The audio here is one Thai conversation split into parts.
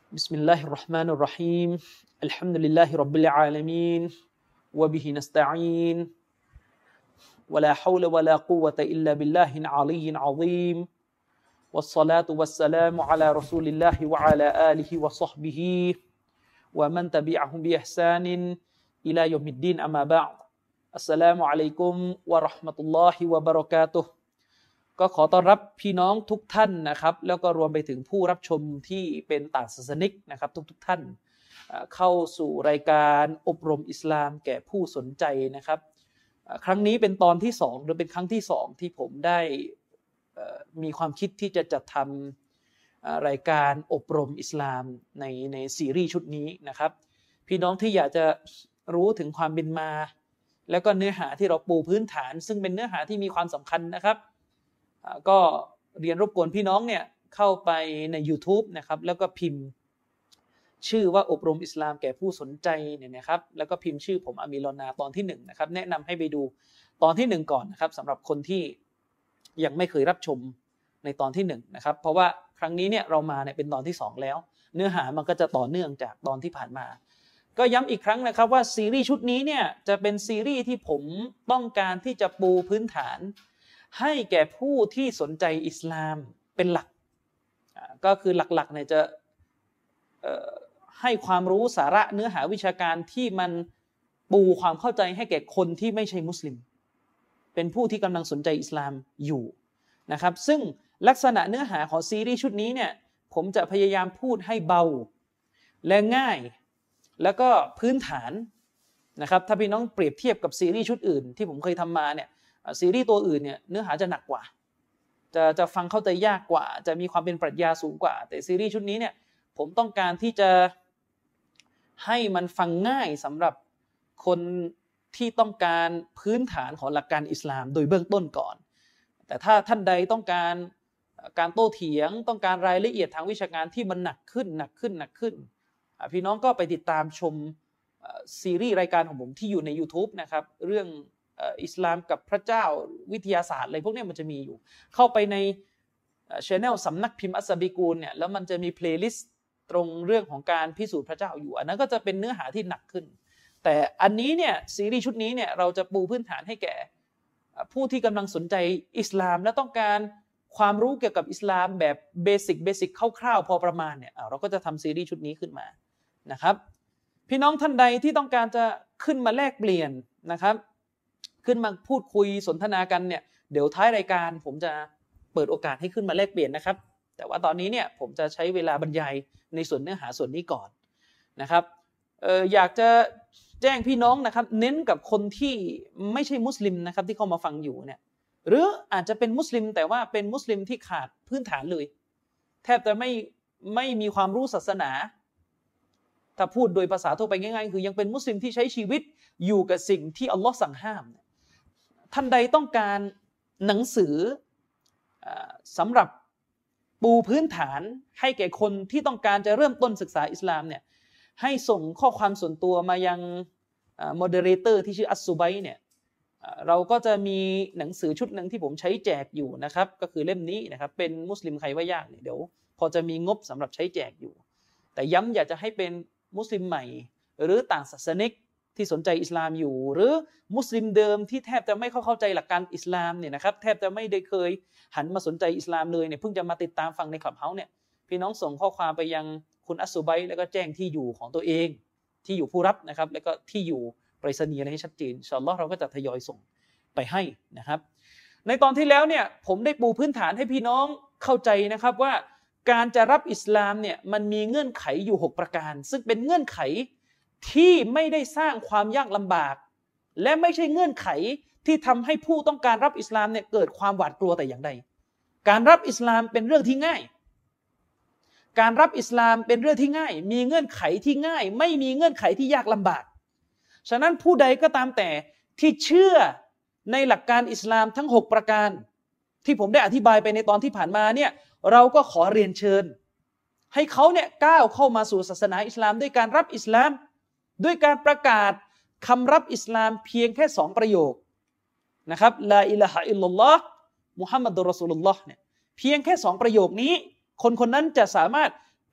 بسم الله الرحمن الرحيم الحمد لله رب العالمين وبه نستعين ولا حول ولا قوة إلا بالله العلي العظيم والصلاة والسلام على رسول الله وعلى آله وصحبه ومن تبعهم بإحسان إلى يوم الدين أما بعد السلام عليكم ورحمة الله وبركاتهก็ขอต้อนรับพี่น้องทุกท่านนะครับแล้วก็รวมไปถึงผู้รับชมที่เป็นต่างศาสนิกนะครับทุกท่านเข้าสู่รายการอบรมอิสลามแก่ผู้สนใจนะครับครั้งนี้เป็นตอนที่2หรือเป็นครั้งที่2ที่ผมได้มีความคิดที่จะจัดทำรายการอบรมอิสลามในซีรีส์ชุดนี้นะครับพี่น้องที่อยากจะรู้ถึงความเป็นมาแล้วก็เนื้อหาที่เราปูพื้นฐานซึ่งเป็นเนื้อหาที่มีความสำคัญนะครับก็เรียนรบกวนพี่น้องเนี่ยเข้าไปใน YouTube นะครับแล้วก็พิมพ์ชื่อว่าอบรมอิสลามแก่ผู้สนใจเนี่ยนะครับแล้วก็พิมพ์ชื่อผมอามีรอนาตอนที่1นะครับแนะนำให้ไปดูตอนที่1ก่อนนะครับสำหรับคนที่ยังไม่เคยรับชมในตอนที่1นะครับเพราะว่าครั้งนี้เนี่ยเรามาเนี่ยเป็นตอนที่2แล้วเนื้อหามันก็จะต่อเนื่องจากตอนที่ผ่านมาก็ย้ำอีกครั้งนะครับว่าซีรีส์ชุดนี้เนี่ยจะเป็นซีรีส์ที่ผมต้องการที่จะปูพื้นฐานให้แก่ผู้ที่สนใจอิสลามเป็นหลักก็คือหลักๆเนี่ยจะให้ความรู้สาระเนื้อหาวิชาการที่มันปูความเข้าใจให้แก่คนที่ไม่ใช่มุสลิมเป็นผู้ที่กำลังสนใจอิสลามอยู่นะครับซึ่งลักษณะเนื้อหาของซีรีส์ชุดนี้เนี่ยผมจะพยายามพูดให้เบาและง่ายแล้วก็พื้นฐานนะครับถ้าพี่น้องเปรียบเทียบกับซีรีส์ชุดอื่นที่ผมเคยทำมาเนี่ยซีรีส์ตัวอื่นเนี่ยเนื้อหาจะหนักกว่าจะฟังเข้าใจยากกว่าจะมีความเป็นปรัชญาสูงกว่าแต่ซีรีส์ชุดนี้เนี่ยผมต้องการที่จะให้มันฟังง่ายสำหรับคนที่ต้องการพื้นฐานของหลักการอิสลามโดยเบื้องต้นก่อนแต่ถ้าท่านใดต้องการการโต้เถียงต้องการรายละเอียดทางวิชาการที่มันหนักขึ้นพี่น้องก็ไปติดตามชมซีรีส์รายการของผมที่อยู่ใน YouTube นะครับเรื่องอิสลามกับพระเจ้าวิทยาศาสตร์อะไรพวกนี้มันจะมีอยู่เข้าไปในchannel สำนักพิมพ์อัสซาบิกูลเนี่ยแล้วมันจะมีเพลย์ลิสต์ตรงเรื่องของการพิสูจน์พระเจ้าอยู่อันนั้นก็จะเป็นเนื้อหาที่หนักขึ้นแต่อันนี้เนี่ยซีรีส์ชุดนี้เนี่ยเราจะปูพื้นฐานให้แก่ผู้ที่กำลังสนใจอิสลามและต้องการความรู้เกี่ยวกับอิสลามแบบเบสิกคร่าวๆพอประมาณเนี่ยเราก็จะทำซีรีส์ชุดนี้ขึ้นมานะครับพี่น้องท่านใดที่ต้องการจะขึ้นมาแลกเปลี่ยนนะครับขึ้นมาพูดคุยสนทนากันเนี่ยเดี๋ยวท้ายรายการผมจะเปิดโอกาสให้ขึ้นมาแลกเปลี่ยนนะครับแต่ว่าตอนนี้เนี่ยผมจะใช้เวลาบรรยายในส่วนเนื้อหาส่วนนี้ก่อนนะครับอยากจะแจ้งพี่น้องนะครับเน้นกับคนที่ไม่ใช่มุสลิมนะครับที่เข้ามาฟังอยู่เนี่ยหรืออาจจะเป็นมุสลิมแต่ว่าเป็นมุสลิมที่ขาดพื้นฐานเลยแทบจะไม่มีความรู้ศาสนาถ้าพูดโดยภาษาทั่วไปง่ายๆคือยังเป็นมุสลิมที่ใช้ชีวิตอยู่กับสิ่งที่อัลลอฮ์สั่งห้ามท่านใดต้องการหนังสือสำหรับปูพื้นฐานให้แก่คนที่ต้องการจะเริ่มต้นศึกษาอิสลามเนี่ยให้ส่งข้อความส่วนตัวมายังโมเดเรเตอร์ที่ชื่ออัสซุบัยเนี่ยเราก็จะมีหนังสือชุดหนึ่งที่ผมใช้แจกอยู่นะครับก็คือเล่มนี้นะครับเป็นมุสลิมใครว่ายากเนี่ยเดี๋ยวพอจะมีงบสำหรับใช้แจกอยู่แต่ย้ำอยากจะให้เป็นมุสลิมใหม่หรือต่างศาสนิกที่สนใจอิสลามอยู่หรือมุสลิมเดิมที่แทบจะไม่เข้าใจหลักการอิสลามเนี่ยนะครับแทบจะไม่ได้เคยหันมาสนใจอิสลามเลยเนี่ยเพิ่งจะมาติดตามฟังในคลับเฮาส์เนี่ยพี่น้องส่งข้อความไปยังคุณอัสซุบัยแล้วก็แจ้งที่อยู่ของตัวเองที่อยู่ผู้รับนะครับแล้วก็ที่อยู่ไปรษณีย์อะไรให้ชัดเจนอินชาอัลเลาะห์เราก็จะทยอยส่งไปให้นะครับในตอนที่แล้วเนี่ยผมได้ปูพื้นฐานให้พี่น้องเข้าใจนะครับว่าการจะรับอิสลามเนี่ยมันมีเงื่อนไขอยู่6ประการซึ่งเป็นเงื่อนไขที่ไม่ได้สร้างความยากลำบากและไม่ใช่เงื่อนไขที่ทำให้ผู้ต้องการรับอิสลามเนี่ยเกิดความหวาดกลัวแต่อย่างใดการรับอิสลามเป็นเรื่องที่ง่ายการรับอิสลามเป็นเรื่องที่ง่ายมีเงื่อนไขที่ง่ายไม่มีเงื่อนไขที่ยากลำบากฉะนั้นผู้ใดก็ตามแต่ที่เชื่อในหลักการอิสลามทั้ง6ประการที่ผมได้อธิบายไปในตอนที่ผ่านมาเนี่ยเราก็ขอเรียนเชิญให้เขาเนี่ยก้าวเข้ามาสู่ศาสนาอิสลามด้วยการรับอิสลามด้วยการประกาศคำรับอิสลามเพียงแค่2ประโยคนะครับลาอิลาฮะอิลลัลลอฮ์มุฮัมมัดุรรอซูลุลลอฮ์เนี่ยเพียงแค่2ประโยคนี้คนคนนั้นจะสามารถ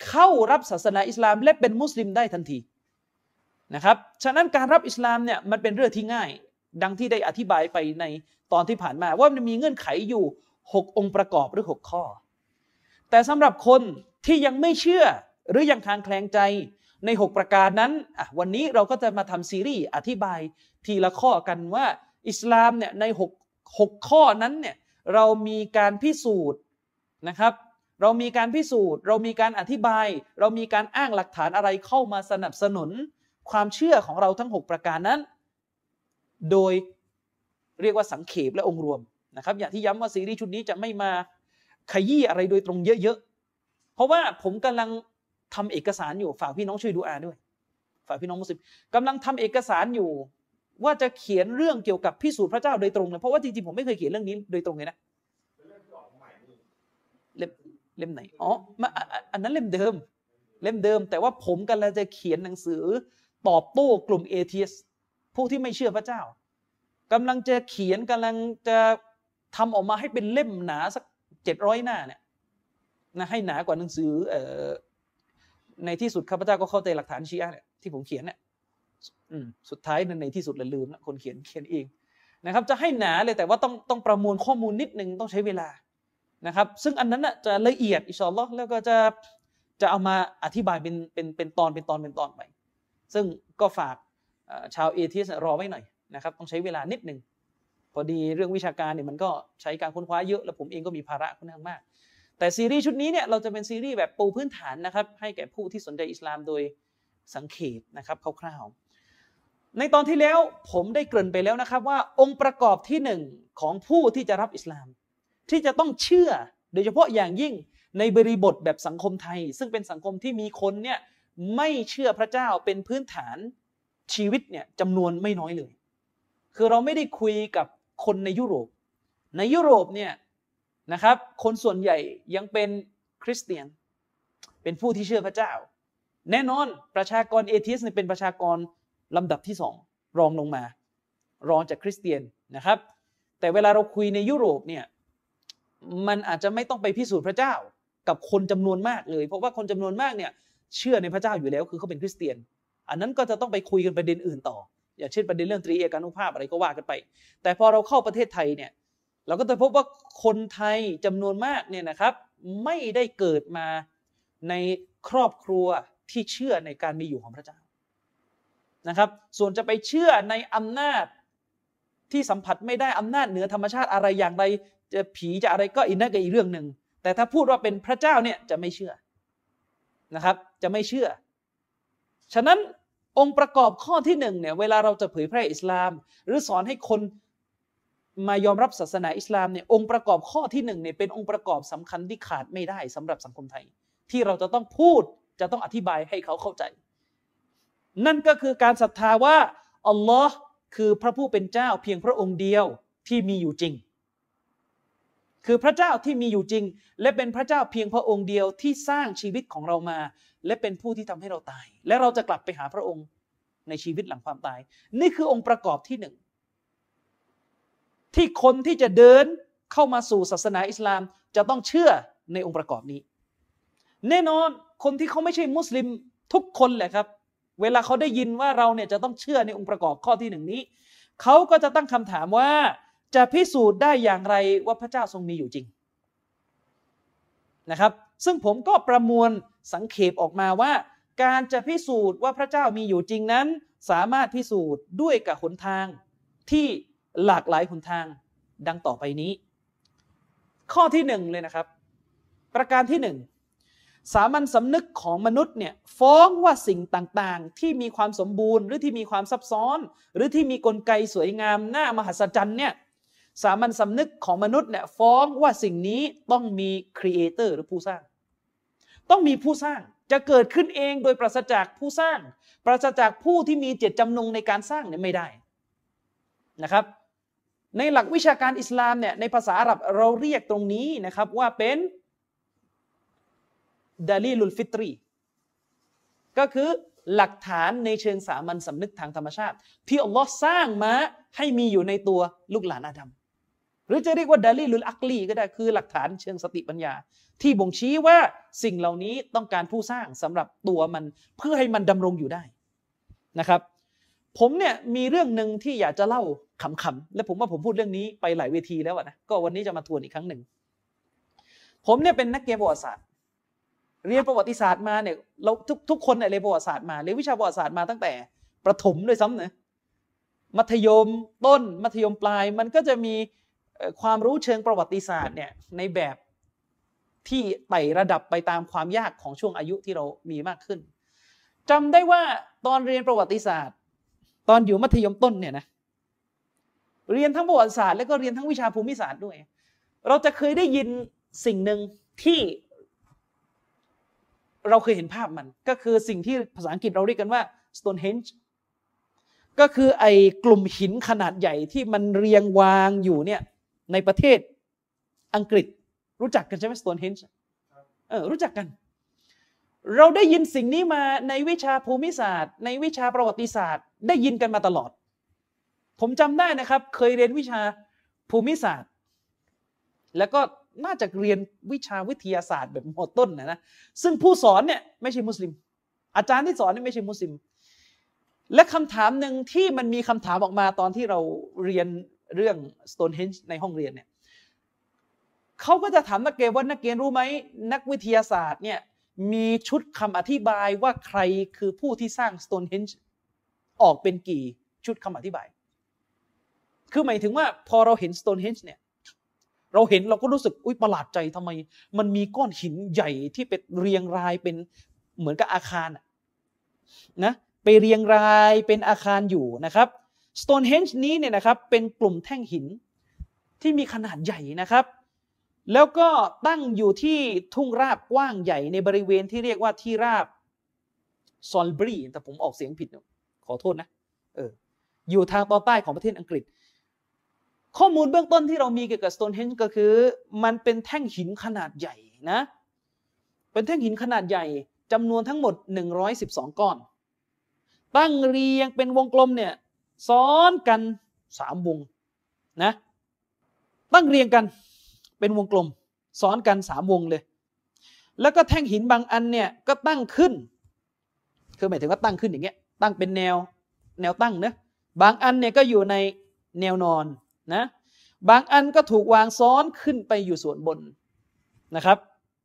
เข้ารับศาสนาอิสลามและเป็นมุสลิมได้ทันทีนะครับฉะนั้นการรับอิสลามเนี่ยมันเป็นเรื่องที่ง่ายดังที่ได้อธิบายไปในตอนที่ผ่านมาว่ามันมีเงื่อนไขอยู่6องค์ประกอบหรือ6ข้อแต่สำหรับคนที่ยังไม่เชื่อหรือยังคลางแคลงใจใน6ประการนั้นวันนี้เราก็จะมาทำซีรีส์อธิบายทีละข้อกันว่าอิสลามเนี่ยใน6ข้อนั้นเนี่ยเรามีการพิสูจน์นะครับเรามีการพิสูจน์เรามีการอธิบายเรามีการอ้างหลักฐานอะไรเข้ามาสนับสนุนความเชื่อของเราทั้ง6ประการนั้นโดยเรียกว่าสังเขปและองค์รวมนะครับอย่างที่ย้ำว่าซีรีส์ชุดนี้จะไม่มาขยี้อะไรโดยตรงเยอะๆเพราะว่าผมกำลังทำเอกสารอยู่ฝากพี่น้องช่วยดูอาด้วยฝากพี่น้องมุสลิมกำลังทำเอกสารอยู่ว่าจะเขียนเรื่องเกี่ยวกับพิสูจน์พระเจ้าโดยตรงเลยเพราะว่าจริงๆผมไม่เคยเขียนเรื่องนี้โดยตรงเลยนะเล่มไหนอ๋ออันนั้นเล่มเดิมแต่ว่าผมกำลังจะเขียนหนังสือตอบโต้กลุ่มเอเทียสผู้ที่ไม่เชื่อพระเจ้ากำลังจะเขียนกำลังจะทำออกมาให้เป็นเล่มหนาสัก700 หน้าเนี่ยนะให้หนากว่าหนังสือในที่สุดข้าพเจ้าก็เข้าใจหลักฐานชีอะห์เนี่ยที่ผมเขียนเนี่ยสุดท้ายในที่สุดลืมนะคนเขียนเองนะครับจะให้หนาเลยแต่ว่าต้องประมวลข้อมูลนิดนึงต้องใช้เวลานะครับซึ่งอันนั้นนะจะละเอียดอินชาอัลเลาะห์แล้วก็จะเอามาอธิบายเป็นตอนไปซึ่งก็ฝากชาวเอเทียสรอไว้หน่อยนะครับต้องใช้เวลานิดนึงพอดีเรื่องวิชาการเนี่ยมันก็ใช้การค้นคว้าเยอะแล้วผมเองก็มีภาระค่อนข้างมากแต่ซีรีส์ชุดนี้เนี่ยเราจะเป็นซีรีส์แบบปูพื้นฐานนะครับให้แก่ผู้ที่สนใจอิสลามโดยสังเขปนะครับคร่าวๆในตอนที่แล้วผมได้เกริ่นไปแล้วนะครับว่าองค์ประกอบที่1ของผู้ที่จะรับอิสลามที่จะต้องเชื่อโดยเฉพาะอย่างยิ่งในบริบทแบบสังคมไทยซึ่งเป็นสังคมที่มีคนเนี่ยไม่เชื่อพระเจ้าเป็นพื้นฐานชีวิตเนี่ยจำนวนไม่น้อยเลยคือเราไม่ได้คุยกับคนในยุโรปเนี่ยนะครับคนส่วนใหญ่ยังเป็นคริสเตียนเป็นผู้ที่เชื่อพระเจ้าแน่นอนประชากรเอเทียสเป็นประชากรลำดับที่2รองลงมารองจากคริสเตียนนะครับแต่เวลาเราคุยในยุโรปเนี่ยมันอาจจะไม่ต้องไปพิสูจน์พระเจ้ากับคนจำนวนมากเลยเพราะว่าคนจำนวนมากเนี่ยเชื่อในพระเจ้าอยู่แล้วคือเขาเป็นคริสเตียนอันนั้นก็จะต้องไปคุยกันประเด็นอื่นต่ออย่างเช่นประเด็นเรื่องตรีเอกานุภาพอะไรก็ว่ากันไปแต่พอเราเข้าประเทศไทยเนี่ยเราก็จะพบว่าคนไทยจำนวนมากเนี่ยนะครับไม่ได้เกิดมาในครอบครัวที่เชื่อในการมีอยู่ของพระเจ้านะครับส่วนจะไปเชื่อในอำนาจที่สัมผัสไม่ได้อำนาจเหนือธรรมชาติอะไรอย่างไรจะผีจะอะไรก็อีกนั่นก็อีกเรื่องหนึ่งแต่ถ้าพูดว่าเป็นพระเจ้าเนี่ยจะไม่เชื่อนะครับจะไม่เชื่อฉะนั้นองค์ประกอบข้อที่1เนี่ยเวลาเราจะเผยแพร่อิสลามหรือสอนให้คนมายอมรับศาสนาอิสลามเนี่ยองค์ประกอบข้อที่1เนี่ยเป็นองค์ประกอบสำคัญที่ขาดไม่ได้สำหรับสังคมไทยที่เราจะต้องพูดจะต้องอธิบายให้เขาเข้าใจนั่นก็คือการศรัทธาว่าอัลลอฮ์คือพระผู้เป็นเจ้าเพียงพระองค์เดียวที่มีอยู่จริงคือพระเจ้าที่มีอยู่จริงและเป็นพระเจ้าเพียงพระองค์เดียวที่สร้างชีวิตของเรามาและเป็นผู้ที่ทำให้เราตายและเราจะกลับไปหาพระองค์ในชีวิตหลังความตายนี่คือองค์ประกอบที่1ที่คนที่จะเดินเข้ามาสู่ศาสนาอิสลามจะต้องเชื่อในองค์ประกอบนี้แน่นอนคนที่เขาไม่ใช่มุสลิมทุกคนแหละครับเวลาเขาได้ยินว่าเราเนี่ยจะต้องเชื่อในองค์ประกอบข้อที่1นี้เขาก็จะตั้งคำถามว่าจะพิสูจน์ได้อย่างไรว่าพระเจ้าทรงมีอยู่จริงนะครับซึ่งผมก็ประมวลสังเขปออกมาว่าการจะพิสูจน์ว่าพระเจ้ามีอยู่จริงนั้นสามารถพิสูจน์ด้วยกับหนทางที่หลากหลายหนทางดังต่อไปนี้ข้อที่1เลยนะครับประการที่1สามัญสำนึกของมนุษย์เนี่ยฟ้องว่าสิ่งต่างๆที่มีความสมบูรณ์หรือที่มีความซับซ้อนหรือที่มีกลไกสวยงามน่ามหัศจรรย์เนี่ยสามัญสำนึกของมนุษย์เนี่ยฟ้องว่าสิ่งนี้ต้องมีครีเอเตอร์หรือผู้สร้างต้องมีผู้สร้างจะเกิดขึ้นเองโดยปราศจากผู้สร้างปราศจากผู้ที่มีเจตจำนงในการสร้างเนี่ยไม่ได้นะครับในหลักวิชาการอิสลามเนี่ยในภาษาอาหรับเราเรียกตรงนี้นะครับว่าเป็นดาลีลุลฟิตรีก็คือหลักฐานในเชิงสามัญสำนึกทางธรรมชาติที่อัลลอฮ์สร้างมาให้มีอยู่ในตัวลูกหลานอาดัมหรือจะเรียกว่าดาลีลุลอักลีก็ได้คือหลักฐานเชิงสติปัญญาที่บ่งชี้ว่าสิ่งเหล่านี้ต้องการผู้สร้างสำหรับตัวมันเพื่อให้มันดำรงอยู่ได้นะครับผมเนี่ยมีเรื่องหนึ่งที่อยากจะเล่าขำๆและผมว่าผมพูดเรื่องนี้ไปหลายเวทีแล้วนะก็วันนี้จะมาทวนอีกครั้งหนึ่งผมเนี่ยเป็นนักเรียนประวัติศาสตร์เรียนประวัติศาสตร์มาเนี่ยเราทุกคนเนี่ยเรียนประวัติศาสตร์มาเรียนวิชาประวัติศาสตร์มาตั้งแต่ประถมด้วยซ้ำนะมัธยมต้นมัธยมปลายมันก็จะมีความรู้เชิงประวัติศาสตร์เนี่ยในแบบที่ไต่ระดับไปตามความยากของช่วงอายุที่เรามีมากขึ้นจำได้ว่าตอนเรียนประวัติศาสตร์ตอนอยู่มัธยมต้นเนี่ยนะเรียนทั้งประวัติศาสตร์แล้วก็เรียนทั้งวิชาภูมิศาสตร์ด้วยเราจะเคยได้ยินสิ่งหนึ่งที่เราเคยเห็นภาพมันก็คือสิ่งที่ภาษาอังกฤษเราเรียกกันว่า Stonehenge ก็คือไอ้กลุ่มหินขนาดใหญ่ที่มันเรียงวางอยู่เนี่ยในประเทศอังกฤษรู้จักกันใช่ไหม Stonehenge รู้จักกันเราได้ยินสิ่งนี้มาในวิชาภูมิศาสตร์ในวิชาประวัติศาสตร์ได้ยินกันมาตลอดผมจำได้นะครับเคยเรียนวิชาภูมิศาสตร์แล้วก็น่าจะเรียนวิชาวิทยาศาสตร์แบบม.ต้นนะซึ่งผู้สอนเนี่ยไม่ใช่มุสลิมอาจารย์ที่สอนเนี่ยไม่ใช่มุสลิมและคำถามหนึ่งที่มันมีคำถามออกมาตอนที่เราเรียนเรื่อง Stonehenge ในห้องเรียนเนี่ยเขาก็จะถามนักเรียนว่านักเรียนรู้ไหมนักวิทยาศาสตร์เนี่ยมีชุดคำอธิบายว่าใครคือผู้ที่สร้าง Stonehenge ออกเป็นกี่ชุดคำอธิบายคือหมายถึงว่าพอเราเห็น Stonehenge เนี่ยเราเห็นเราก็รู้สึกประหลาดใจทำไมมันมีก้อนหินใหญ่ที่เป็นเรียงรายเป็นเหมือนกับอาคารนะไปเรียงรายเป็นอาคารอยู่นะครับ Stonehenge นี้เนี่ยนะครับเป็นกลุ่มแท่งหินที่มีขนาดใหญ่นะครับแล้วก็ตั้งอยู่ที่ทุ่งราบกว้างใหญ่ในบริเวณที่เรียกว่าที่ราบซอลบรีแต่ผมออกเสียงผิดขอโทษนะอยู่ทางตอนใต้ของประเทศอังกฤษข้อมูลเบื้องต้นที่เรามีเกี่ยวกับ Stonehenge ก็คือมันเป็นแท่งหินขนาดใหญ่นะเป็นแท่งหินขนาดใหญ่จำนวนทั้งหมด112ก้อนตั้งเรียงเป็นวงกลมเนี่ยซ้อนกัน3วงนะตั้งเรียงกันเป็นวงกลมซ้อนกัน3วงเลยแล้วก็แท่งหินบางอันเนี่ยก็ตั้งขึ้นคือหมายถึงว่าตั้งขึ้นอย่างเงี้ยตั้งเป็นแนวตั้งนะบางอันเนี่ยก็อยู่ในแนวนอนนะบางอันก็ถูกวางซ้อนขึ้นไปอยู่ส่วนบนนะครับ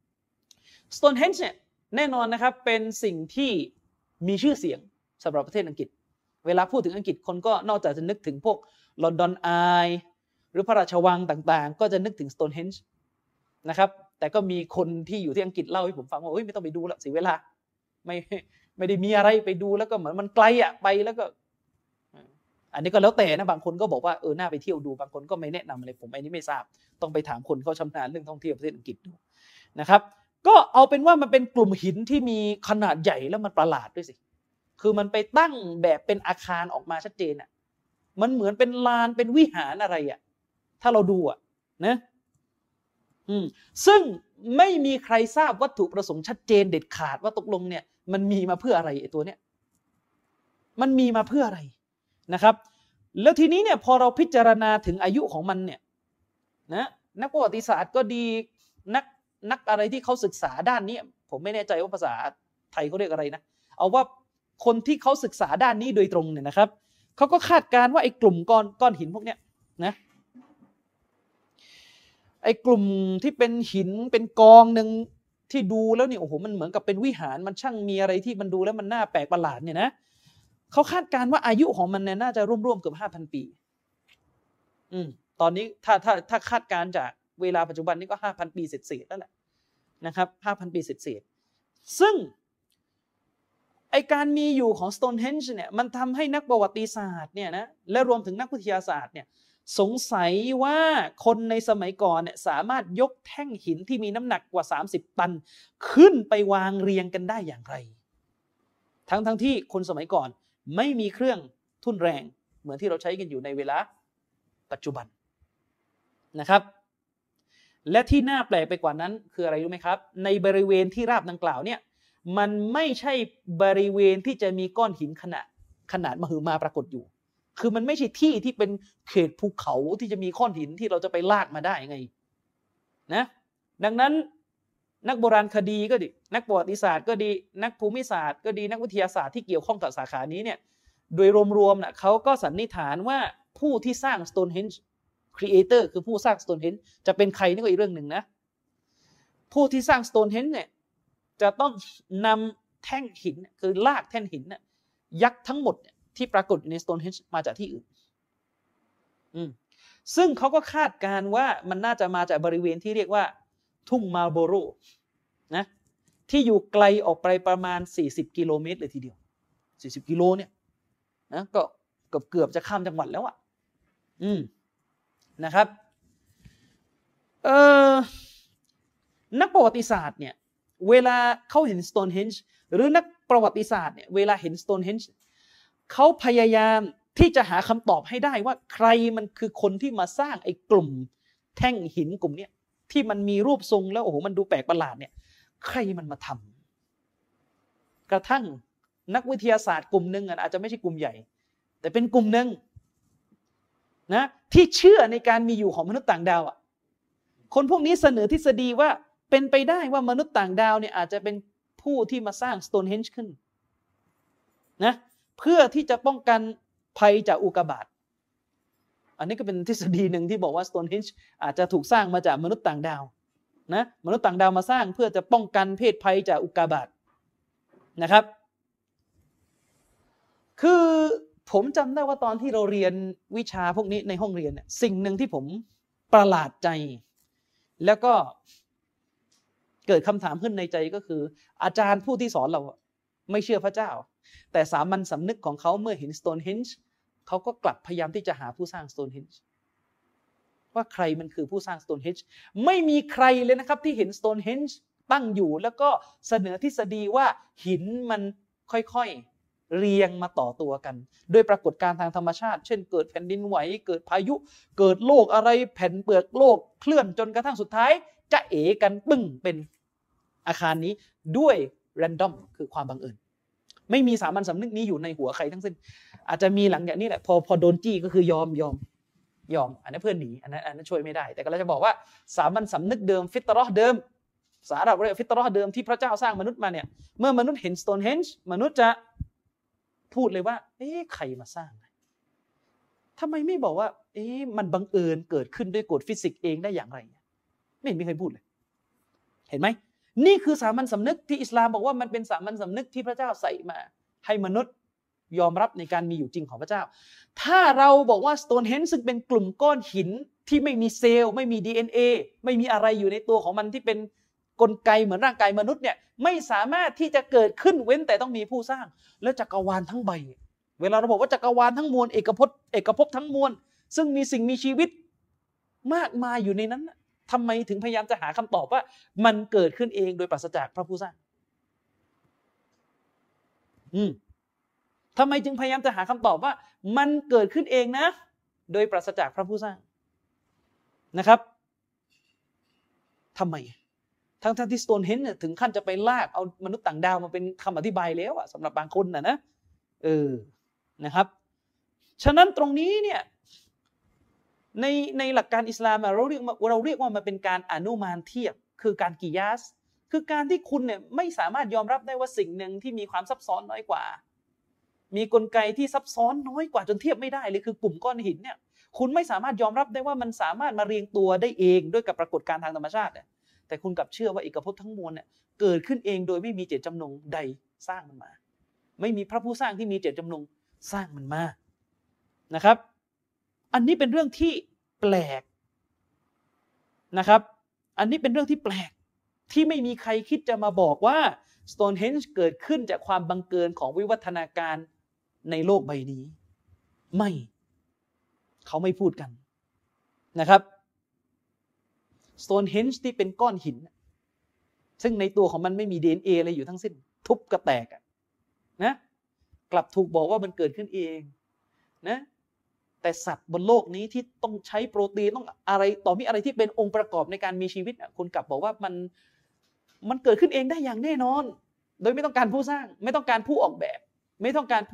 Stonehenge เนี่ยแน่นอนนะครับเป็นสิ่งที่มีชื่อเสียงสำหรับประเทศอังกฤษเวลาพูดถึงอังกฤษคนก็นอกจากจะนึกถึงพวกลอนดอนอายหรือพระราชวังต่างๆก็จะนึกถึง Stonehenge นะครับแต่ก็มีคนที่อยู่ที่อังกฤษเล่าให้ผมฟังว่าไม่ต้องไปดูแล้วเสียเวลาไม่ได้มีอะไรไปดูแล้วก็เหมือนมันไกลไปแล้วก็อันนี้ก็แล้วแต่นะบางคนก็บอกว่าน่าไปเที่ยวดูบางคนก็ไม่แนะนำอะไรผมอันนี้ไม่ทราบต้องไปถามคนเขาชำนาญเรื่องท่องเที่ยวประเทศอังกฤษดูนะครับก็เอาเป็นว่ามันเป็นกลุ่มหินที่มีขนาดใหญ่แล้วมันประหลาดด้วยสิคือมันไปตั้งแบบเป็นอาคารออกมาชัดเจนมันเหมือนเป็นลานเป็นวิหารอะไรถ้าเราดูนะซึ่งไม่มีใครทราบวัตถุประสงค์ชัดเจนเด็ดขาดว่าตกลงเนี่ยมันมีมาเพื่ออะไรไอ้ตัวเนี้ยมันมีมาเพื่ออะไรนะครับแล้วทีนี้เนี่ยพอเราพิจารณาถึงอายุของมันเนี่ยนะนักประวัติศาสตร์ก็ดีนักอะไรที่เขาศึกษาด้านนี้ผมไม่แน่ใจว่าภาษาไทยเขาเรียกอะไรนะเอาว่าคนที่เขาศึกษาด้านนี้โดยตรงเนี่ยนะครับเขาก็คาดการณ์ว่าไอ้กลุ่มก้อนหินพวกเนี้ยนะไอ้กลุ่มที่เป็นหินเป็นกองนึงที่ดูแล้วเนี่ยโอ้โหมันเหมือนกับเป็นวิหารมันช่างมีอะไรที่มันดูแล้วมันน่าแปลกประหลาดเนี่ยนะเขาคาดการณ์ว่าอายุของมันเนี่ยน่าจะร่วมเกือบ 5,000 ปีตอนนี้ถ้าคาดการณ์จากเวลาปัจจุบันนี้ก็ 5,000 ปีเศษๆแล้วแหละนะครับ 5,000 ปีเศษๆซึ่งไอการมีอยู่ของ Stonehenge เนี่ยมันทำให้นักประวัติศาสตร์เนี่ยนะและรวมถึงนักวิทยาศาสตร์เนี่ยสงสัยว่าคนในสมัยก่อนเนี่ยสามารถยกแท่งหินที่มีน้ำหนักกว่า30 ตันขึ้นไปวางเรียงกันได้อย่างไรทั้งที่คนสมัยก่อนไม่มีเครื่องทุ่นแรงเหมือนที่เราใช้กันอยู่ในเวลาปัจจุบันนะครับและที่น่าแปลกไปกว่านั้นคืออะไรรู้ไหมครับในบริเวณที่ราบดังกล่าวเนี่ยมันไม่ใช่บริเวณที่จะมีก้อนหินขนาดมหึมาปรากฏอยู่คือมันไม่ใช่ที่ที่เป็นเขตภูเขาที่จะมีก้อนหินที่เราจะไปลากมาได้ไงนะดังนั้นนักโบราณคดีก็ดีนักประวัติศาสตร์ก็ดีนักภูมิศาสตร์ก็ดีนักวิทยาศาสตร์ที่เกี่ยวข้องกับสาขานี้เนี่ยโดยรวมๆนะเขาก็สันนิษฐานว่าผู้ที่สร้าง Stonehenge Creator คือผู้สร้าง Stonehenge จะเป็นใครนี่ก็อีกเรื่องหนึ่งนะผู้ที่สร้าง Stonehenge เนี่ยจะต้องนำแท่งหินคือลากแท่งหินน่ะยักษ์ทั้งหมดที่ปรากฏอยู่ใน Stonehenge มาจากที่อื่นซึ่งเขาก็คาดการณ์ว่ามันน่าจะมาจากบริเวณที่เรียกว่าทุ่งมาร์ลโบโรนะที่อยู่ไกลออกไปประมาณ40 กิโลเมตรเลยทีเดียว40 กิโลเนี่ยนะก็เกือบจะข้ามจังหวัดแล้วอ่ะนะครับนักประวัติศาสตร์เนี่ยเวลาเขาเห็น Stonehenge หรือนักประวัติศาสตร์เนี่ยเวลาเห็น Stonehenge เขาพยายามที่จะหาคำตอบให้ได้ว่าใครมันคือคนที่มาสร้างไอ้กลุ่มแท่งหินกลุ่มนี้ที่มันมีรูปทรงแล้วโอ้โหมันดูแปลกประหลาดเนี่ยใครมันมาทำกระทั่งนักวิทยาศาสตร์กลุ่มหนึ่งอาจจะไม่ใช่กลุ่มใหญ่แต่เป็นกลุ่มหนึ่งนะที่เชื่อในการมีอยู่ของมนุษย์ต่างดาวอ่ะคนพวกนี้เสนอทฤษฎีว่าเป็นไปได้ว่ามนุษย์ต่างดาวเนี่ยอาจจะเป็นผู้ที่มาสร้าง Stonehenge ขึ้นนะเพื่อที่จะป้องกันภัยจากอุกกาบาตอันนี้ก็เป็นทฤษฎีหนึ่งที่บอกว่า Stonehenge อาจจะถูกสร้างมาจากมนุษย์ต่างดาวนะมนุษย์ต่างดาวมาสร้างเพื่อจะป้องกันเพศภัยจากอุกกาบาตนะครับคือผมจำได้ว่าตอนที่เราเรียนวิชาพวกนี้ในห้องเรียนเนี่ยสิ่งหนึ่งที่ผมประหลาดใจแล้วก็เกิดคำถามขึ้นในใจก็คืออาจารย์ผู้ที่สอนเราไม่เชื่อพระเจ้าแต่สามัญสำนึกของเขาเมื่อเห็น Stonehenge เขาก็กลับพยายามที่จะหาผู้สร้าง Stonehenge ว่าใครมันคือผู้สร้าง Stonehenge ไม่มีใครเลยนะครับที่เห็น Stonehenge ตั้งอยู่แล้วก็เสนอทฤษฎีว่าหินมันค่อยๆเรียงมาต่อตัวกันด้วยปรากฏการณ์ทางธรรมชาติเช่นเกิดแผ่นดินไหวเกิดพายุเกิดโลกอะไรแผ่นเปลือกโลกเคลื่อนจนกระทั่งสุดท้ายจะเอ๋กันปึ้งเป็นอาคารนี้ด้วย random คือความบังเอิญไม่มีสามัญสำนึกนี้อยู่ในหัวใครทั้งสิ้นอาจจะมีหลังจากนี้แหละพอโดนจี้ก็คือยอมอันนั้นเพื่อนหนีอันนั้นช่วยไม่ได้แต่ก็เราจะบอกว่าสามัญสำนึกเดิมฟิตเราะห์เดิมสาระเรียกฟิตเราะห์เดิมที่พระเจ้าสร้างมนุษย์มาเนี่ยเมื่อมนุษย์เห็น Stonehenge มนุษย์จะพูดเลยว่าใครมาสร้างทำไมไม่บอกว่ามันบังเอิญเกิดขึ้นด้วยกฎฟิสิกส์เองได้อย่างไรไม่เห็นมีใครพูดเลยเห็นไหมนี่คือสามัญสำนึกที่อิสลามบอกว่ามันเป็นสามัญสำนึกที่พระเจ้าใส่มาให้มนุษย์ยอมรับในการมีอยู่จริงของพระเจ้าถ้าเราบอกว่า Stonehenge ซึ่งเป็นกลุ่มก้อนหินที่ไม่มีเซลล์ไม่มี DNA ไม่มีอะไรอยู่ในตัวของมันที่เป็นกลไกเหมือนร่างกายมนุษย์เนี่ยไม่สามารถที่จะเกิดขึ้นเว้นแต่ต้องมีผู้สร้างแล้วจักรวาลทั้งใบเวลาเราบอกว่าจักรวาลทั้งมวลเอกภพทั้งมวลซึ่งมีสิ่งมีชีวิตมากมายอยู่ในนั้นทำไมถึงพยายามจะหาคำตอบว่ามันเกิดขึ้นเองโดยปราศจากพระผู้สร้างทำไมจึงพยายามจะหาคำตอบว่ามันเกิดขึ้นเองนะโดยปราศจากพระผู้สร้างนะครับทำไมทั้งที่ Stonehenge เนี่ยถึงขั้นจะไปลากเอามนุษย์ต่างดาวมาเป็นคำอธิบายแล้วสำหรับบางคนนะนะครับฉะนั้นตรงนี้เนี่ยในหลักการอิสลามเราเรียกว่ามันเป็นการอนุมานเทียบคือการกิยาสคือการที่คุณเนี่ยไม่สามารถยอมรับได้ว่าสิ่งหนึ่งที่มีความซับซ้อนน้อยกว่ามีกลไกที่ซับซ้อนน้อยกว่าจนเทียบไม่ได้เลยคือกลุ่มก้อนหินเนี่ยคุณไม่สามารถยอมรับได้ว่ามันสามารถมาเรียงตัวได้เองด้วยกับปรากฏการณ์ทางธรรมชาติแต่คุณกลับเชื่อว่าเอกภพทั้งมวลเนี่ยเกิดขึ้นเองโดยไม่มีเจตจำนงใดสร้างมันมาไม่มีพระผู้สร้างที่มีเจตจำนงสร้างมันมานะครับอันนี้เป็นเรื่องที่แปลกนะครับอันนี้เป็นเรื่องที่แปลกที่ไม่มีใครคิดจะมาบอกว่า Stonehenge เกิดขึ้นจากความบังเกิญของวิวัฒนาการในโลกใบนี้ไม่เขาไม่พูดกันนะครับ Stonehenge ที่เป็นก้อนหินซึ่งในตัวของมันไม่มี DNA อะไรอยู่ทั้งสิ้นทุบกระแตกนะกลับถูกบอกว่ามันเกิดขึ้นเองนะแต่สัตว์บนโลกนี้ที่ต้องใช้โปรตีนต้องอะไรต่อมีอะไรที่เป็นองค์ประกอบในการมีชีวิตคุณกลับบอกว่ามันเกิดขึ้นเองได้อย่างแน่นอนโดยไม่ต้องการผู้สร้างไม่ต้องการผู้ออกแบบไม่ต้องการ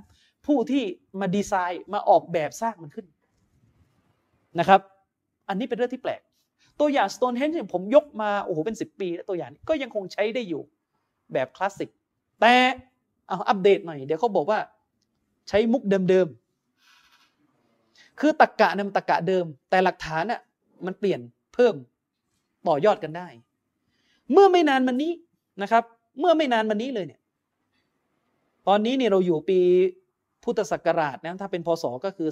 ผู้ที่มาดีไซน์มาออกแบบสร้างมันขึ้นนะครับอันนี้เป็นเรื่องที่แปลกตัวอย่าง Stonehenge ผมยกมาโอ้โหเป็น10 ปีแล้วตัวอย่างก็ยังคงใช้ได้อยู่แบบคลาสสิกแต่เอาอัปเดตหน่อยเดี๋ยวเขาบอกว่าใช้มุกเดิมๆคือตรรกะนั้นตรรกะเดิมแต่หลักฐานน่ะมันเปลี่ยนเพิ่มต่อยอดกันได้เมื่อไม่นานมานี้นะครับเมื่อไม่นานมานี้เลยเนี่ยตอนนี้เนี่ยเราอยู่ปีพุทธศักราชนะถ้าเป็นพศก็คือ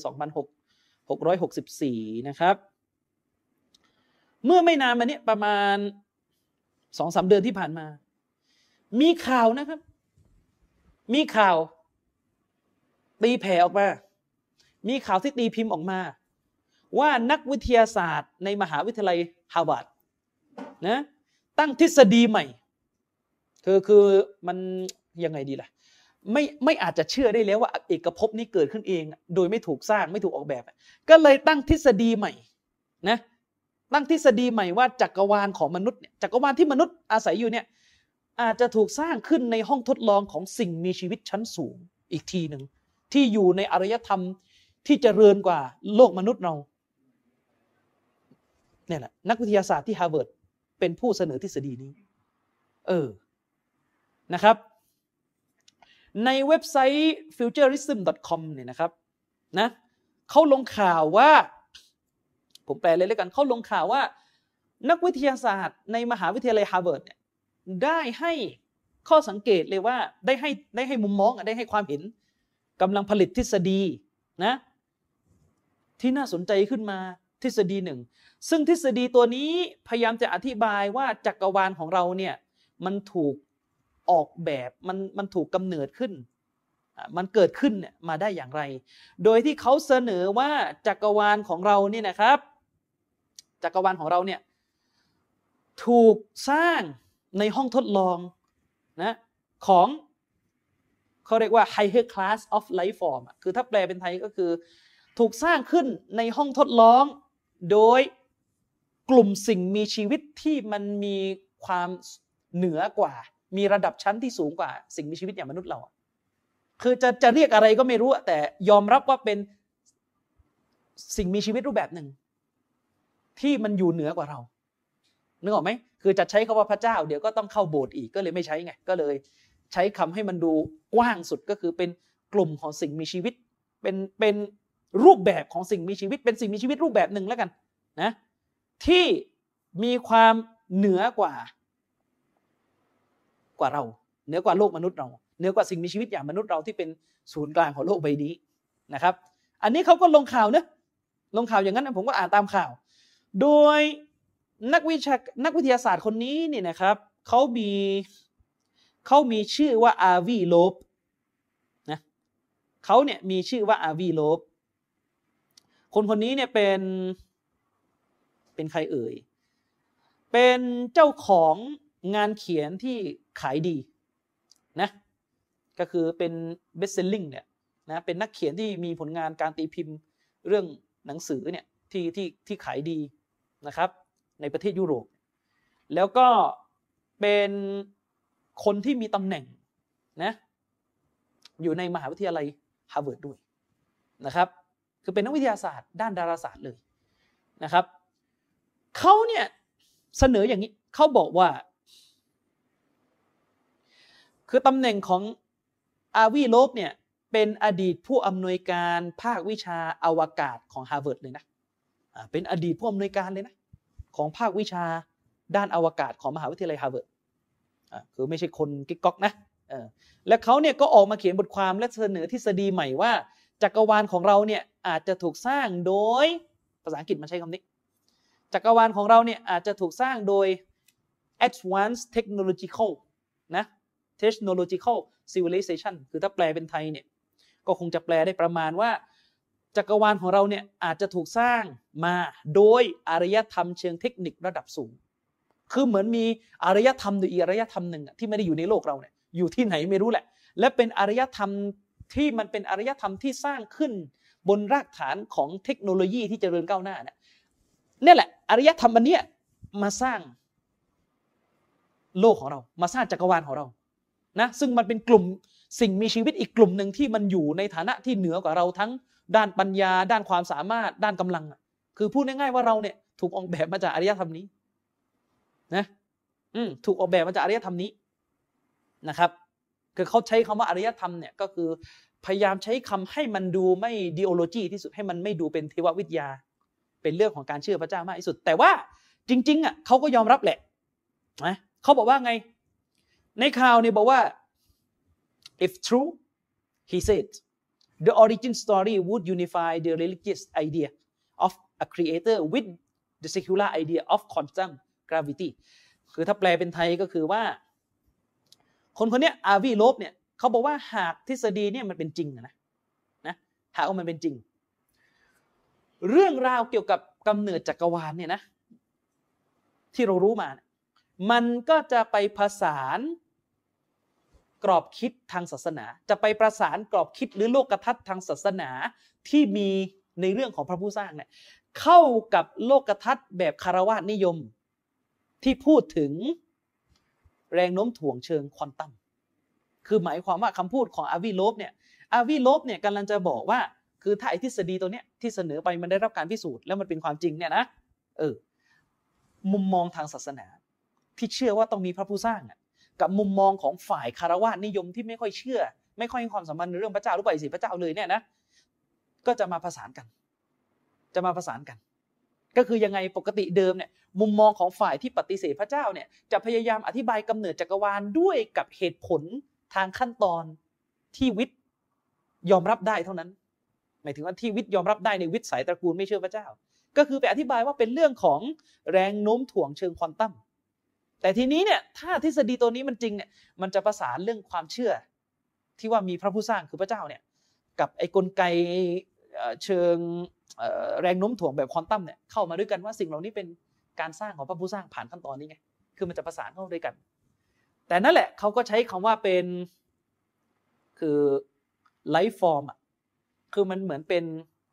2664นะครับเมื่อไม่นานมานี้ประมาณ 2-3 เดือนที่ผ่านมามีข่าวนะครับมีข่าวตีแผ่ออกมามีข่าวที่ตีพิมพ์ออกมาว่านักวิทยาศาสตร์ในมหาวิทยาลัยฮาร์วาร์ดนะตั้งทฤษฎีใหม่คือมันยังไงดีล่ะไม่อาจจะเชื่อได้แล้วว่าเอกภพนี้เกิดขึ้นเองโดยไม่ถูกสร้างไม่ถูกออกแบบก็เลยตั้งทฤษฎีใหม่นะตั้งทฤษฎีใหม่ว่าจักรวาลของมนุษย์เนี่ยจักรวาลที่มนุษย์อาศัยอยู่เนี่ยอาจจะถูกสร้างขึ้นในห้องทดลองของสิ่งมีชีวิตชั้นสูงอีกทีหนึ่งที่อยู่ในอารยธรรมที่เจริญกว่าโลกมนุษย์เราเนี่ยแหละนักวิทยาศาสตร์ที่ฮาร์วาร์ดเป็นผู้เสนอทฤษฎีนี้นะครับในเว็บไซต์ futurism.com เนี่ยนะครับนะเขาลงข่าวว่าผมแปลเลยแล้วกันเขาลงข่าวว่านักวิทยาศาสตร์ในมหาวิทยาลัยฮาร์วาร์ดเนี่ยได้ให้ข้อสังเกตเลยว่าได้ให้มุมมองได้ให้ความเห็นกำลังผลิตทฤษฎีนะที่น่าสนใจขึ้นมาทฤษฎีหนึ่งซึ่งทฤษฎีตัวนี้พยายามจะอธิบายว่าจักรวาลของเราเนี่ยมันถูกออกแบบมันถูกกำเนิดขึ้นมันเกิดขึ้นเนี่ยมาได้อย่างไรโดยที่เขาเสนอว่าจักรวาลของเราเนี่ยนะครับจักรวาลของเราเนี่ยถูกสร้างในห้องทดลองนะของเขาเรียกว่า higher class of life form คือถ้าแปลเป็นไทยก็คือถูกสร้างขึ้นในห้องทดลองโดยกลุ่มสิ่งมีชีวิตที่มันมีความเหนือกว่ามีระดับชั้นที่สูงกว่าสิ่งมีชีวิตอย่างมนุษย์เราคือจะเรียกอะไรก็ไม่รู้แต่ยอมรับว่าเป็นสิ่งมีชีวิตรูปแบบหนึ่งที่มันอยู่เหนือกว่าเรานึกออกไหมคือจะใช้คำว่าพระเจ้าเดี๋ยวก็ต้องเข้าโบสถ์อีกก็เลยไม่ใช้ไงก็เลยใช้คำให้มันดูกว้างสุดก็คือเป็นกลุ่มของสิ่งมีชีวิตเป็นรูปแบบของสิ่งมีชีวิตเป็นสิ่งมีชีวิตรูปแบบหนึ่งแล้วกันนะที่มีความเหนือกว่าเราเหนือกว่าโลกมนุษย์เราเหนือกว่าสิ่งมีชีวิตอย่างมนุษย์เราที่เป็นศูนย์กลางของโลกใบนี้นะครับอันนี้เขาก็ลงข่าวนะลงข่าวอย่างนั้นผมก็อ่านตามข่าวโดยนักวิทยาศาสตร์คนนี้เนี่ยนะครับเขามีชื่อว่าอาวีโลบนะเขาเนี่ยมีชื่อว่าอาวีโลบคนนี้เนี่ยเป็นใครเอ่ยเป็นเจ้าของงานเขียนที่ขายดีนะก็คือเป็นเบสเซลลิ่งเนี่ยนะเป็นนักเขียนที่มีผลงานการตีพิมพ์เรื่องหนังสือเนี่ยที่ขายดีนะครับในประเทศยุโรปแล้วก็เป็นคนที่มีตำแหน่งนะอยู่ในมหาวิทยาลัยฮาร์วาร์ดด้วยนะครับคือเป็นนักวิทยาศาสตร์ด้านดาราศาสตร์เลยนะครับเขาเนี่ยเสนออย่างนี้เขาบอกว่าคือตำแหน่งของอาวีโลบเนี่ยเป็นอดีตผู้อำนวยการภาควิชาอวกาศของฮาร์วาร์ดเลยนะเป็นอดีตผู้อำนวยการเลยนะของภาควิชาด้านอวกาศของมหาวิทยาลัยฮาร์วาร์ดคือไม่ใช่คนกิ๊กก๊อกนะและเขาเนี่ยก็ออกมาเขียนบทความและเสนอทฤษฎีใหม่ว่าจักรวาลของเราเนี่ยอาจจะถูกสร้างโดยภาษาอังกฤษมันใช้คำนี้จักรวาลของเราเนี่ยอาจจะถูกสร้างโดย advanced technological นะ technological civilization คือถ้าแปลเป็นไทยเนี่ยก็คงจะแปลได้ประมาณว่าจักรวาลของเราเนี่ยอาจจะถูกสร้างมาโดยอารยธรรมเชิงเทคนิคระดับสูงคือเหมือนมีอารยธรรมหรืออีกอารยธรรมหนึ่งที่ไม่ได้อยู่ในโลกเราเนี่ยอยู่ที่ไหนไม่รู้แหละและเป็นอารยธรรมที่มันเป็นอารยธรรมที่สร้างขึ้นบนรากฐานของเทคโนโลยีที่เจริญก้าวหน้าเนี่ยแหละอารยธรรมอันเนี้ยมาสร้างโลกของเรามาสร้างจักรวาลของเรานะซึ่งมันเป็นกลุ่มสิ่งมีชีวิตอีกกลุ่มหนึ่งที่มันอยู่ในฐานะที่เหนือกว่าเราทั้งด้านปัญญาด้านความสามารถด้านกำลังคือพูดง่ายๆว่าเราเนี่ยถูกออกแบบมาจากอารยธรรมนี้นะถูกออกแบบมาจากอารยธรรมนี้นะครับคือเขาใช้คำว่าอารยธรรมเนี่ยก็คือพยายามใช้คำให้มันดูไม่ดิโอโลจีที่สุดให้มันไม่ดูเป็นเทววิทยาเป็นเรื่องของการเชื่อพระเจ้ามากที่สุดแต่ว่าจริงๆเขาก็ยอมรับแหละนะเขาบอกว่าไงในข่าวเนี่ยบอกว่า if true he said the origin story would unify the religious idea of a creator with the secular idea of quantum gravity คือถ้าแปลเป็นไทยก็คือว่าคนคนนี้อาวีโลฟเนี่ยเขาบอกว่าหากทฤษฎีเนี่ยมันเป็นจริงนะหากว่ามันเป็นจริงเรื่องราวเกี่ยวกับกำเนิดจักรวาลเนี่ยนะที่เรารู้มามันก็จะไปผสานกรอบคิดทางศาสนาจะไปประสานกรอบคิดหรือโลกทัศน์ทางศาสนาที่มีในเรื่องของพระผู้สร้างเนี่ยเข้ากับโลกทัศน์แบบคารวะนิยมที่พูดถึงแรงโน้มถ่วงเชิงควอนตัมคือหมายความว่าคำพูดของอาวีโลฟเนี่ยกำลังจะบอกว่าคือถ้าไอ้ทฤษฎีตัวเนี้ยที่เสนอไปมันได้รับการพิสูจน์แล้วมันเป็นความจริงเนี่ยนะมุมมองทางศาสนาที่เชื่อว่าต้องมีพระผู้สร้างกับมุมมองของฝ่ายคารวะนิยมที่ไม่ค่อยเชื่อไม่ค่อยให้ความสำคัญในเรื่องพระเจ้าหรือปฏิเสธพระเจ้าเลยเนี่ยนะก็จะมาผสานกันก็คือยังไงปกติเดิมเนี่ยมุมมองของฝ่ายที่ปฏิเสธพระเจ้าเนี่ยจะพยายามอธิบายกำเนิดจักรวาลด้วยกับเหตุผลทางขั้นตอนที่วิทย์ยอมรับได้เท่านั้นหมายถึงว่าที่วิทย์ยอมรับได้ในวิทย์สายตระกูลไม่เชื่อพระเจ้าก็คือไปอธิบายว่าเป็นเรื่องของแรงโน้มถ่วงเชิงควอนตัมแต่ทีนี้เนี่ยถ้าทฤษฎีตัวนี้มันจริงเนี่ยมันจะประสานเรื่องความเชื่อที่ว่ามีพระผู้สร้างคือพระเจ้าเนี่ยกับไอ้กลไกเชิงแรงโน้มถ่วงแบบควอนตัมเนี่ยเข้ามาด้วยกันว่าสิ่งเหล่านี้เป็นการสร้างของพระผู้สร้างผ่านขั้นตอนนี้ไงคือมันจะประสานเข้าด้วยกันแต่นั่นแหละเขาก็ใช้คำว่าเป็นคือไลฟ์ฟอร์มคือมันเหมือนเป็น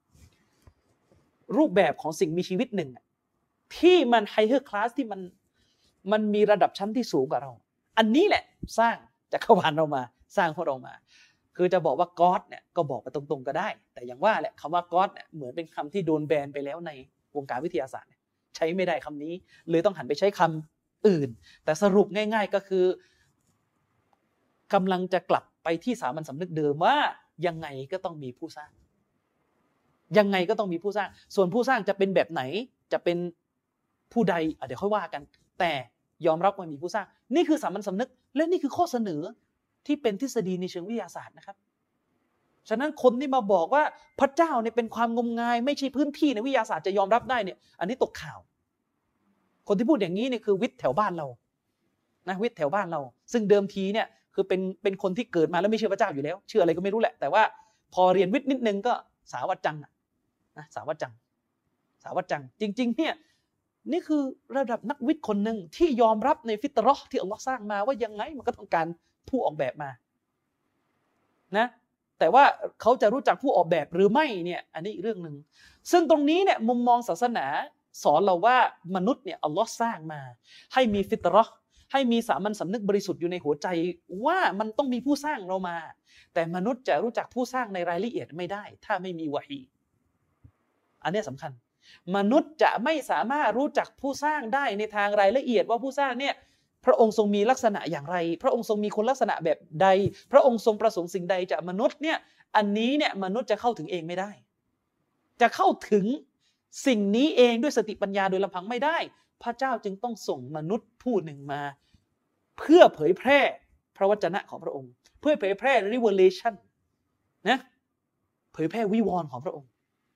รูปแบบของสิ่งมีชีวิตหนึ่งที่มันไฮเออร์คลาสที่มันมีระดับชั้นที่สูงกว่าเราอันนี้แหละสร้างจักรวาลเรามาสร้างพวกเรามาคือจะบอกว่าก็อดเนี่ยก็บอกไปตรงๆก็ได้แต่อย่างว่าแหละคำว่าก็อดเนี่ยเหมือนเป็นคำที่โดนแบนไปแล้วในวงการวิทยาศาสตร์ใช้ไม่ได้คำนี้เลยต้องหันไปใช้คำอื่นแต่สรุปง่ายๆก็คือกำลังจะกลับไปที่สามัญสำนึกเดิมว่ายังไงก็ต้องมีผู้สร้างยังไงก็ต้องมีผู้สร้างส่วนผู้สร้างจะเป็นแบบไหนจะเป็นผู้ใดเดี๋ยวค่อยว่ากันแต่ยอมรับว่ามีผู้สร้างนี่คือสามัญสำนึกและนี่คือข้อเสนอที่เป็นทฤษฎีในเชิงวิทยาศาสตร์นะครับฉะนั้นคนที่มาบอกว่าพระเจ้าเนี่ยเป็นความงมงายไม่ใช่พื้นที่ในวิทยาศาสตร์จะยอมรับได้เนี่ยอันนี้ตกข่าวคนที่พูดอย่างนี้เนี่ยคือวิทย์แถวบ้านเรานะวิทย์แถวบ้านเราซึ่งเดิมทีเนี่ยคือเป็นคนที่เกิดมาแล้วไม่เชื่อพระเจ้าอยู่แล้วเชื่ออะไรก็ไม่รู้แหละแต่ว่าพอเรียนวิทย์นิดนึงก็สาวัจจังนะสาวัจจังจริงๆเนี่ยนี่คือระดับนักวิทย์คนหนึ่งที่ยอมรับในฟิตเราะห์ที่อัลเลาะห์สร้างมาว่ายังไงมันก็ต้องการผู้ออกแบบมานะแต่ว่าเขาจะรู้จักผู้ออกแบบหรือไม่เนี่ยอันนี้อีกเรื่องนึงซึ่งตรงนี้เนี่ยมุมมองศาสนาสอนเราว่ามนุษย์เนี่ยอัลเลาะห์สร้างมาให้มีฟิตเราะห์ให้มีสามัญสำนึกบริสุทธิ์อยู่ในหัวใจว่ามันต้องมีผู้สร้างเรามาแต่มนุษย์จะรู้จักผู้สร้างในรายละเอียดไม่ได้ถ้าไม่มีวะฮีอันนี้สำคัญมนุษย์จะไม่สามารถรู้จักผู้สร้างได้ในทางรายละเอียดว่าผู้สร้างเนี่ยพระองค์ทรงมีลักษณะอย่างไรพระองค์ทรงมีคุณลักษณะแบบใดพระองค์ทรงประสงค์สิ่งใดจากมนุษย์เนี่ยอันนี้เนี่ยมนุษย์จะเข้าถึงเองไม่ได้จะเข้าถึงสิ่งนี้เองด้วยสติปัญญาโดยลำพังไม่ได้พระเจ้าจึงต้องส่งมนุษย์ผู้หนึ่งมาเพื่อเผยแพร่พระวจนะของพระองค์เพื่อเผยแพร่ revelation นะเผยแพร่วิวรณ์ของพระองค์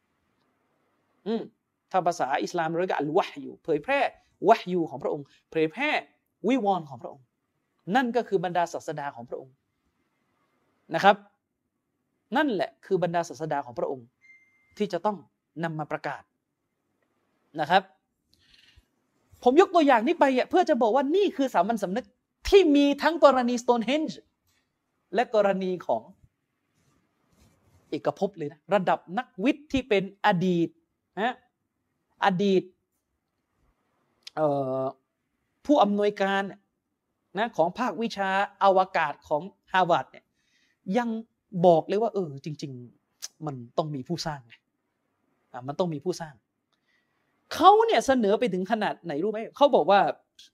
ถ้าภาษาอิสลามเรียกอัลวะฮยูเผยแพร่วะฮยูของพระองค์เผยแพร่วิวรณ์ของพระองค์นั่นก็คือบรรดาศาสดาของพระองค์นะครับนั่นแหละคือบรรดาศาสดาของพระองค์ที่จะต้องนำมาประกาศนะครับผมยกตัวอย่างนี้ไปเพื่อจะบอกว่านี่คือสามัญสำนึกที่มีทั้งกรณี Stonehenge และกรณีของเอกภพเลยนะระดับนักวิทย์ที่เป็นอดีตผู้อำนวยการนะของภาควิชาอวกาศของฮาร์วาร์ดเนี่ยยังบอกเลยว่าจริงๆมันต้องมีผู้สร้างไงมันต้องมีผู้สร้างเขาเนี่ยเสนอไปถึงขนาดไหนรู้ไหมเขาบอกว่า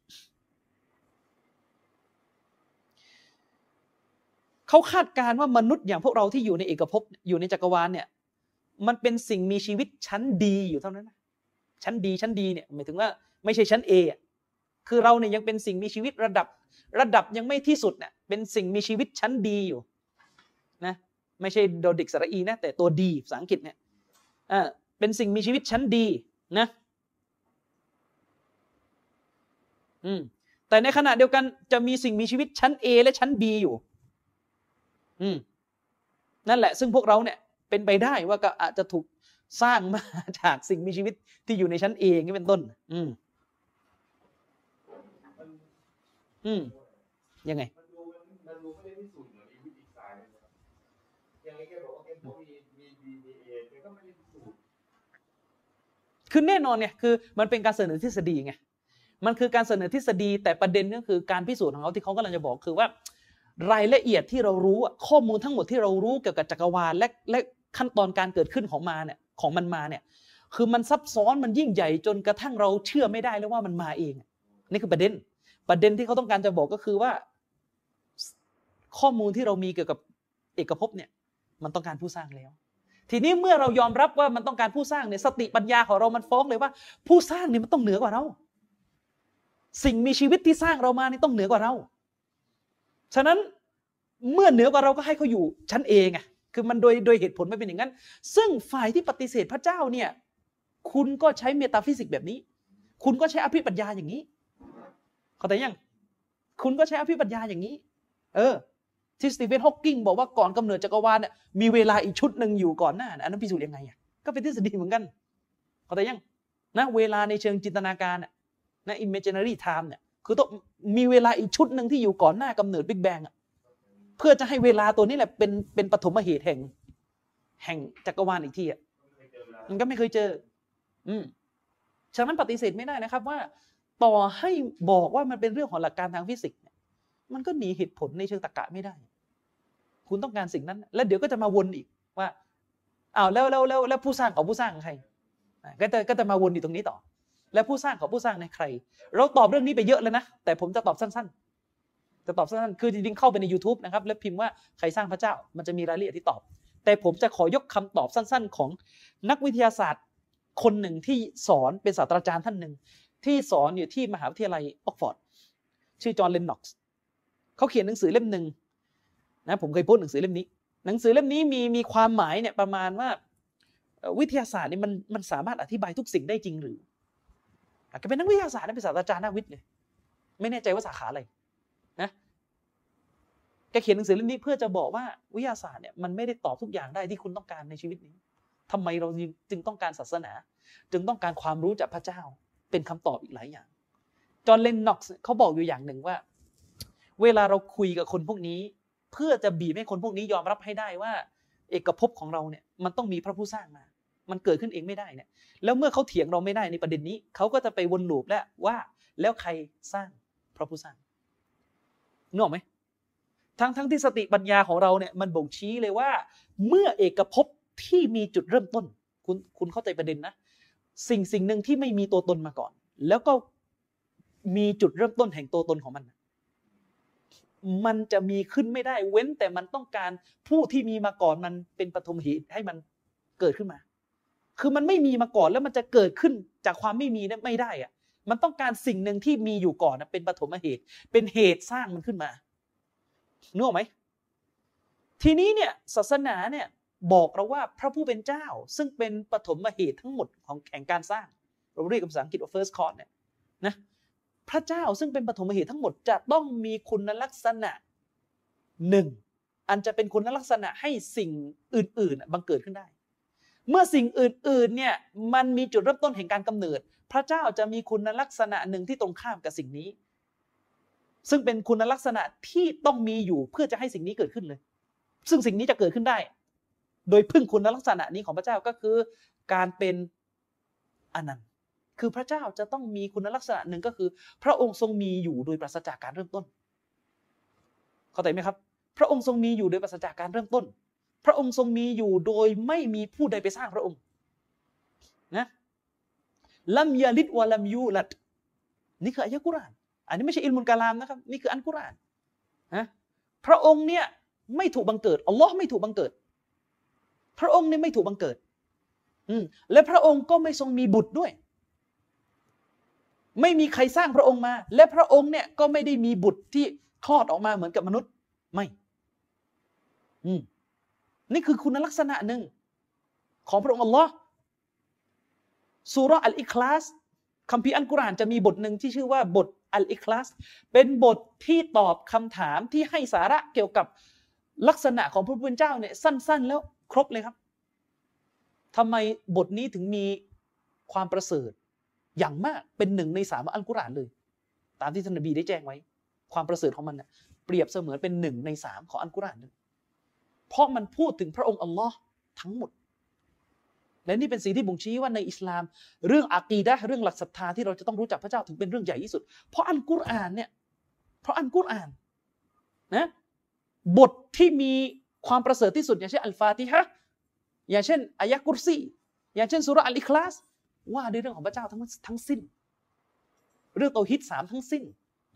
เขาคาดการณ์ว่ามนุษย์อย่างพวกเราที่อยู่ในเอกภพอยู่ในจักรวาลเนี่ยมันเป็นสิ่งมีชีวิตชั้นดีอยู่เท่านั้นนะชั้นดีเนี่ยหมายถึงว่าไม่ใช่ชั้น A คือเราเนี่ยยังเป็นสิ่งมีชีวิตระดับยังไม่ที่สุดเนี่ยเป็นสิ่งมีชีวิตชั้นดีอยู่นะไม่ใช่โดดิกสระอีนะแต่ตัวดีภาษาอังกฤษเนี่ยเป็นสิ่งมีชีวิตชั้นดีนะแต่ในขณะเดียวกันจะมีสิ่งมีชีวิตชั้น A และชั้น B อยู่นั่นแหละซึ่งพวกเราเนี่ยเป็นไปได้ว่าก็อาจจะถูกสร้างมาจากสิ่งมีชีวิตที่อยู่ในชั้น A อย่างนี้เป็นต้นยังไงมันดูไม่ได้พิสูจน์เหมือนอีกสายเลยครับอย่างนี้แกบอกว่าแกมี DNA แกก็ไม่ได้พิสูจน์คือแน่นอนเนี่ยคือมันเป็นการเสนอทฤษฎีไงมันคือการเสนอทฤษฎีแต่ประเด็นก็คือการพิสูจน์ของเขาที่เขากำลังจะบอกคือว่ารายละเอียดที่เรารู้ข้อมูลทั้งหมดที่เรารู้เกี่ยวกับจักรวาลและขั้นตอนการเกิดขึ้นของมันมาเนี่ยคือมันซับซ้อนมันยิ่งใหญ่จนกระทั่งเราเชื่อไม่ได้แล้วว่ามันมาเองนี่คือประเด็นที่เขาต้องการจะบอกก็คือว่าข้อมูลที่เรามีเกี่ยวกับเอกภพเนี่ยมันต้องการผู้สร้างแล้วทีนี้เมื่อเรายอมรับว่ามันต้องการผู้สร้างเนี่ยสติปัญญาของเรามันฟ้องเลยว่าผู้สร้างเนี่ยมันต้องเหนือกว่าเราสิ่งมีชีวิตที่สร้างเรามานี่ต้องเหนือกว่าเราฉะนั้นเมื่อเหนือกว่าเราก็ให้เขาอยู่ชั้นเองคือมันโดยเหตุผลไม่เป็นอย่างนั้นซึ่งฝ่ายที่ปฏิเสธพระเจ้าเนี่ยคุณก็ใช้เมตาฟิสิกส์แบบนี้คุณก็ใช้อภิปรัชญาอย่างนี้เข้าใจยังคุณก็ใช้อภิปรัชญาอย่างนี้ที่สตีเฟนฮอว์กิงบอกว่าก่อนกำเนิดจักรวาลเนี่ยมีเวลาอีกชุดหนึ่งอยู่ก่อนหน้าอันนั้นพิสูจน์ยังไงก็เป็นทฤษฎีเหมือนกันเข้าใจยังนะเวลาในเชิงจินตนาการนะ imaginary time เนี่ยคือต้องมีเวลาอีกชุดหนึ่งที่อยู่ก่อนหน้ากำเนิดบิ๊กแบงเพื่อจะให้เวลาตัวนี้แหละเป็นปฐมเหตุแห่งจักรวาลอีกทีมันก็ไม่เคยเจอฉะนั้นปฏิเสธไม่ได้นะครับว่าต่อให้บอกว่ามันเป็นเรื่องของหลักการทางฟิสิกส์มันก็หนีเหตุผลในเชิงตรรกะไม่ได้คุณต้องการสิ่งนั้นแล้วเดี๋ยวก็จะมาวนอีกว่าแล้วผู้สร้างของผู้สร้างใครก็จะมาวนอยู่ตรงนี้ต่อแล้วผู้สร้างของผู้สร้างในใครเราตอบเรื่องนี้ไปเยอะแล้วนะแต่ผมจะตอบสั้นๆคือจริงๆเข้าไปใน YouTube นะครับแล้วพิมพ์ว่าใครสร้างพระเจ้ามันจะมีรายละเอียดที่ตอบแต่ผมจะขอยกคำตอบสั้นๆของนักวิทยาศาสตร์คนหนึ่งที่สอนเป็นศาสตราจารย์ท่านหนึ่งที่สอนอยู่ที่มหาวิทยาลัยออกฟอร์ดชื่อจอห์นเลนน็อกซ์เขาเขียนหนังสือเล่มหนึ่งนะผมเคยโพสต์หนังสือเล่มนี้มีความหมายเนี่ยประมาณว่าวิทยาศาสตร์นี่มันสามารถอธิบายทุกสิ่งได้จริงหรือแกเป็นนักวิทยาศาสตร์เป็นศาสตราจารย์นักวิทย์เลยไม่แน่ใจว่าสาขาอะไรนะแกเขียนหนังสือเล่มนี้เพื่อจะบอกว่าวิทยาศาสตร์เนี่ยมันไม่ได้ตอบทุกอย่างได้ที่คุณต้องการในชีวิตนี้ทำไมเราจึงต้องการศาสนาจึงต้องการความรู้จากพระเจ้าเป็นคำตอบอีกหลายอย่างจอห์นเลนน็อกซ์เขาบอกอยู่อย่างหนึ่งว่าเวลาเราคุยกับคนพวกนี้เพื่อจะบีบให้คนพวกนี้ยอมรับให้ได้ว่าเอกภพของเราเนี่ยมันต้องมีพระผู้สร้างมามันเกิดขึ้นเองไม่ได้เนี่ยแล้วเมื่อเขาเถียงเราไม่ได้ในประเด็นนี้เขาก็จะไปวนลูปแล้วว่าแล้วใครสร้างพระผู้สร้างนึกออกไหมทั้งที่สติปัญญาของเราเนี่ยมันบ่งชี้เลยว่าเมื่อเอกภพที่มีจุดเริ่มต้นคุณเข้าใจประเด็นนะสิ่งหนึ่งที่ไม่มีตัวตนมาก่อนแล้วก็มีจุดเริ่มต้นแห่งตัวตนของมันจะมีขึ้นไม่ได้เว้นแต่มันต้องการผู้ที่มีมาก่อนมันเป็นปฐมเหตุให้มันเกิดขึ้นมาคือมันไม่มีมาก่อนแล้วมันจะเกิดขึ้นจากความไม่มีไม่ได้มันต้องการสิ่งหนึ่งที่มีอยู่ก่อนเป็นปฐมเหตุเป็นเหตุสร้างมันขึ้นมานึกออกไหมทีนี้เนี่ยศาสนาเนี่ยบอกเราว่าพระผู้เป็นเจ้าซึ่งเป็นปฐมเหตุทั้งหมดของแห่งการสร้างเราเรียกภาษาอังกฤษว่า first cause เนี่ยนะพระเจ้าซึ่งเป็นปฐมเหตุทั้งหมดจะต้องมีคุณลักษณะหนึ่งอันจะเป็นคุณลักษณะให้สิ่งอื่นๆบังเกิดขึ้นได้เมื่อสิ่งอื่นๆเนี่ยมันมีจุดเริ่มต้นแห่งการกำเนิดพระเจ้าจะมีคุณลักษณะหนึ่งที่ตรงข้ามกับสิ่งนี้ซึ่งเป็นคุณลักษณะที่ต้องมีอยู่เพื่อจะให้สิ่งนี้เกิดขึ้นเลยซึ่งสิ่งนี้จะเกิดขึ้นได้โดยพึ่งคุณลักษณะนี้ของพระเจ้าก็คือการเป็นอนันต์คือพระเจ้าจะต้องมีคุณลักษณะหนึ่งก็คือพระองค์ทรงมีอยู่โดยปราศจากการเริ่มต้นเข้าใจไหมครับพระองค์ทรงมีอยู่โดยปราศจากการเริ่มต้นพระองค์ทรงมีอยู่โดยไม่มีผู้ใดไปสร้างพระองค์นะลัมยาลิดวะลัมยูลัดนี่คืออายะกุรอานอันนี้ไม่ใช่อิลมุลกะลามนะครับนี่คืออัลกุรอานนะพระองค์เนี่ยไม่ถูกบังเกิดอัลลอฮ์ไม่ถูกบังเกิดพระองค์เนี่ยไม่ถูกบังเกิดและพระองค์ก็ไม่ทรงมีบุตรด้วยไม่มีใครสร้างพระองค์มาและพระองค์เนี่ยก็ไม่ได้มีบุตรที่คลอดออกมาเหมือนกับมนุษย์ไม่นี่คือคุณลักษณะหนึ่งของพระองค์อัลลอฮ์ซูเราะห์อัลอิคลาสคัมภีร์อัลกุรอานจะมีบทหนึ่งที่ชื่อว่าบทอัลอิคลาสเป็นบทที่ตอบคำถามที่ให้สาระเกี่ยวกับลักษณะของพระผู้เป็นเจ้าเนี่ยสั้นๆแล้วครบเลยครับทำไมบทนี้ถึงมีความประเสริฐอย่างมากเป็น1 ใน 3ของอัลกุรอานเลยตามที่ท่านนบีได้แจ้งไว้ความประเสริฐของมันเนี่ยเปรียบเสมือนเป็น1 ใน 3ของอัลกุรอานเลยเพราะมันพูดถึงพระองค์อัลลอฮ์ทั้งหมดและนี่เป็นสิ่งที่บ่งชี้ว่าในอิสลามเรื่องอะกีดะห์เรื่องหลักศรัทธาที่เราจะต้องรู้จักพระเจ้าถึงเป็นเรื่องใหญ่ที่สุดเพราะอัลกุรอานเนี่ยนะบทที่มีความประเสริฐที่สุดอย่างเช่นอัลฟาติฮะห์อย่างเช่นอายะกุรซีอย่างเช่นซูเราะห์อัลอิคลาสว่าด้วยเรื่องของพระเจ้าทั้งสิ้นเรื่องเตาฮีด3ทั้งสิ้น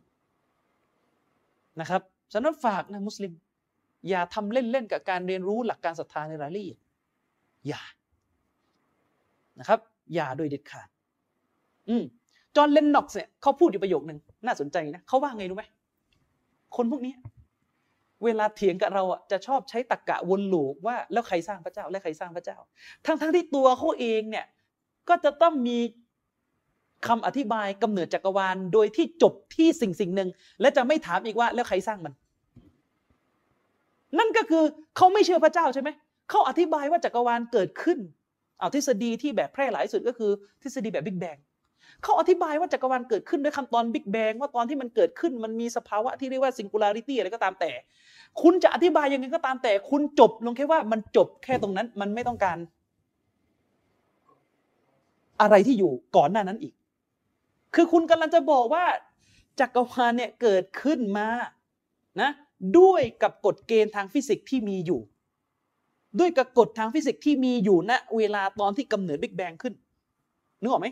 นะครับฉะนั้นฝากนะมุสลิมอย่าทำเล่นๆกับการเรียนรู้หลักการศรัทธาในรายละเอียดอย่านะครับอย่าโดยเด็ดขาดจอห์นเลนน็อกซ์เนี่ยเขาพูดอยู่ประโยคนึงน่าสนใจนะเขาว่าไงรู้ไหมคนพวกนี้เวลาเถียงกับเราอ่ะจะชอบใช้ตรรกะวนลูปว่าแล้วใครสร้างพระเจ้าและใครสร้างพระเจ้าทั้งที่ตัวเขาเองเนี่ยก็จะต้องมีคำอธิบายกำเนิดจักรวาลโดยที่จบที่สิ่งหนึ่งและจะไม่ถามอีกว่าแล้วใครสร้างมันนั่นก็คือเขาไม่เชื่อพระเจ้าใช่ไหมเขาอธิบายว่าจักรวาลเกิดขึ้นทฤษฎีที่แบบแพร่หลายสุดก็คือทฤษฎีแบบบิ๊กแบงเขาอธิบายว่าจักรวาลเกิดขึ้นด้วยคำตอนบิ๊กแบงว่าตอนที่มันเกิดขึ้นมันมีสภาวะที่เรียกว่าซิงคูลาริตี้อะไรก็ตามแต่คุณจะอธิบายยังไงก็ตามแต่คุณจบลงแค่ว่ามันจบแค่ตรงนั้นมันไม่ต้องการอะไรที่อยู่ก่อนหน้านั้นอีกคือคุณกำลังจะบอกว่าจักรวาลเนี่ยเกิดขึ้นมานะด้วยกับกฎเกณฑ์ทางฟิสิกส์ที่มีอยู่ด้วยกับกฎทางฟิสิกส์ที่มีอยู่ณเวลาตอนที่กำเนิดบิ๊กแบงขึ้นนึกออกไหม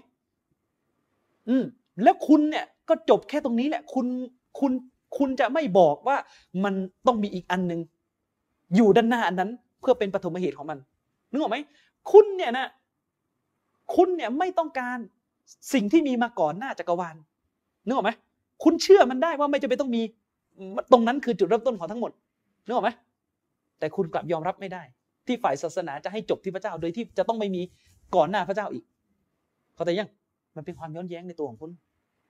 แล้วคุณเนี่ยก็จบแค่ตรงนี้แหละคุณจะไม่บอกว่ามันต้องมีอีกอันนึงอยู่ด้านหน้าอันนั้นเพื่อเป็นปฐมเหตุของมันนึกออกไหมคุณเนี่ยไม่ต้องการสิ่งที่มีมาก่อนหน้าจักรวาลนึกออกไหมคุณเชื่อมันได้ว่าไม่จำเป็นต้องมีตรงนั้นคือจุดเริ่มต้นของทั้งหมดนึกออกไหมแต่คุณกลับยอมรับไม่ได้ที่ฝ่ายศาสนาจะให้จบที่พระเจ้าโดยที่จะต้องไม่มีก่อนหน้าพระเจ้าอีกเข้าใจยังมันเป็นความย้อนแย้งในตัวของคุณ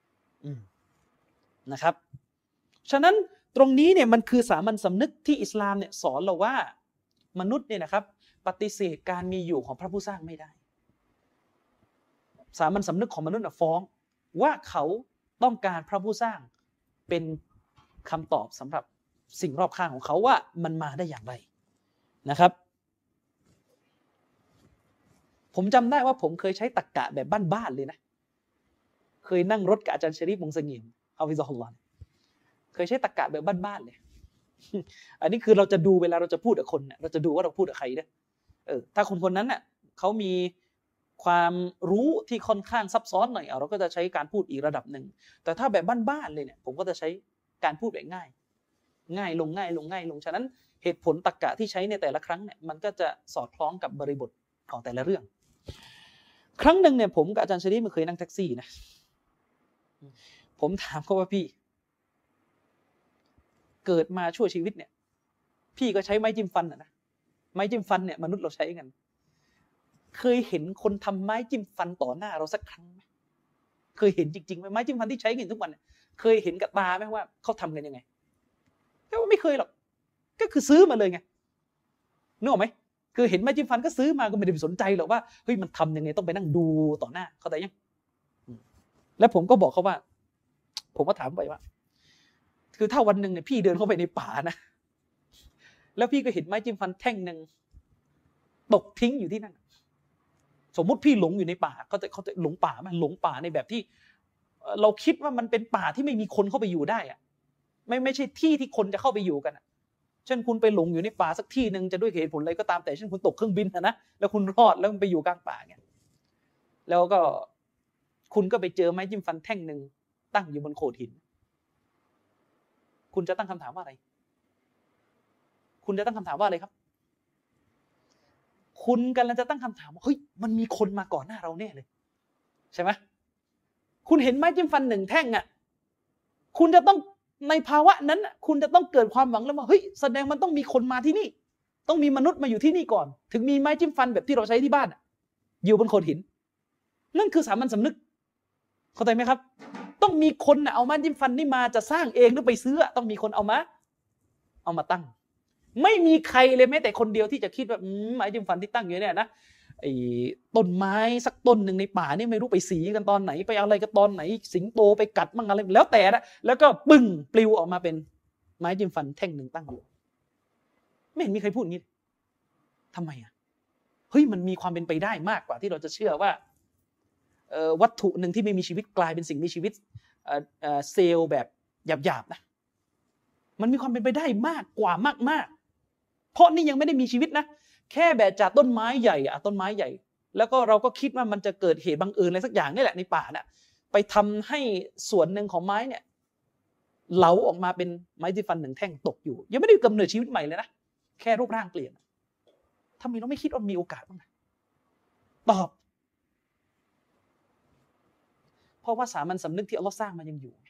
นะครับฉะนั้นตรงนี้เนี่ยมันคือสามัญสำนึกที่อิสลามเนี่ยสอนเราว่ามนุษย์เนี่ยนะครับปฏิเสธการมีอยู่ของพระผู้สร้างไม่ได้สามัญสำนึกของมนุษย์ฟ้องว่าเขาต้องการพระผู้สร้างเป็นคำตอบสำหรับสิ่งรอบข้างของเขาว่ามันมาได้อย่างไรนะครับผมจำได้ว่าผมเคยใช้ตรรกะแบบบ้านๆเลยนะเคยนั่งรถกับอาจารย์ชะรีฟวงศ์สงี่ฮาฟิซะฮุลลอฮ์เคยใช้ตรรกะแบบบ้านๆเลยอันนี้คือเราจะดูเวลาเราจะพูดกับคนเนี่ยเราจะดูว่าเราพูดกับใครเนี่ยถ้าคนนั้นน่ะเขามีความรู้ที่ค่อนข้างซับซ้อนหน่อยเราก็จะใช้การพูดอีกระดับหนึ่งแต่ถ้าแบบบ้านๆเลยเนี่ยผมก็จะใช้การพูดแบบง่ายลงฉะนั้นเหตุผลตรรกะที่ใช้ในแต่ละครั้งเนี่ยมันก็จะสอดคล้องกับบริบทของแต่ละเรื่องครั้งหนึ่งเนี่ยผมกับอาจารย์ชะรีฟเคยนั่งแท็กซี่นะผมถามเขาว่าพี่เกิดมาชั่วชีวิตเนี่ยพี่ก็ใช้ไม้จิ้มฟันนะไม้จิ้มฟันเนี่ยมนุษย์เราใช้กันเคยเห็นคนทำไม้จิ้มฟันต่อหน้าเราสักครั้งไหมเคยเห็นจริงๆไหมไม้จิ้มฟันที่ใช้กันทุกวันเคยเห็นกับตาไหมว่าเขาทำกันยังไงแต่ว่าไม่เคยหรอกก็คือซื้อมาเลยไงนึกออกไหมคือเห็นไม้จิ้มฟันก็ซื้อมาก็ไม่ได้สนใจหรอกว่าเฮ้ยมันทำยังไงต้องไปนั่งดูต่อหน้าเข้าใจยังแล้วผมก็บอกเขาว่าผมก็ถามไปว่าคือถ้าวันหนึ่งเนี่ยพี่เดินเข้าไปในป่านะแล้วพี่ก็เห็นไม้จิ้มฟันแท่งนึงตกทิ้งอยู่ที่นั่นสมมุติพี่หลงอยู่ในป่าเขาจะหลงป่าไหมหลงป่าในแบบที่เราคิดว่ามันเป็นป่าที่ไม่มีคนเข้าไปอยู่ได้อะไม่ใช่ที่ที่คนจะเข้าไปอยู่กันใช่นคุณไปหลงอยู่ในป่าสักที่นึงจะด้วยเหตุผลอะไรก็ตามแต่เช่นคุณตกเครื่องบินนะแล้วคุณรอดแล้วมันไปอยู่กลางป่าเงี้ยแล้วก็คุณก็ไปเจอไม้จิ้มฟันแท่งนึงตั้งอยู่บนโขดหินคุณจะตั้งคำถามว่าอะไรคุณจะตั้งคำถามว่าอะไรครับคุณกำลังจะตั้งคำถามว่าเฮ้ยมันมีคนมาก่อนหน้าเราแน่เลยใช่ไหมคุณเห็นไม้จิ้มฟันหนึ่งแท่งอ่ะคุณจะต้องในภาวะนั้นคุณจะต้องเกิดความหวังแล้วว่าเฮ้ยแสดงมันต้องมีคนมาที่นี่ต้องมีมนุษย์มาอยู่ที่นี่ก่อนถึงมีไม้จิ้มฟันแบบที่เราใช้ที่บ้านอยู่บนโขดหินนั่นคือสามัญสำนึกเข้าใจไหมครับต้องมีคนเอาไม้จิ้มฟันนี่มาจะสร้างเองหรือไปซื้อต้องมีคนเอามาตั้งไม่มีใครเลยแม้แต่คนเดียวที่จะคิดว่าไม้จิ้มฟันที่ตั้งอยู่เนี่ยนะไอ้ต้นไม้สักต้นหนึ่งในป่านี่ไม่รู้ไปสีกันตอนไหนไปอะไรกันตอนไหนสิงโตไปกัดมั่งอะไรแล้วแต่นะแล้วก็ปึ้งปลิวออกมาเป็นไม้จิ้มฟันแท่งหนึ่งตั้งอยู่ไม่เห็นมีใครพูดอย่างนี้ทำไมเฮ้ยมันมีความเป็นไปได้มากกว่าที่เราจะเชื่อว่าวัตถุหนึ่งที่ไม่มีชีวิตกลายเป็นสิ่งมีชีวิตเซลล์แบบหยาบๆนะมันมีความเป็นไปได้มากกว่ามากๆเพราะนี่ยังไม่ได้มีชีวิตนะแค่แบบจากต้นไม้ใหญ่ต้นไม้ใหญ่แล้วก็เราก็คิดว่ามันจะเกิดเหตุบังเอิญอะไรสักอย่างนี่แหละในป่าน่ะไปทำให้ส่วนหนึ่งของไม้เนี่ยเหลาออกมาเป็นไม้จิ้มฟันหนึ่งแท่งตกอยู่ยังไม่ได้กำเนิดชีวิตใหม่เลยนะแค่รูปร่างเปลี่ยนทำไมเราไม่คิดว่ามีโอกาสบ้างตอบเพราะว่าสามัญสำนึกที่อัลเลาะห์สร้างมันยังอยู่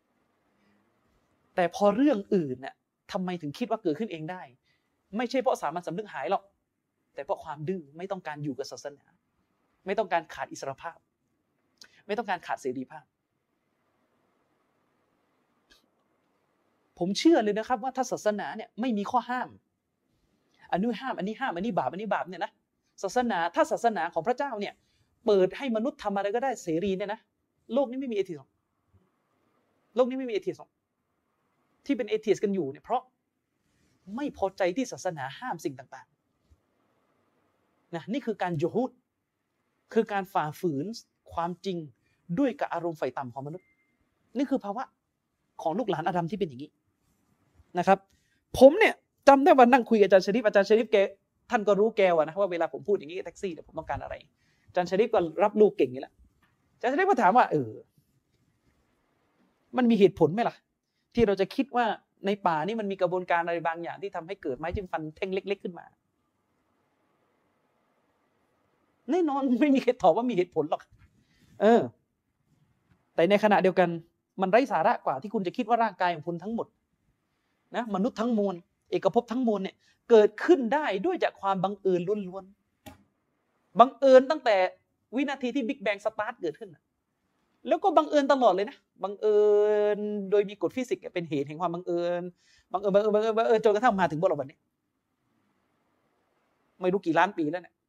แต่พอเรื่องอื่นน่ะทำไมถึงคิดว่าเกิดขึ้นเองได้ไม่ใช่เพราะสามัญสำนึกหายหรอกแต่เพราะความดื้อไม่ต้องการอยู่กับศาสนาไม่ต้องการขาดอิสรภาพไม่ต้องการขาดเสรีภาพผมเชื่อเลยนะครับว่าถ้าศาสนาเนี่ยไม่มีข้อห้ามอันนี้ห้ามอันนี้ห้ามอันนี้บาปอันนี้บาปเนี่ยนะศาสนาถ้าศาสนาของพระเจ้าเนี่ยเปิดให้มนุษย์ทำอะไรก็ได้เสรีเนี่ยนะโลกนี้ไม่มีเอทิสต์โลกนี้ไม่มีเอทิสต์ที่เป็นเอทิสต์กันอยู่เนี่ยเพราะไม่พอใจที่ศาสนาห้ามสิ่งต่างๆนะนี่คือการยุฮูดคือการฝ่าฝืนความจริงด้วยกับอารมณ์ไฟต่ำของมนุษย์นี่คือภาวะของลูกหลานอาดัมที่เป็นอย่างนี้นะครับผมเนี่ยจำได้วันนั่งคุยกับอาจารย์ชริฟแกท่านก็รู้แกว่าเวลาผมพูดอย่างนี้แท็กซี่เนี่ยผมต้องการอะไรอาจารย์ชริฟก็รับลูกเก่งอย่างนี้แหละอาจารย์ชริฟก็ถามว่ามันมีเหตุผลไหมล่ะที่เราจะคิดว่าในป่านี่มันมีกระบวนการอะไรบางอย่างที่ทำให้เกิดไม้จิ้มฟันแท่งเล็กๆขึ้นมาแน่นอนไม่มีใครตอบว่ามีเหตุผลหรอกแต่ในขณะเดียวกันมันไร้สาระกว่าที่คุณจะคิดว่าร่างกายของคุณทั้งหมดนะมนุษย์ทั้งมวลเอกภพทั้งมวลเนี่ยเกิดขึ้นได้ด้วยจากความบังเอิญล้วนๆบังเอิญตั้งแต่วินาทีที่บิ๊กแบงสตาร์ทเกิดขึ้นแล้วก็บังเอิญตลอดเลยนะบังเอิญโดยมีกฎฟิสิกส์เป็นเหตุแห่งความบังเอิญจนกระทั่งมาถึงบริบทนี้ไม่รู้กี่ล้านปีแล้วเนี่ย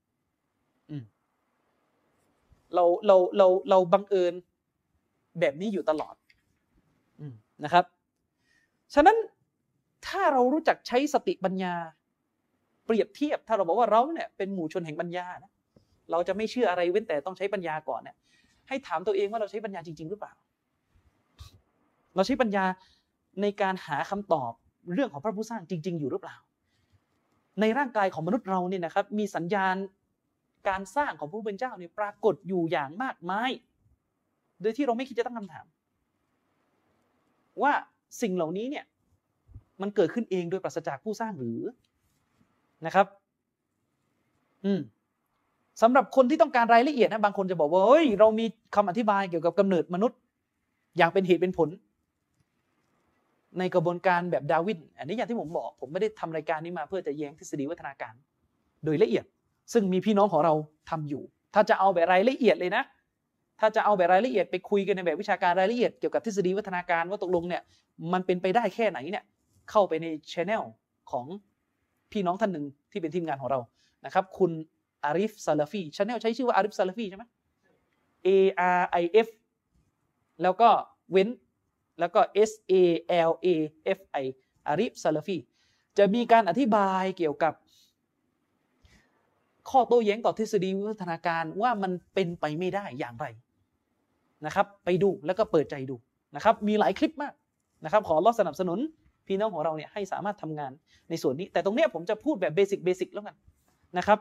เราบังเอิญแบบนี้อยู่ตลอดนะครับฉะนั้นถ้าเรารู้จักใช้สติปัญญาเปรียบเทียบถ้าเราบอกว่าเราเนี่ยเป็นหมู่ชนแห่งปัญญานะเราจะไม่เชื่ออะไรเว้นแต่ต้องใช้ปัญญาก่อนเนี่ยให้ถามตัวเองว่าเราใช้ปัญญาจริงๆหรือเปล่าเราใช้ปัญญาในการหาคำตอบเรื่องของพระผู้สร้างจริงๆอยู่หรือเปล่าในร่างกายของมนุษย์เราเนี่ยนะครับมีสัญญาณการสร้างของพระผู้เป็นเจ้าเนี่ยปรากฏอยู่อย่างมากมายโดยที่เราไม่คิดจะตั้งคำถามว่าสิ่งเหล่านี้เนี่ยมันเกิดขึ้นเองโดยปราศจากผู้สร้างหรือนะครับสำหรับคนที่ต้องการรายละเอียดนะบางคนจะบอกว่าเฮ้ยเรามีคำอธิบายเกี่ยวกับกำเนิดมนุษย์อย่างเป็นเหตุเป็นผลในกระบวนการแบบดาร์วินอันนี้อย่างที่ผมบอกผมไม่ได้ทำรายการนี้มาเพื่อจะแย้งทฤษฎีวัฒนาการโดยละเอียดซึ่งมีพี่น้องของเราทำอยู่ถ้าจะเอาแบบรายละเอียดเลยนะถ้าจะเอาแบบรายละเอียดไปคุยกันในแบบวิชาการรายละเอียดเกี่ยวกับทฤษฎีวัฒนาการว่าตกลงเนี่ยมันเป็นไปได้แค่ไหนเนี่ยเข้าไปใน channel ของพี่น้องท่านหนึ่งที่เป็นทีมงานของเรานะครับคุณอาริฟซาลาฟีchannel ใช้ชื่อว่าอาริฟซาลาฟีใช่ไหม ARIF แล้วก็เว้นแล้วก็ SALAFI อาริฟซาลาฟีจะมีการอธิบายเกี่ยวกับข้อโต้แย้งต่อทฤษฎีวิวัฒนาการว่ามันเป็นไปไม่ได้อย่างไรนะครับไปดูแล้วก็เปิดใจดูนะครับมีหลายคลิปมากนะครับขออัลเลาะห์สนับสนุนพี่น้องของเราเนี่ยให้สามารถทำงานในส่วนนี้แต่ตรงเนี้ยผมจะพูดแบบเบสิกแล้วกันนะครับ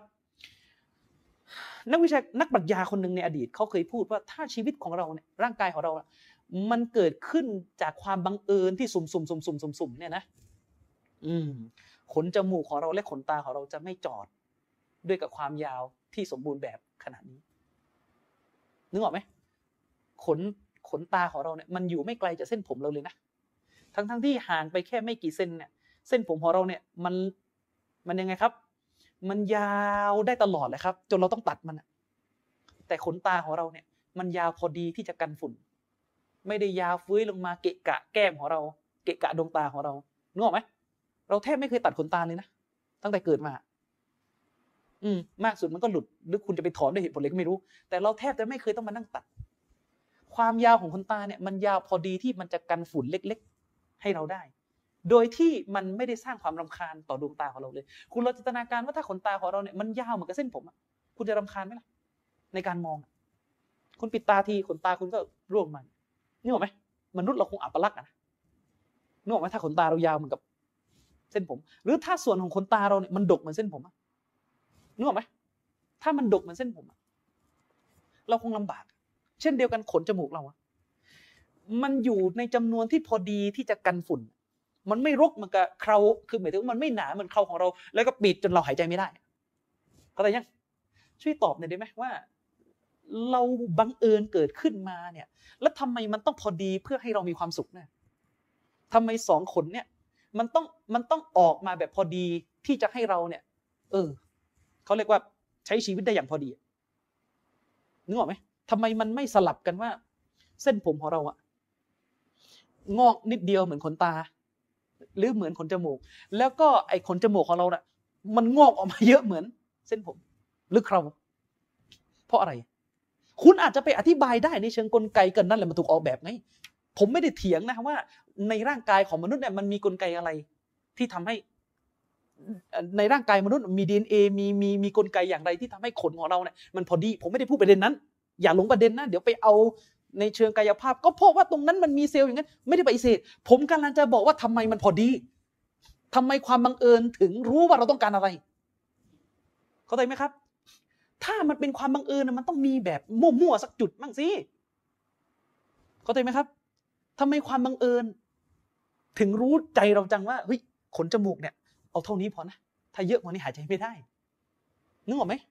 นักปรัชญาคนหนึ่งในอดีตเขาเคยพูดว่าถ้าชีวิตของเราเนี่ยร่างกายของเรามันเกิดขึ้นจากความบังเอิญที่สุ่มเนี่ยนะขนจมูกของเราและขนตาของเราจะไม่จอดด้วยกับความยาวที่สมบูรณ์แบบขนาดนี้นึกออกไหมขนตาของเราเนี่ยมันอยู่ไม่ไกลจากเส้นผมเราเลยนะทั้งที่ห่างไปแค่ไม่กี่เซนเนี่ยเส้นผมของเราเนี่ยมันยังไงครับมันยาวได้ตลอดเลยครับจนเราต้องตัดมันแต่ขนตาของเราเนี่ยมันยาวพอดีที่จะกันฝุ่นไม่ได้ยาวฟื้ยลงมาเกะกะแก้มของเราเกะกะดวงตาของเรานึกออกไหมเราแทบไม่เคยตัดขนตาเลยนะตั้งแต่เกิดมามากสุดมันก็หลุดหรือคุณจะไปถอนด้วยเหตุผลอะไรก็ไม่รู้แต่เราแทบจะไม่เคยต้องมานั่งตัดความยาวของขนตาเนี่ยมันยาวพอดีที่มันจะกันฝุ่นเล็กๆให้เราได้โดยที่มันไม่ได้สร้างความรำคาญต่อดวงตาของเราเลยคุณเราจินตนาการว่าถ้าขนตาของเราเนี่ยมันยาวเหมือนกับเส้นผมคุณจะรำคาญไหมล่ะในการมองคุณปิดตาทีขนตาคุณก็ร่วงมันนึกออกไหมมนุษย์เราคงอัปลักษณ์นะนึกออกไหมถ้าขนตาเรายาวเหมือนกับเส้นผมหรือถ้าส่วนของขนตาเราเนี่ยมันดกเหมือนเส้นผมนึกออกไหมถ้ามันดกเหมือนเส้นผมเราคงลำบากเช่นเดียวกันขนจมูกเรามันอยู่ในจำนวนที่พอดีที่จะกันฝุ่นมันไม่รกมันกับเคราคือหมายถึงมันไม่หนาเหมือนเคราของเราแล้วก็ปิดจนเราหายใจไม่ได้เข้าใจยังช่วยตอบหน่อยได้ไหมว่าเราบังเอิญเกิดขึ้นมาเนี่ยแล้วทำไมมันต้องพอดีเพื่อให้เรามีความสุขเนี่ยทำไมสองขนเนี่ยมันต้องออกมาแบบพอดีที่จะให้เราเนี่ยเขาเรียกว่าใช้ชีวิตได้อย่างพอดีนึกออกไหมทำไมมันไม่สลับกันว่าเส้นผมของเรางอกนิดเดียวเหมือนขนตาหรือเหมือนขนจมูกแล้วก็ไอ้ขนจมูกของเราน่ะมันงอกออกมาเยอะเหมือนเส้นผมหรือเคราเพราะอะไรคุณอาจจะไปอธิบายได้ในเชิงกลไกกันนั่นแหละมันถูกออกแบบไงผมไม่ได้เถียงนะว่าในร่างกายของมนุษย์เนี่ยมันมีกลไกอะไรที่ทำให้ในร่างกายมนุษย์มี DNA มีกลไกอย่างไรที่ทำให้ขนของเราเนี่ยมันพอดีผมไม่ได้พูดประเด็นนั้นอย่าหลงประเด็นนะเดี๋ยวไปเอาในเชิงกายภาพก็เพราะว่าตรงนั้นมันมีเซลล์อย่างนั้นไม่ได้ปฏิเสธผมกำลังจะบอกว่าทำไมมันพอดีทำไมความบังเอิญถึงรู้ว่าเราต้องการอะไรเข้าใจไหมครับถ้ามันเป็นความบังเอิญมันต้องมีแบบมั่วๆสักจุดบ้างสิเข้าใจไหมครับทำไมความบังเอิญถึงรู้ใจเราจังว่าเฮ้ยขนจมูกเนี่ยเอาเท่านี้พอนะถ้าเยอะกว่านี้หายใจไม่ได้นึกออกไหม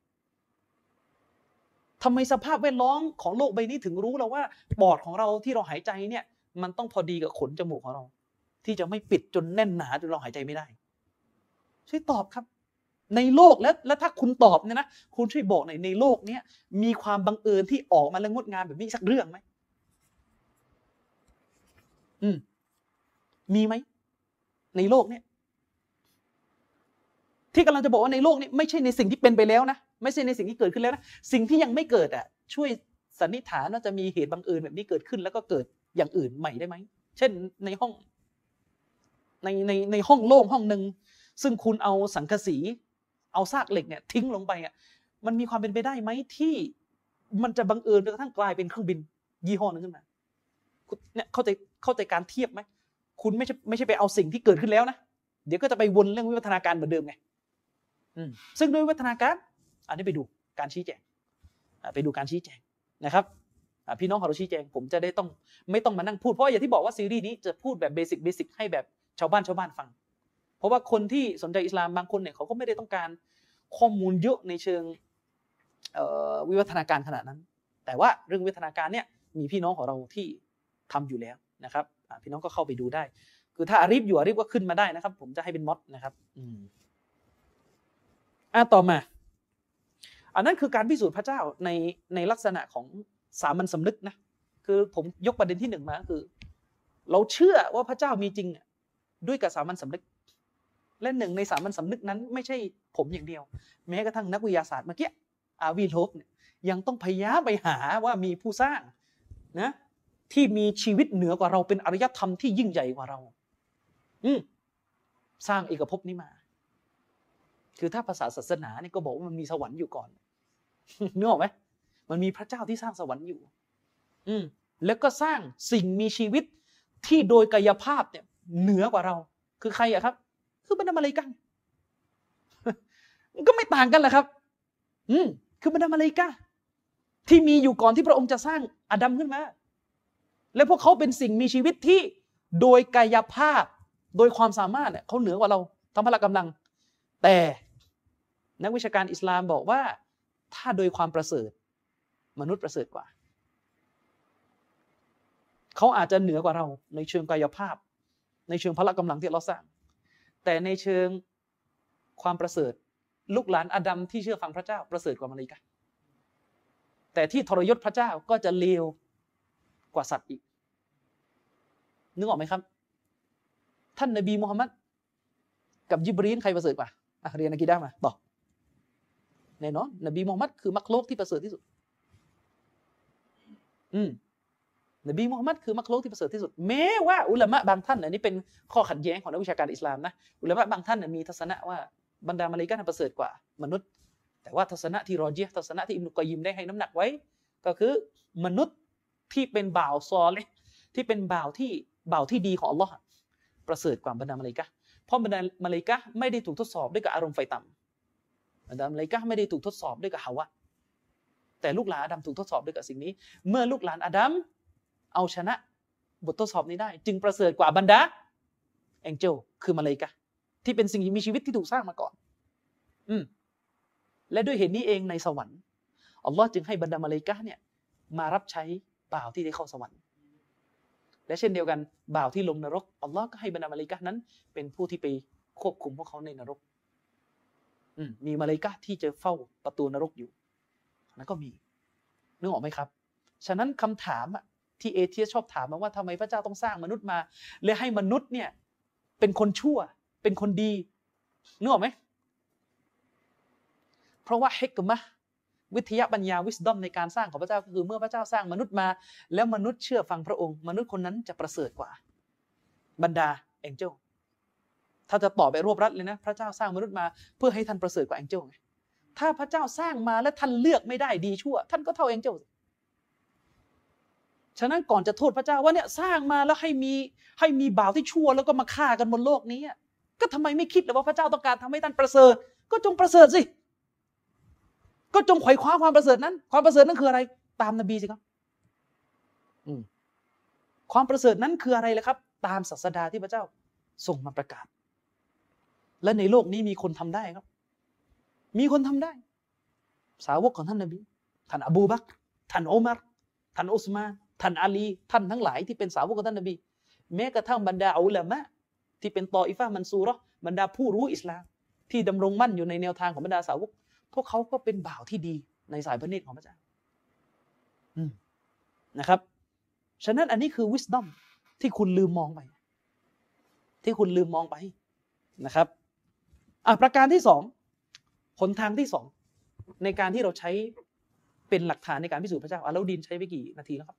ทำไมสภาพแวดล้อมของโลกใบนี้ถึงรู้เราว่าปอดของเราที่เราหายใจเนี่ยมันต้องพอดีกับขนจมูกของเราที่จะไม่ปิดจนแน่นหนาจนเราหายใจไม่ได้ช่วยตอบครับในโลกและถ้าคุณตอบเนี่ยนะคุณช่วยบอกหน่อยในโลกนี้มีความบังเอิญที่ออกมาแล้วงดงามแบบนี้สักเรื่องไหมมีไหมในโลกนี้ที่กำลังจะบอกว่าในโลกนี้ไม่ใช่ในสิ่งที่เป็นไปแล้วนะไม่ใช่ในสิ่งที่เกิดขึ้นแล้วนะสิ่งที่ยังไม่เกิดช่วยสันนิษฐานว่าจะมีเหตุบังเอิญแบบนี้เกิดขึ้นแล้วก็เกิดอย่างอื่นใหม่ได้ไหมเช่นในห้องในห้องโล่งห้องนึงซึ่งคุณเอาสังกะสีเอาซากเหล็กเนี่ยทิ้งลงไปมันมีความเป็นไปได้ไหมที่มันจะบังเอิญจนกระทั่งกลายเป็นเครื่องบินยี่ห้อนึงขึ้นมาเนี่ยเข้าใจการเทียบไหมคุณไม่ใช่ไปเอาสิ่งที่เกิดขึ้นแล้วนะเดี๋ยวก็จะไปวนเรื่องวิวัฒนาการเหมือนเดิมไงซึ่งด้วยวิวัฒนาการอันนี้ไปดูการชี้แจงไปดูการชี้แจงนะครับพี่น้องขอเราชี้แจงผมจะได้ไม่ต้องมานั่งพูดเพราะอย่างที่บอกว่าซีรีส์นี้จะพูดแบบเบสิกให้แบบชาวบ้านฟังเพราะว่าคนที่สนใจอิสลามบางคนเนี่ยเขาก็ไม่ได้ต้องการข้อมูลเยอะในเชิงวิวัฒนาการขนาดนั้นแต่ว่าเรื่องวิวัฒนาการเนี่ยมีพี่น้องของเราที่ทำอยู่แล้วนะครับพี่น้องก็เข้าไปดูได้คือถ้าอาริฟอยู่อาริฟก็ขึ้นมาได้นะครับผมจะให้เป็นม็อดนะครับต่อมาอันนั้นคือการพิสูจน์พระเจ้าในลักษณะของสามัญสำนึกนะคือผมยกประเด็นที่1มาคือเราเชื่อว่าพระเจ้ามีจริงด้วยกับสามัญสำนึกและหนึ่งในสามัญสำนึกนั้นไม่ใช่ผมอย่างเดียวแม้กระทั่งนักวิทยาศาสตร์เมื่อกี้อาวีโลฟเนี่ยยังต้องพยายามไปหาว่ามีผู้สร้างนะที่มีชีวิตเหนือกว่าเราเป็นอารยธรรมที่ยิ่งใหญ่กว่าเราสร้างเอกภพนี้มาคือถ้าภาษาศาสนาเนี่ยก็บอกว่ามันมีสวรรค์อยู่ก่อนนึกออกไหมมันมีพระเจ้าที่สร้างสวรรค์อยู่แล้วก็สร้างสิ่งมีชีวิตที่โดยกายภาพเนี่ยเหนือกว่าเราคือใครอะครับคือบรรดามาลาอิกะห์มันก็ไม่ต่างกันแหละครับคือบรรดามาลาอิกะห์ที่มีอยู่ก่อนที่พระองค์จะสร้างอาดัมขึ้นมาและพวกเขาเป็นสิ่งมีชีวิตที่โดยกายภาพโดยความสามารถเนี่ยเขาเหนือกว่าเราทั้งพละกำลังแต่นักวิชาการอิสลามบอกว่าถ้าโดยความประเสริฐมนุษย์ประเสริฐกว่าเขาอาจจะเหนือกว่าเราในเชิงกายภาพในเชิงพละกำลังที่เราสร้างแต่ในเชิงความประเสริฐลูกหลานอาดัมที่เชื่อฟังพระเจ้าประเสริฐกว่ามาลาอิกะห์แต่ที่ทรยศพระเจ้าก็จะเลวกว่าสัตว์อีกนึกออกไหมครับท่านนบีมุฮัมมัดกับญิบรีลใครประเสริฐกว่าเรียนอะกีดะห์มาต่อแน่นอนนบีมุฮัมมัดคือมักลุกที่ประเสริฐที่สุดนบีมุฮัมมัดคือมักลุกที่ประเสริฐที่สุดแม้ว่าอุลามะบางท่านอันนี้เป็นข้อขัดแย้งของนักวิชาการอิสลามนะอุลามะบางท่านมีทัศนะว่าบรรดามาลาอิกะห์ประเสริฐกว่ามนุษย์แต่ว่าทัศนะที่รอญิฮ์ทัศนะที่อิบนุกอยยิมได้ให้น้ำหนักไว้ก็คือมนุษย์ที่เป็นบ่าวซอลิห์ที่เป็นบ่าวที่ดีของอัลเลาะห์ประเสริฐกว่าบรรดามาลาอิกะห์เพราะบรรดามาลาอิกะห์ไม่ได้ถูกทดสอบด้วยกับอารมณ์ไฟต่ำบรรดามาลาอิกะห์ไม่ได้ถูกทดสอบด้วยกับฮาวะแต่ลูกหลานอาดัมถูกทดสอบด้วยกับสิ่งนี้เมื่อลูกหลานอาดัมเอาชนะบททดสอบนี้ได้จึงประเสริฐกว่าบรรดาแองเจิลคือมาลาอิกะห์ที่เป็นสิ่งมีชีวิตที่ถูกสร้างมาก่อนและด้วยเหตุนี้เองในสวรรค์อัลลอฮ์จึงให้บรรดามาลาอิกะห์เนี่ยมารับใช้บ่าวที่ได้เข้าสวรรค์และเช่นเดียวกันบ่าวที่ลงนรกอัลลอฮ์ก็ให้บรรดามาลาอิกะห์นั้นเป็นผู้ที่ไปควบคุมพวกเขาในนรกมีมาลาอิกะห์ที่จะเฝ้าประตูนรกอยู่นั่นก็มีนึกออกไหมครับฉะนั้นคำถามที่เอเธียสชอบถามมาว่าทำไมพระเจ้าต้องสร้างมนุษย์มาและให้มนุษย์เนี่ยเป็นคนชั่วเป็นคนดีนึกออกไหมเพราะว่าฮิกมะห์วิทยาปัญญาวิสดอมในการสร้างของพระเจ้าก็คือเมื่อพระเจ้าสร้างมนุษย์มาแล้วมนุษย์เชื่อฟังพระองค์มนุษย์คนนั้นจะประเสริฐกว่าบรรดาแองเจิลถ้าจะต่อไปรวบรัดเลยนะพระเจ้าสร้างมนุษย์มาเพื่อให้ท่านประเสริฐกว่าแองเจิลไงถ้าพระเจ้าสร้างมาแล้วท่านเลือกไม่ได้ดีชั่วท่านก็เท่าแองเจิลฉะนั้นก่อนจะโทษพระเจ้าว่าเนี่ยสร้างมาแล้วให้มีบ่าวที่ชั่วแล้วก็มาฆ่ากันบนโลกนี้ก็ทำไมไม่คิดเลยว่าพระเจ้าต้องการทำให้ท่านประเสริฐก็จงประเสริฐสิก็จงไขว่คว้าความประเสริฐนั้นความประเสริฐนั้นคืออะไรตามนบีสิครับความประเสริฐนั้นคืออะไรล่ะครับตามศาสดาที่พระเจ้าส่งมาประกาศและในโลกนี้มีคนทำได้ครับมีคนทำได้สาวกของท่านนบีท่านอบูบักรท่านอุมัรท่านอุสมานท่านอาลีท่านทั้งหลายที่เป็นสาวกของท่านนบีแม้กระทั่งบรรดาอุลามะที่เป็นตออิฟะห์มันซูเราะห์บรรดาผู้รู้อิสลามที่ดำรงมั่นอยู่ในแนวทางของบรรดาสาวกพวกเขาก็เป็นบ่าวที่ดีในสายพระเนตรของพระเจ้านะครับฉะนั้นอันนี้คือ wisdom ที่คุณลืมมองไปนะครับประการที่สองหนทางที่สองในการที่เราใช้เป็นหลักฐานในการพิสูจน์พระเจ้าอาลาอุดดีนใช้ไปกี่นาทีแล้วครับ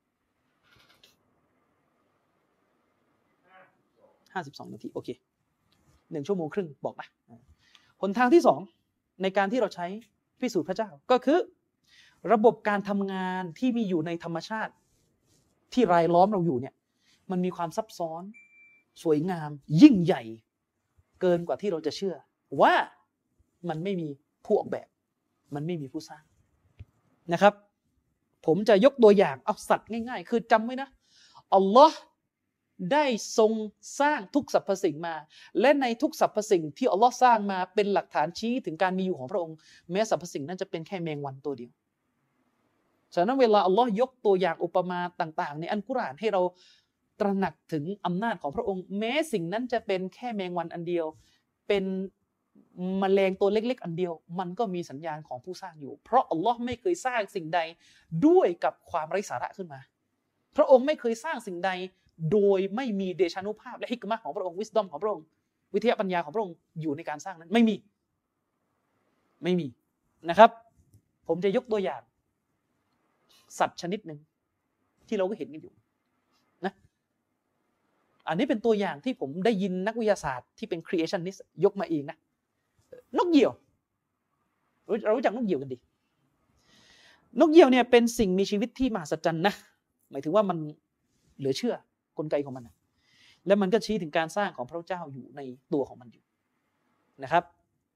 52 นาทีโอเค1 ชั่วโมงครึ่งบอกนะหนทางที่สองในการที่เราใช้พิสูจน์พระเจ้าก็คือระบบการทำงานที่มีอยู่ในธรรมชาติที่รายล้อมเราอยู่เนี่ยมันมีความซับซ้อนสวยงามยิ่งใหญ่เกินกว่าที่เราจะเชื่อว่ามันไม่มีผู้ออกแบบมันไม่มีผู้สร้างนะครับผมจะยกตัวอย่างเอาสัตว์ง่ายๆคือจำไว้นะอัลลอฮ์ได้ทรงสร้างทุกสรรพสิ่งมาและในทุกสรรพสิ่งที่อัลลอฮ์สร้างมาเป็นหลักฐานชี้ถึงการมีอยู่ของพระองค์แม้สรรพสิ่งนั้นจะเป็นแค่แมงวันตัวเดียวฉะนั้นเวลาอัลลอฮ์ยกตัวอย่างอุปมาต่างๆในอัลกุรอานให้เราตระหนักถึงอำนาจของพระองค์แม้สิ่งนั้นจะเป็นแค่แมงวันอันเดียวเป็นแมลงตัวเล็กๆอันเดียวมันก็มีสัญญาณของผู้สร้างอยู่เพราะอัลลอฮ์ไม่เคยสร้างสิ่งใดด้วยกับความไร้สาระขึ้นมาพระองค์ไม่เคยสร้างสิ่งใดโดยไม่มีเดชานุภาพและฮิกมะห์ของพระองค์วิสดอมของพระองค์วิทยาปัญญาของพระองค์อยู่ในการสร้างนั้นไม่มีนะครับผมจะยกตัวอย่างสัตว์ชนิดหนึ่งที่เราก็เห็นกันอยู่นะอันนี้เป็นตัวอย่างที่ผมได้ยินนักวิทยาศาสตร์ที่เป็น creationist ยกมาเองนะนกเหยี่ยวเรารู้จักนกเหยี่ยวกันดีนกเหยี่ยวเนี่ยเป็นสิ่งมีชีวิตที่มหัศจรรย์นะหมายถึงว่ามันเหลือเชื่อกลไกของมันและมันก็ชี้ถึงการสร้างของพระเจ้าอยู่ในตัวของมันอยู่นะครับ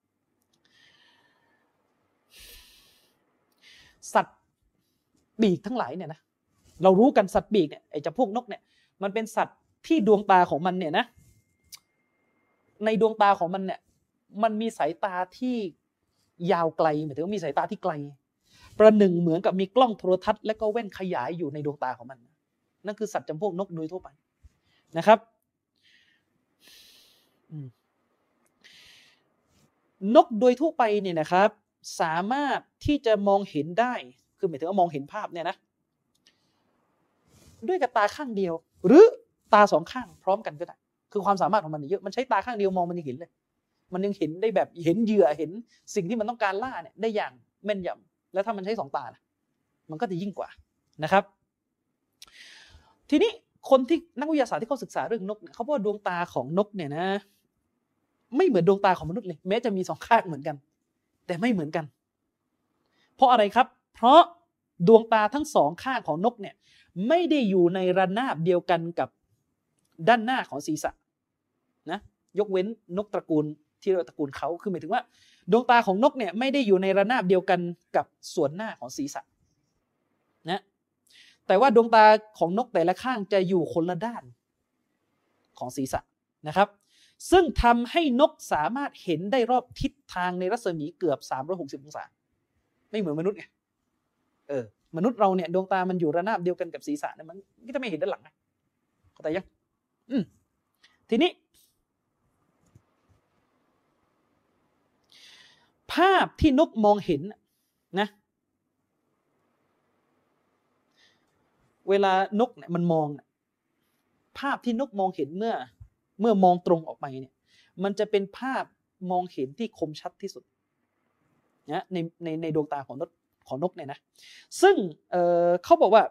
สัตว์ปีกทั้งหลายเนี่ยนะเรารู้กันสัตว์ปีกเนี่ยไอ้เจ้าพวกนกเนี่ยมันเป็นสัตว์ที่ดวงตาของมันเนี่ยนะในดวงตาของมันเนี่ยมันมีสายตาที่ยาวไกลหมายถึงว่ามีสายตาที่ไกลประหนึ่งเหมือนกับมีกล้องโทรทัศน์และก็แว่นขยายอยู่ในดวงตาของมันนั่นคือสัตว์จำพวกนกโดยทั่วไปนะครับนกโดยทั่วไปเนี่ยนะครับสามารถที่จะมองเห็นได้คือหมายถึงว่ามองเห็นภาพเนี่ยนะด้วยกับตาข้างเดียวหรือตาสองข้างพร้อมกันก็ได้คือความสามารถของมันเยอะมันใช้ตาข้างเดียวมองมันยังเห็นเลยมันยังเห็นได้แบบเห็นเหยื่อเห็นสิ่งที่มันต้องการล่าเนี่ยได้อย่างแม่นยำแล้วถ้ามันใช้สองตาล่ะมันก็จะยิ่งกว่านะครับทีนี้คนที่นักวิทยาศาสตร์ที่เขาศึกษาเรื่องนกเนี่ยเขาบอกว่าดวงตาของนกเนี่ยนะไม่เหมือนดวงตาของมนุษย์เลยแม้จะมีสองข้างเหมือนกันแต่ไม่เหมือนกันเพราะอะไรครับเพราะดวงตาทั้งสองข้างของนกเนี่ยไม่ได้อยู่ในระนาบเดียวกันกับด้านหน้าของศีรษะนะยกเว้นนกตระกูลที่เรียกว่าตระกูลเขาคือหมายถึงว่าดวงตาของนกเนี่ยไม่ได้อยู่ในระนาบเดียวกันกับส่วนหน้าของศีรษะนะแต่ว่าดวงตาของนกแต่ละข้างจะอยู่คนละด้านของศีรษะนะครับซึ่งทำให้นกสามารถเห็นได้รอบทิศทางในรัศมีเกือบ360องศาไม่เหมือนมนุษย์ไงมนุษย์เราเนี่ยดวงตามันอยู่ระนาบเดียวกันกับศีรษะเนี่ยมันก็จะไม่เห็นด้านหลังเข้าใจยังทีนี้ภาพที่นกมองเห็นนะเวลานกเนี่ยมันมองภาพที่นกมองเห็นเมื่อมองตรงออกไปเนี่ยมันจะเป็นภาพมองเห็นที่คมชัดที่สุดนะในดวงตาของนกเนี่ยนะซึ่งเขาบอกว่า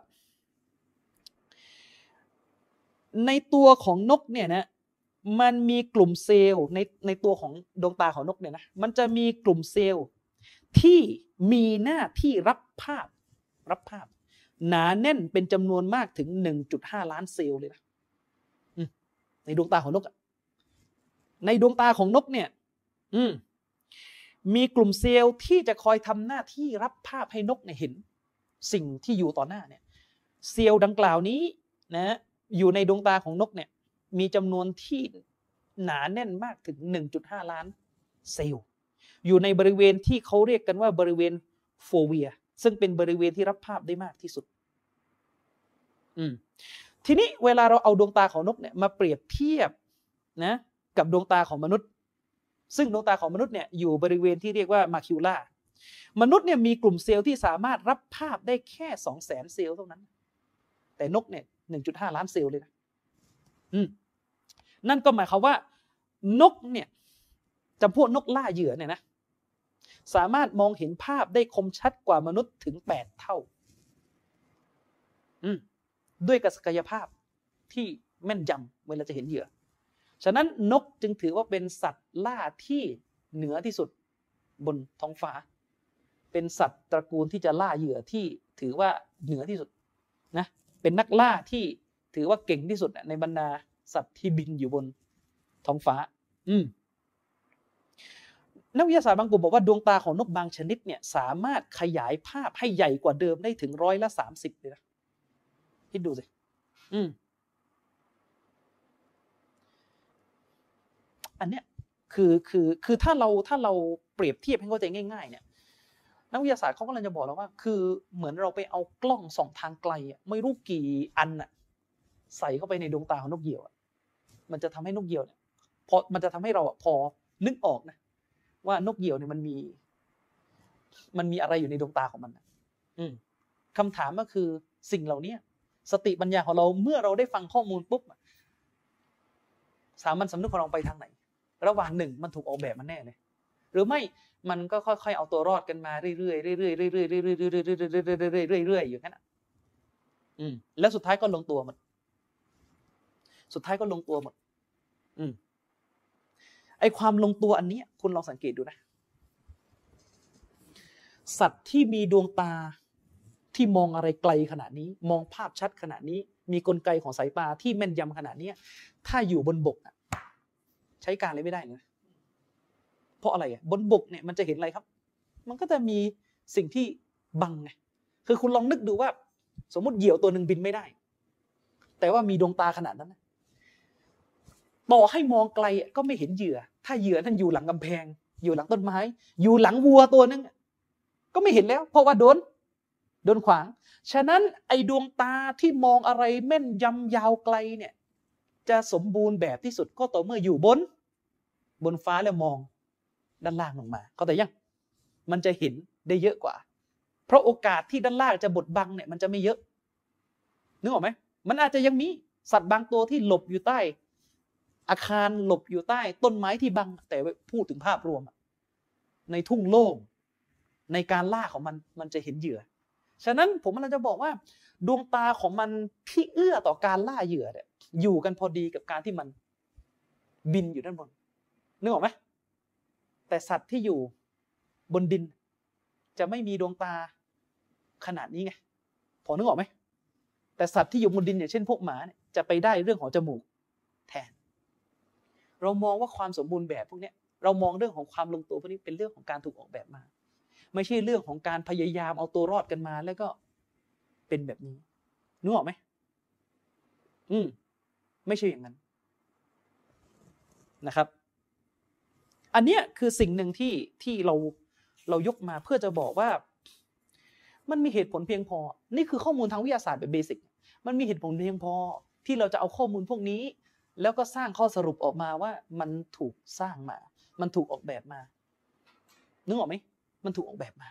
ในตัวของนกเนี่ยนะมันมีกลุ่มเซลล์ในตัวของดวงตาของนกเนี่ยนะมันจะมีกลุ่มเซลล์ที่มีหน้าที่รับภาพหนาแน่นเป็นจำนวนมากถึง 1.5 ล้านเซลล์เลยนะในดวงตาของนกในดวงตาของนกเนี่ยมีกลุ่มเซลล์ที่จะคอยทำหน้าที่รับภาพให้นกเนี่ยเห็นสิ่งที่อยู่ต่อหน้าเนี่ยเซลล์ดังกล่าวนี้นะอยู่ในดวงตาของนกเนี่ยมีจำนวนที่หนาแน่นมากถึง 1.5 ล้านเซลล์อยู่ในบริเวณที่เขาเรียกกันว่าบริเวณโฟเวียซึ่งเป็นบริเวณที่รับภาพได้มากที่สุดทีนี้เวลาเราเอาดวงตาของนกเนี่ยมาเปรียบเทียบนะกับดวงตาของมนุษย์ซึ่งดวงตาของมนุษย์เนี่ยอยู่บริเวณที่เรียกว่ามาคิวล่ามนุษย์เนี่ยมีกลุ่มเซลล์ที่สามารถรับภาพได้แค่ 200,000 เซลล์เท่านั้นแต่นกเนี่ย 1.5 ล้านเซลล์เลยนะนั่นก็หมายความว่านกเนี่ยจำพวกนกล่าเหยื่อเนี่ยนะสามารถมองเห็นภาพได้คมชัดกว่ามนุษย์ถึง8 เท่าด้วยศักยภาพที่แม่นยำเวลาจะเห็นเหยื่อฉะนั้นนกจึงถือว่าเป็นสัตว์ล่าที่เหนือที่สุดบนท้องฟ้าเป็นสัตว์ตระกูลที่จะล่าเหยื่อที่ถือว่าเหนือที่สุดนะเป็นนักล่าที่ถือว่าเก่งที่สุดในบรรดาสัตว์ที่บินอยู่บนท้องฟ้านักวิทยาศาสตร์บางกลุ่มบอกว่าดวงตาของนกบางชนิดเนี่ยสามารถขยายภาพให้ใหญ่กว่าเดิมได้ถึง30%เลยนะคิดดูสิอันเนี้ยคือถ้าเราเปรียบเทียบให้เข้าใจง่ายๆเนี่ยนักวิทยาศาสตร์เขากำลังจะบอกเราว่าคือเหมือนเราไปเอากล้องส่องทางไกลไม่รู้กี่อันใส่เข้าไปในดวงตาของนกเหยี่ยวมันจะทำให้นกเหยี่ยวเนี่ยมันจะทำให้เราพอนึกออกนะว่านกเหยี่ยวเนี่ยมันมีอะไรอยู่ในดวงตาของมันคำถามก็คือสิ่งเหล่านี้สติปัญญาของเราเมื่อเราได้ฟังข้อมูลปุ๊บสามัญสำนึกของเราไปทางไหนระหว่างหนึ่งมันถูกออกแบบมาแน่เลยหรือไม่มันก็ค่อยๆเอาตัวรอดกันมาเรื่อยๆเรื่อยๆเรื่อยๆเรื่อยๆเรื่อยๆเรื่อยๆเรื่อยๆอย่างนั้นแล้วสุดท้ายก็ลงตัวหมดไอ้ความลงตัวอันนี้คุณลองสังเกตดูนะสัตว์ที่มีดวงตาที่มองอะไรไกลขนาดนี้มองภาพชัดขนาดนี้มีกลไกของสายตาที่แม่นยำขนาดนี้ถ้าอยู่บนบกใช้การอะไรไม่ได้นะเพราะอะไรบนบกเนี่ยมันจะเห็นอะไรครับมันก็จะมีสิ่งที่บังไงคือคุณลองนึกดูว่าสมมุติเหยี่ยวตัวหนึ่งบินไม่ได้แต่ว่ามีดวงตาขนาดนั้นนะต่อให้มองไกลก็ไม่เห็นเหยื่อถ้าเหยื่อนั้นอยู่หลังกำแพงอยู่หลังต้นไม้อยู่หลังวัวตัวนึงก็ไม่เห็นแล้วเพราะว่าโดนขวางฉะนั้นไอ้ดวงตาที่มองอะไรแม่นยำยาวไกลเนี่ยจะสมบูรณ์แบบที่สุดก็ต่อเมื่ออยู่บนฟ้าแล้วมองด้านล่างลงมาเข้าใจยังมันจะเห็นได้เยอะกว่าเพราะโอกาสที่ด้านล่างจะบดบังเนี่ยมันจะไม่เยอะนึกออกไหมมันอาจจะยังมีสัตว์บางตัวที่หลบอยู่ใต้อาคารหลบอยู่ใต้ต้นไม้ที่บังแต่พูดถึงภาพรวมในทุ่งโล่งในการล่าของมันจะเห็นเหยื่อฉะนั้นผมกำลังจะบอกว่าดวงตาของมันที่เอื้อต่อการล่าเหยื่อเนี่ยอยู่กันพอดีกับการที่มันบินอยู่ด้านบนนึกออกไหมแต่สัตว์ที่อยู่บนดินจะไม่มีดวงตาขนาดนี้ไงพอนึกออกไหมแต่สัตว์ที่อยู่บนดินอย่างเช่นพวกหมาเนี่ยจะไปได้เรื่องของจมูกแทนเรามองว่าความสมบูรณ์แบบพวกนี้เรามองเรื่องของความลงตัวพวกนี้เป็นเรื่องของการถูกออกแบบมาไม่ใช่เรื่องของการพยายามเอาตัวรอดกันมาแล้วก็เป็นแบบนี้นึกออกไหมไม่ใช่อย่างนั้นนะครับอันเนี้ยคือสิ่งหนึ่งที่เรายกมาเพื่อจะบอกว่ามันมีเหตุผลเพียงพอนี่คือข้อมูลทางวิทยาศาสตร์แบบเบสิกมันมีเหตุผลเพียงพอที่เราจะเอาข้อมูลพวกนี้แล้วก็สร้างข้อสรุปออกมาว่ามันถูกสร้างมามันถูกออกแบบมานึกออกไหมมันถูกออกแบบมา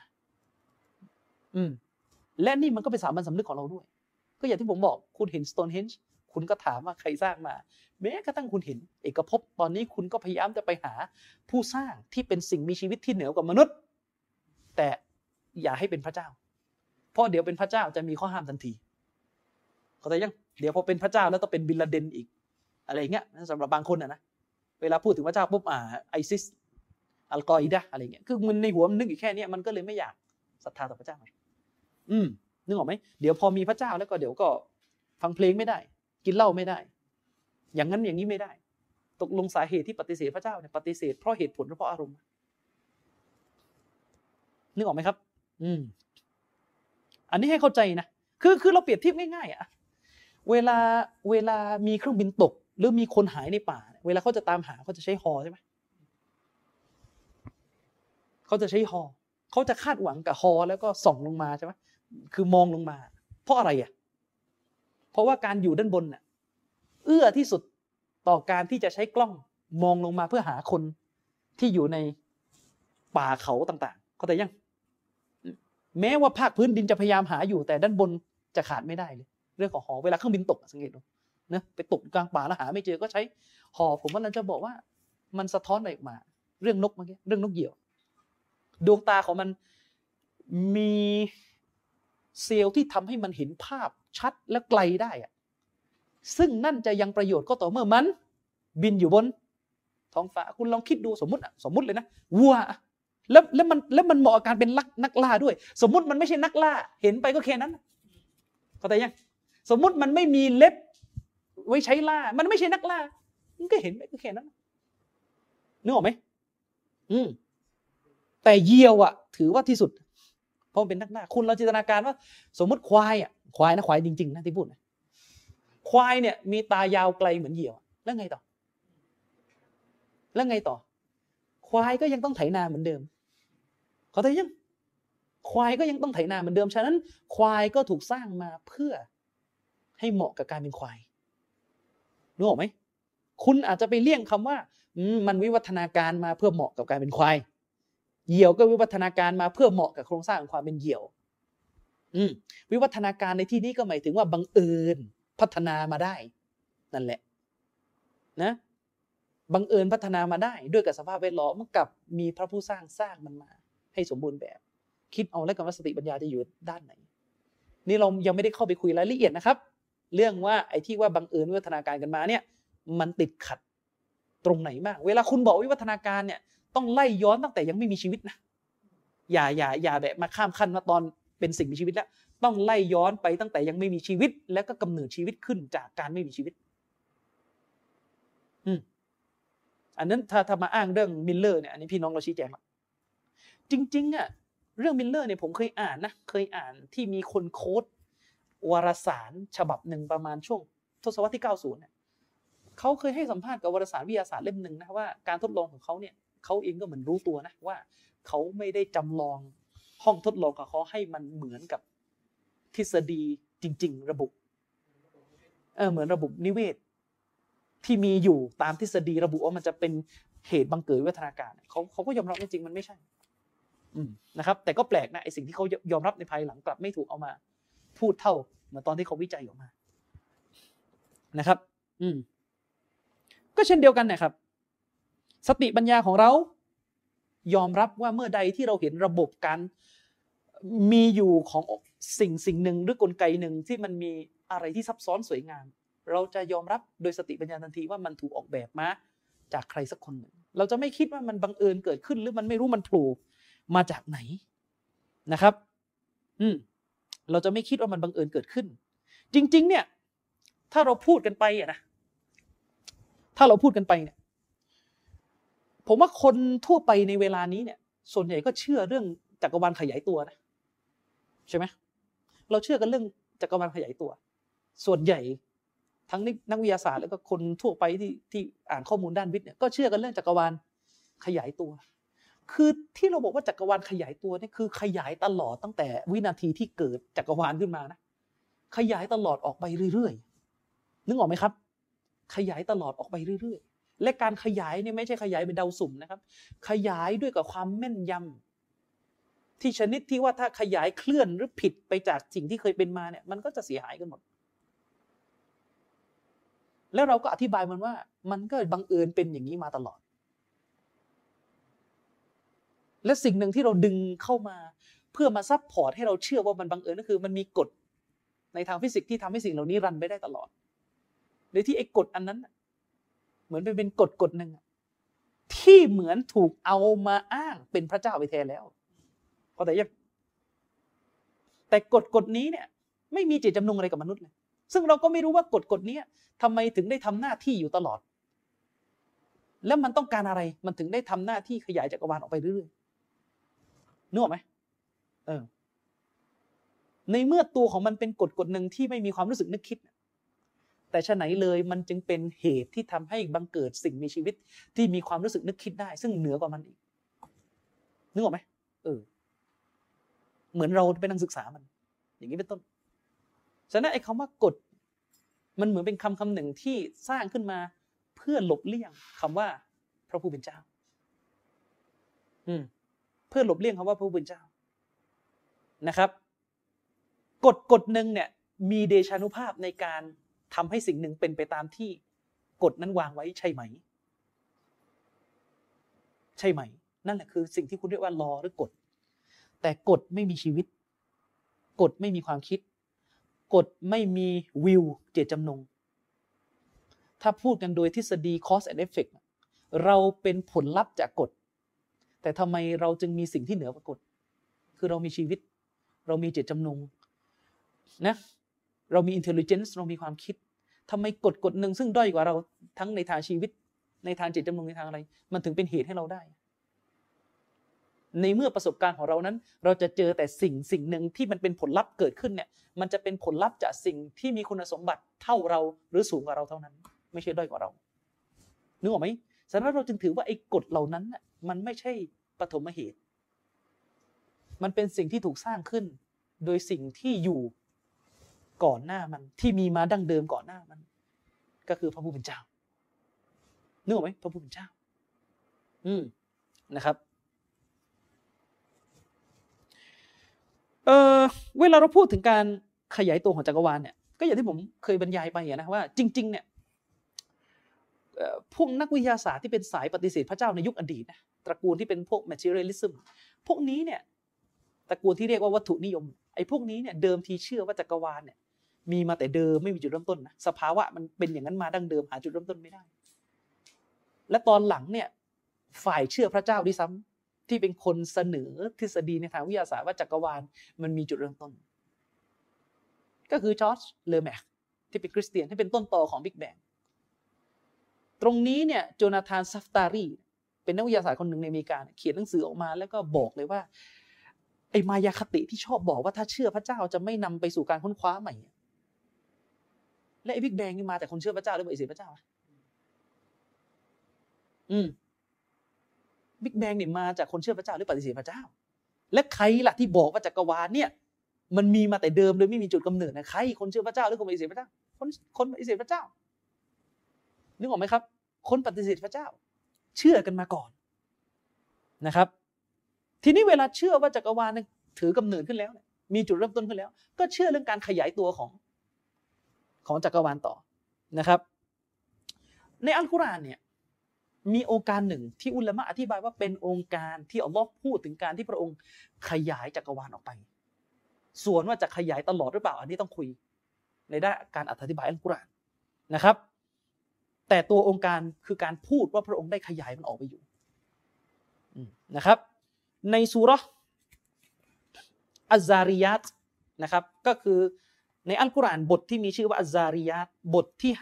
และนี่มันก็เป็นสามัญสำนึกของเราด้วยก็อย่างที่ผมบอกคุณเห็น Stonehenge คุณก็ถามว่าใครสร้างมาแม้กระทั่งคุณเห็นเอกภพตอนนี้คุณก็พยายามจะไปหาผู้สร้างที่เป็นสิ่งมีชีวิตที่เหนือกว่ามนุษย์แต่อย่าให้เป็นพระเจ้าเพราะเดี๋ยวเป็นพระเจ้าจะมีข้อห้ามทันทีเข้าใจยังเดี๋ยวพอเป็นพระเจ้าแล้วต้องเป็นบินลาเดนอีกอะไรอย่างเงี้ยสำหรับบางคนนะเวลาพูดถึงพระเจ้าปุ๊บไอซิสอัลกออิดะห์อะไรเงี้ยคือมันในหัวมันนึกอยู่แค่นี้มันก็เลยไม่อยากศรัทธาต่อพระเจ้านึกออกไหมเดี๋ยวพอมีพระเจ้าแล้วก็เดี๋ยวก็ฟังเพลงไม่ได้กินเหล้าไม่ได้อย่างนั้นอย่างนี้ไม่ได้ตกลงสาเหตุที่ปฏิเสธพระเจ้าเนี่ยปฏิเสธเพราะเหตุผลหรือเพราะอารมณ์นึกออกไหมครับอันนี้ให้เข้าใจนะคือเราเปรียบเทียบง่ายๆเวลามีเครื่องบินตกหรือมีคนหายในป่าเวลาเขาจะตามหาเขาจะใช้ฮอใช่ไหมเขาจะใช้ฮอเขาจะคาดหวังกับฮอแล้วก็ส่องลงมาใช่ไหมคือมองลงมาเพราะอะไรเพราะว่าการอยู่ด้านบนน่ะเอื้อที่สุดต่อการที่จะใช้กล้องมองลงมาเพื่อหาคนที่อยู่ในป่าเขาต่างๆเข้าใจยังแม้ว่าภาคพื้นดินจะพยายามหาอยู่แต่ด้านบนจะขาดไม่ได้เลยเรื่องของหอเวลาเครื่องบินตกสังเกตดูนะไปตกกลางป่าแล้วหาไม่เจอก็ใช้หอผมว่าเราจะบอกว่ามันสะท้อนอะไรออกมาเรื่องนกเมื่อกี้เรื่องนกเหยี่ยวดวงตาของมันมีเซลล์ที่ทำให้มันเห็นภาพชัดและไกลได้ซึ่งนั่นจะยังประโยชน์ก็ต่อเมื่อมันบินอยู่บนท้องฟ้าคุณลองคิดดูสมมุติเลยนะวัวแล้วมันเหมาะกับการเป็นนักล่าด้วยสมมุติมันไม่ใช่นักล่าเห็นไปก็แค่นั้นเข้าใจยังสมมุติมันไม่มีเล็บไว้ใช้ล่ามันไม่ใช่นักล่ามันก็เห็นไปก็แค่นั้นนึกออกไหมแต่เหยี่ยวถือว่าที่สุดเพราะเป็นนักล่าคุณเราจินตนาการว่าสมมุติควายนะควายจริงๆนะที่พูดนะควายเนี่ยมีตายาวไกลเหมือนเหยี่ยวแล้วไงต่อควายก็ยังต้องไถนาเหมือนเดิมเข้าใจยังควายก็ยังต้องไถนาเหมือนเดิมฉะนั้นควายก็ถูกสร้างมาเพื่อให้เหมาะกับการเป็นควายรู้ออกไหมคุณอาจจะไปเลี่ยงคำว่ามันวิวัฒนาการมาเพื่อเหมาะกับการเป็นควายเหยี่ยวก็วิวัฒนาการมาเพื่อเหมาะกับโครงสร้างของความเป็นเหยี่ยววิวัฒนาการในที่นี้ก็หมายถึงว่าบังเอิญพัฒนามาได้นั่นแหละนะบังเอิญพัฒนามาได้ด้วยกับสภาพแวดล้อมกับมีพระผู้สร้างมันมาให้สมบูรณ์แบบคิดเอาแล้วกันว่าสติปัญญาจะอยู่ด้านไหนนี่เรายังไม่ได้เข้าไปคุยรายละเอียดนะครับเรื่องว่าไอ้ที่ว่าบังเอิญวิวัฒนาการกันมาเนี่ยมันติดขัดตรงไหนบ้างเวลาคุณบอกวิวัฒนาการเนี่ยต้องไล่ย้อนตั้งแต่ยังไม่มีชีวิตนะอย่าแบบมาข้ามขั้นมาตอนเป็นสิ่งมีชีวิตแล้วต้องไล่ย้อนไปตั้งแต่ยังไม่มีชีวิตแล้วก็กำเนิดชีวิตขึ้นจากการไม่มีชีวิตอันนั้นถ้ามาอ้างเรื่องมิลเลอร์เนี่ยอันนี้พี่น้องเราชี้แจงละจริงๆอ่ะเรื่องมิลเลอร์เนี่ยผมเคยอ่านที่มีคนโค้ดวารสารฉบับหนึ่งประมาณช่วงทศวรรษที่90เนี่ยเขาเคยให้สัมภาษณ์กับวารสารวิทยาศาสตร์เล่มหนึ่งนะว่าการทดลองของเขาเนี่ยเขาเองก็เหมือนรู้ตัวนะว่าเขาไม่ได้จำลองห้องทดลองของเขาให้มันเหมือนกับทฤษฎีจริงๆระบบเหมือนระบบนิเวศที่มีอยู่ตามทฤษฎีระบุว่ามันจะเป็นเหตุบังเกิดวิวัฒนาการเขาก็ยอมรับจริงๆมันไม่ใช่นะครับแต่ก็แปลกนะไอสิ่งที่เขายอมรับในภายหลังกลับไม่ถูกเอามาพูดเท่าเหมือนตอนที่เขาวิจัยออกมานะครับก็เช่นเดียวกันนะครับสติปัญญาของเรายอมรับว่าเมื่อใดที่เราเห็นระบบการมีอยู่ของสิ่งหนึ่งหรือกลไกหนึ่งที่มันมีอะไรที่ซับซ้อนสวยงามเราจะยอมรับโดยสติปัญญาทันทีว่ามันถูกออกแบบมาจากใครสักคนหนึ่งเราจะไม่คิดว่ามันบังเอิญเกิดขึ้นหรือมันไม่รู้มันโผล่มาจากไหนนะครับเราจะไม่คิดว่ามันบังเอิญเกิดขึ้นจริงๆเนี่ยถ้าเราพูดกันไปนะถ้าเราพูดกันไปเนี่ยผมว่าคนทั่วไปในเวลานี้เนี่ยส่วนใหญ่ก็เชื่อเรื่องจักรวาลขยายตัวนะใช่ไหมเราเชื่อกันเรื่องจักรวาลขยายตัวส่วนใหญ่ทั้งนักวิทยาศาสตร์แล้วก็คนทั่วไปที่อ่านข้อมูลด้านวิทย์เนี่ยก็เชื่อกันเรื่องจักรวาลขยายตัวคือที่เราบอกว่าจักรวาลขยายตัวนี่คือขยายตลอดตั้งแต่วินาทีที่เกิดจักรวาลขึ้นมานะขยายตลอดออกไปเรื่อยๆนึกออกไหมครับขยายตลอดออกไปเรื่อยๆและการขยายเนี่ยไม่ใช่ขยายเป็นเดาสุ่มนะครับขยายด้วยกับความแม่นยำที่ชนิดที่ว่าถ้าขยายเคลื่อนหรือผิดไปจากสิ่งที่เคยเป็นมาเนี่ยมันก็จะเสียหายกันหมดแล้วเราก็อธิบายมันว่ามันก็บังเอิญเป็นอย่างนี้มาตลอดและสิ่งหนึ่งที่เราดึงเข้ามาเพื่อมาซัพพอร์ตให้เราเชื่อว่ามันบังเอิญก็คือมันมีกฎในทางฟิสิกส์ที่ทำให้สิ่งเหล่านี้รันไปได้ตลอดโดยที่ไอ้กฎอันนั้นเหมือนเป็นกฎหนึ่งที่เหมือนถูกเอามาอ้างเป็นพระเจ้าไปแทนแล้วเข้าใจยังแต่กฎนี้เนี่ยไม่มีเจตจำนงอะไรกับมนุษย์เลยซึ่งเราก็ไม่รู้ว่ากฎนี้ทำไมถึงได้ทำหน้าที่อยู่ตลอดแล้วมันต้องการอะไรมันถึงได้ทำหน้าที่ขยายจักรวาลออกไปเรื่อยๆนึกออกไหมในเมื่อตัวของมันเป็นกฎหนึ่งที่ไม่มีความรู้สึกนึกคิดแต่ฉะไหนเลยมันจึงเป็นเหตุที่ทำให้บังเกิดสิ่งมีชีวิตที่มีความรู้สึกนึกคิดได้ซึ่งเหนือกว่ามันอีกนึกออกไหมเหมือนเราไปนั่งศึกษามันอย่างนี้เป็นต้นฉะนั้นไอ้คำว่ากฎมันเหมือนเป็นคำหนึ่งที่สร้างขึ้นมาเพื่อหลบเลี่ยงคำว่าพระผู้เป็นเจ้าเพื่อหลบเลี่ยงคำว่าพระผู้เป็นเจ้านะครับกฎหนึ่งเนี่ยมีเดชานุภาพในการทำให้สิ่งหนึ่งเป็นไปตามที่กฎนั้นวางไว้ใช่ไหมใช่ไหมนั่นแหละคือสิ่งที่คุณเรียกว่าลอหรือกฎแต่กฎไม่มีชีวิตกฎไม่มีความคิดกฎไม่มีวิวเจตจำนงถ้าพูดกันโดยทฤษฎี cause and effect เราเป็นผลลัพธ์จากกฎแต่ทำไมเราจึงมีสิ่งที่เหนือกว่ากฎคือเรามีชีวิตเรามีเจตจำนงนะเรามี intelligence เรามีความคิดทำไมกฎหนึ่งซึ่งด้อยกว่าเราทั้งในทางชีวิตในทางเจตจำนงในทางอะไรมันถึงเป็นเหตุให้เราได้ในเมื่อประสบการณ์ของเรานั้นเราจะเจอแต่สิ่งหนึ่งที่มันเป็นผลลัพธ์เกิดขึ้นเนี่ยมันจะเป็นผลลัพธ์จากสิ่งที่มีคุณสมบัติเท่าเราหรือสูงกว่าเราเท่านั้นไม่ใช่ด้อยกว่าเรานึกออกไหมฉะนั้นเราจึงถือว่าไอ้กฎเหล่านั้นน่ะมันไม่ใช่ปฐมเหตุมันเป็นสิ่งที่ถูกสร้างขึ้นโดยสิ่งที่อยู่ก่อนหน้ามันที่มีมาดั้งเดิมก่อนหน้ามันก็คือพระผู้เป็นเจ้านึกออกไหมพระผู้เป็นเจ้านะครับเวลาเราพูดถึงการขยายตัวของจักรวาลเนี่ยก็อย่างที่ผมเคยบรรยายไปนะว่าจริงๆเนี่ยพวกนักวิทยาศาสตร์ที่เป็นสายปฏิเสธพระเจ้าในยุคอดีตนะตระกูลที่เป็นพวก materialism พวกนี้เนี่ยตระกูลที่เรียกว่าวัตถุนิยมไอ้พวกนี้เนี่ยเดิมทีเชื่อว่าจักรวาลเนี่ยมีมาแต่เดิมไม่มีจุดเริ่มต้นนะสภาวะมันเป็นอย่างนั้นมาดั้งเดิมหาจุดเริ่มต้นไม่ได้และตอนหลังเนี่ยฝ่ายเชื่อพระเจ้าด้วยซ้ำที่เป็นคนเสนอทฤษฎีในทางวิทยาศาสตร์ว่าจักรวาลมันมีจุดเริ่มต้นก็คือจอร์จเลอแม็กที่เป็นคริสเตียนที่เป็นต้นตอของบิ๊กแบงตรงนี้เนี่ยโจนาธานซัฟตารีเป็นนักวิทยาศาสตร์คนหนึ่งในอเมริกาเขียนหนังสือออกมาแล้วก็บอกเลยว่าไอ้มายาคติที่ชอบบอกว่าถ้าเชื่อพระเจ้าจะไม่นำไปสู่การค้นคว้าใหม่และไอ้บิ๊กแบงนี่มาแต่คนเชื่อพระเจ้าหรือปฏิเสธพระเจ้าบิ๊กแบงเนี่ยมาจากคนเชื่อพระเจ้าหรือปฏิเสธพระเจ้าและใครล่ะที่บอกว่าจักรวาลเนี่ยมันมีมาแต่เดิมโดยไม่มีจุดกำเนิดนะใครคนเชื่อพระเจ้าหรือคนปฏิเสธพระเจ้าคนปฏิเสธพระเจ้านึกออกไหมครับคนปฏิเสธพระเจ้าเชื่อกันมาก่อนนะครับทีนี้เวลาเชื่อว่าจักรวาลเนี่ยถือกำเนิดขึ้นแล้วมีจุดเริ่มต้นขึ้นแล้วก็เชื่อเรื่องการขยายตัวของจักรวาลต่อนะครับในอัลกุรอานเนี่ยมีองค์การหนึ่งที่อุลามะอธิบายว่าเป็นองค์การที่อัลลอฮ์พูดถึงการที่พระองค์ขยายจักรวาลออกไปส่วนว่าจะขยายตลอดหรือเปล่าอันนี้ต้องคุยในด้านการอธิบายอัลกุรอานนะครับแต่ตัวองค์การคือการพูดว่าพระองค์ได้ขยายมันออกไปอยู่นะครับในซูเราะห์อัซซาริยัตนะครับก็คือในอัลกุรอานบทที่มีชื่อว่าอัซซาริยัตบทที่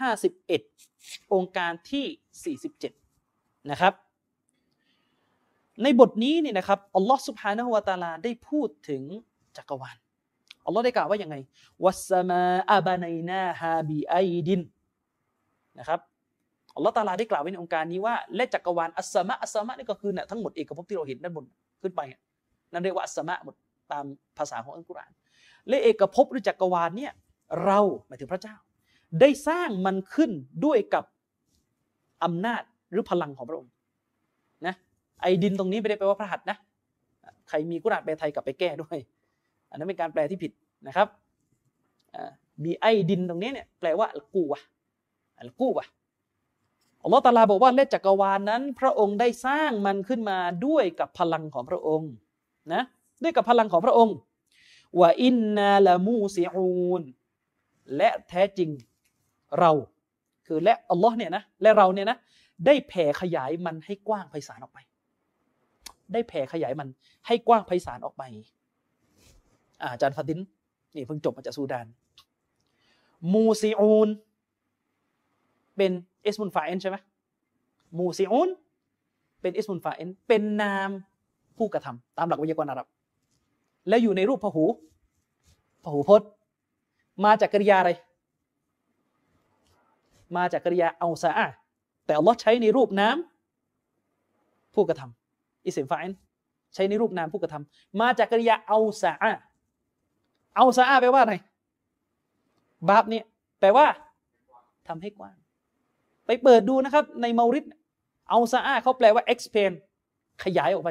51องค์การที่47นะครับในบทนี้เนี่ยนะครับอัลลอฮฺซุบฮานะฮูวะตะอาลาได้พูดถึงจักรวาลอัลลอฮ์ได้กล่าวว่ายังไงวัสสมาอะบะนัยนาฮาบิอัยดินนะครับอัลลอฮ์ตะอาลาได้กล่าวไว้ในองค์การนี้ว่าและจักรวาลอัสสมะนี่ก็คือเนี่ยทั้งหมดเอกภพที่เราเห็นด้านบนขึ้นไปนั่นเรียกว่าอัสสมะหมดตามภาษาของอัลกุรอานและเอกภพหรือจักรวาลเนี่ยเราหมายถึงพระเจ้าได้สร้างมันขึ้นด้วยกับอำนาจหรือพลังของพระองค์นะไอดินตรงนี้ไม่ได้แปลว่าพระหัตถ์นะใครมีกุรอานแปลไทยกลับไปแก้ด้วยอันนั้นเป็นการแปลที่ผิดนะครับมีไอดินตรงนี้เนี่ยแปลว่าอัลกูวะอัลกูวะอัลลอฮฺตะอาลาบอกว่าและจักรวาลนั้นพระองค์ได้สร้างมันขึ้นมาด้วยกับพลังของพระองค์นะด้วยกับพลังของพระองค์ว่าอินนาละมูซิอูนและแท้จริงเราคือและอัลลอฮ์เนี่ยนะและเราเนี่ยนะได้แผ่ขยายมันให้กว้างไพศาลออกไปได้แผ่ขยายมันให้กว้างไพศาลออกไปอาจารย์ฟาตินนี่เพิ่งจบมาจากซูดานมูซิอูนเป็นอิสมุนฟาอิลใช่ไหมมูซิอูนเป็นอิสมุนฟาอิลเป็นนามผู้กระทำตามหลักไวยากรณ์อาหรับและอยู่ในรูปพหูพจน์มาจากกริยาอะไรมาจากกริยาเอาซาอะแต่อัลลอฮ์ใช้ในรูปนามผู้กระทำอิสมุนฟาอิลใช้ในรูปนามผู้กระทำมาจากกริยาเอาซาอะแปลว่าอะไรบาปเนี่ยแปลว่าทำให้กว้างไปเปิดดูนะครับในเมาริดเอาซาอะเขาแปลว่า expand ขยายออกไป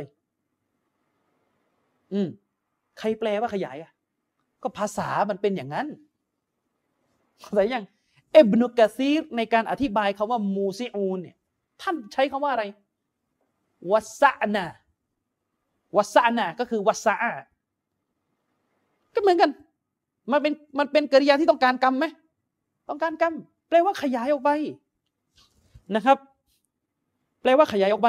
ใครแปลว่าขยายอ่ะก็ภาษามันเป็นอย่างนั้นเข้าใจยังอิบนุกะซีรในการอธิบายคำว่ามูซิอูนเนี่ยท่านใช้คำว่าอะไรวัสซะนาก็คือวัสซะอะก็เหมือนกันมันเป็นกริยาที่ต้องการกรรมไหมต้องการกรรมแปลว่าขยายออกไปนะครับแปลว่าขยายออกไป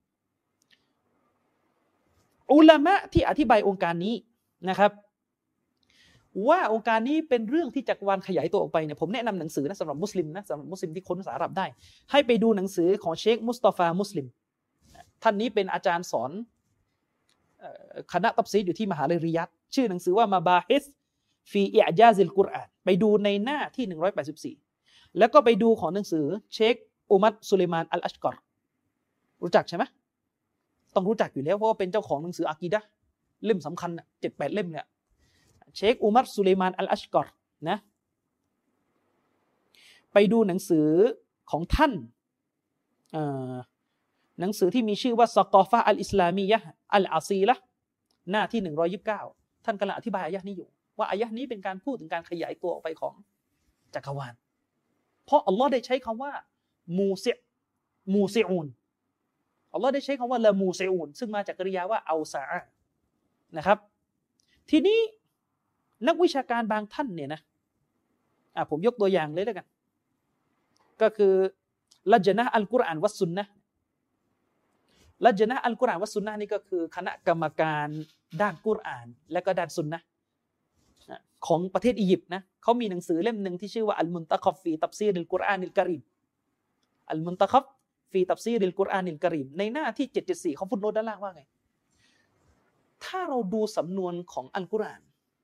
อุลามะที่อธิบายองค์การนี้นะครับว่าองค์การนี้เป็นเรื่องที่จักรวาลขยายตัวออกไปเนี่ยผมแนะนำหนังสือนะสำหรับมุสลิมนะสำหรับมุสลิมที่ค้นภาษาอาหรับได้ให้ไปดูหนังสือของเชคมุสตอฟามุสลิมท่านนี้เป็นอาจารย์สอนคณะตัฟซีรอยู่ที่มหาวิทยาลัยริยัดชื่อหนังสือว่ามาบาฮิสฟีอิอ์ญาซิลกุรอานไปดูในหน้าที่184แล้วก็ไปดูของหนังสือเชคอุมัรสุลัยมานอัลอัชกอรรู้จักใช่ไหมต้องรู้จักอยู่แล้วเพราะว่าเป็นเจ้าของหนังสืออากีดะห์เล่มสำคัญ7-8 เล่มเนี่ยเชคอุมัรสุลัยมานอัลอัชกอรนะไปดูหนังสือของท่านหนังสือที่มีชื่อว่าซะกอฟะอัลอิสลามียะห์อัลอาซีละห์หน้าที่129ท่านกำลังอธิบายอายะห์นี้อยู่ว่าอายะห์นี้เป็นการพูดถึงการขยายตัวออกไปของจักรวาลเพราะอัลลอฮ์ได้ใช้คำว่ามูซิอูนอัลลอฮ์ได้ใช้คำว่าละมูซิอูนซึ่งมาจากกริยาว่าเอาซาอะนะครับทีนี้นักวิชาการบางท่านเนี่ยนะผมยกตัวอย่างเลยแล้วกันก็คือละญะนะห์อัลกุรอานวัสซุนนะห์ละญะนะห์อัลกุรอานวัสซุนนะห์นี่ก็คือคณะกรรมการด้านกุรอานและก็ด้านซุนนะห์ของประเทศอียิปต์นะเขามีหนังสือเล่มหนึ่งที่ชื่อว่าอัลมุนตะคอฟฟีตัฟซีริลกุรอานิลกะรีมอัลมุนตะคอฟฟีตัฟซีริลกุรอานิลกะรีมในหน้าที่774เขาฟุตโนตด้านล่างว่าไงถ้าเราดูสำนวนของอัลกุรอาน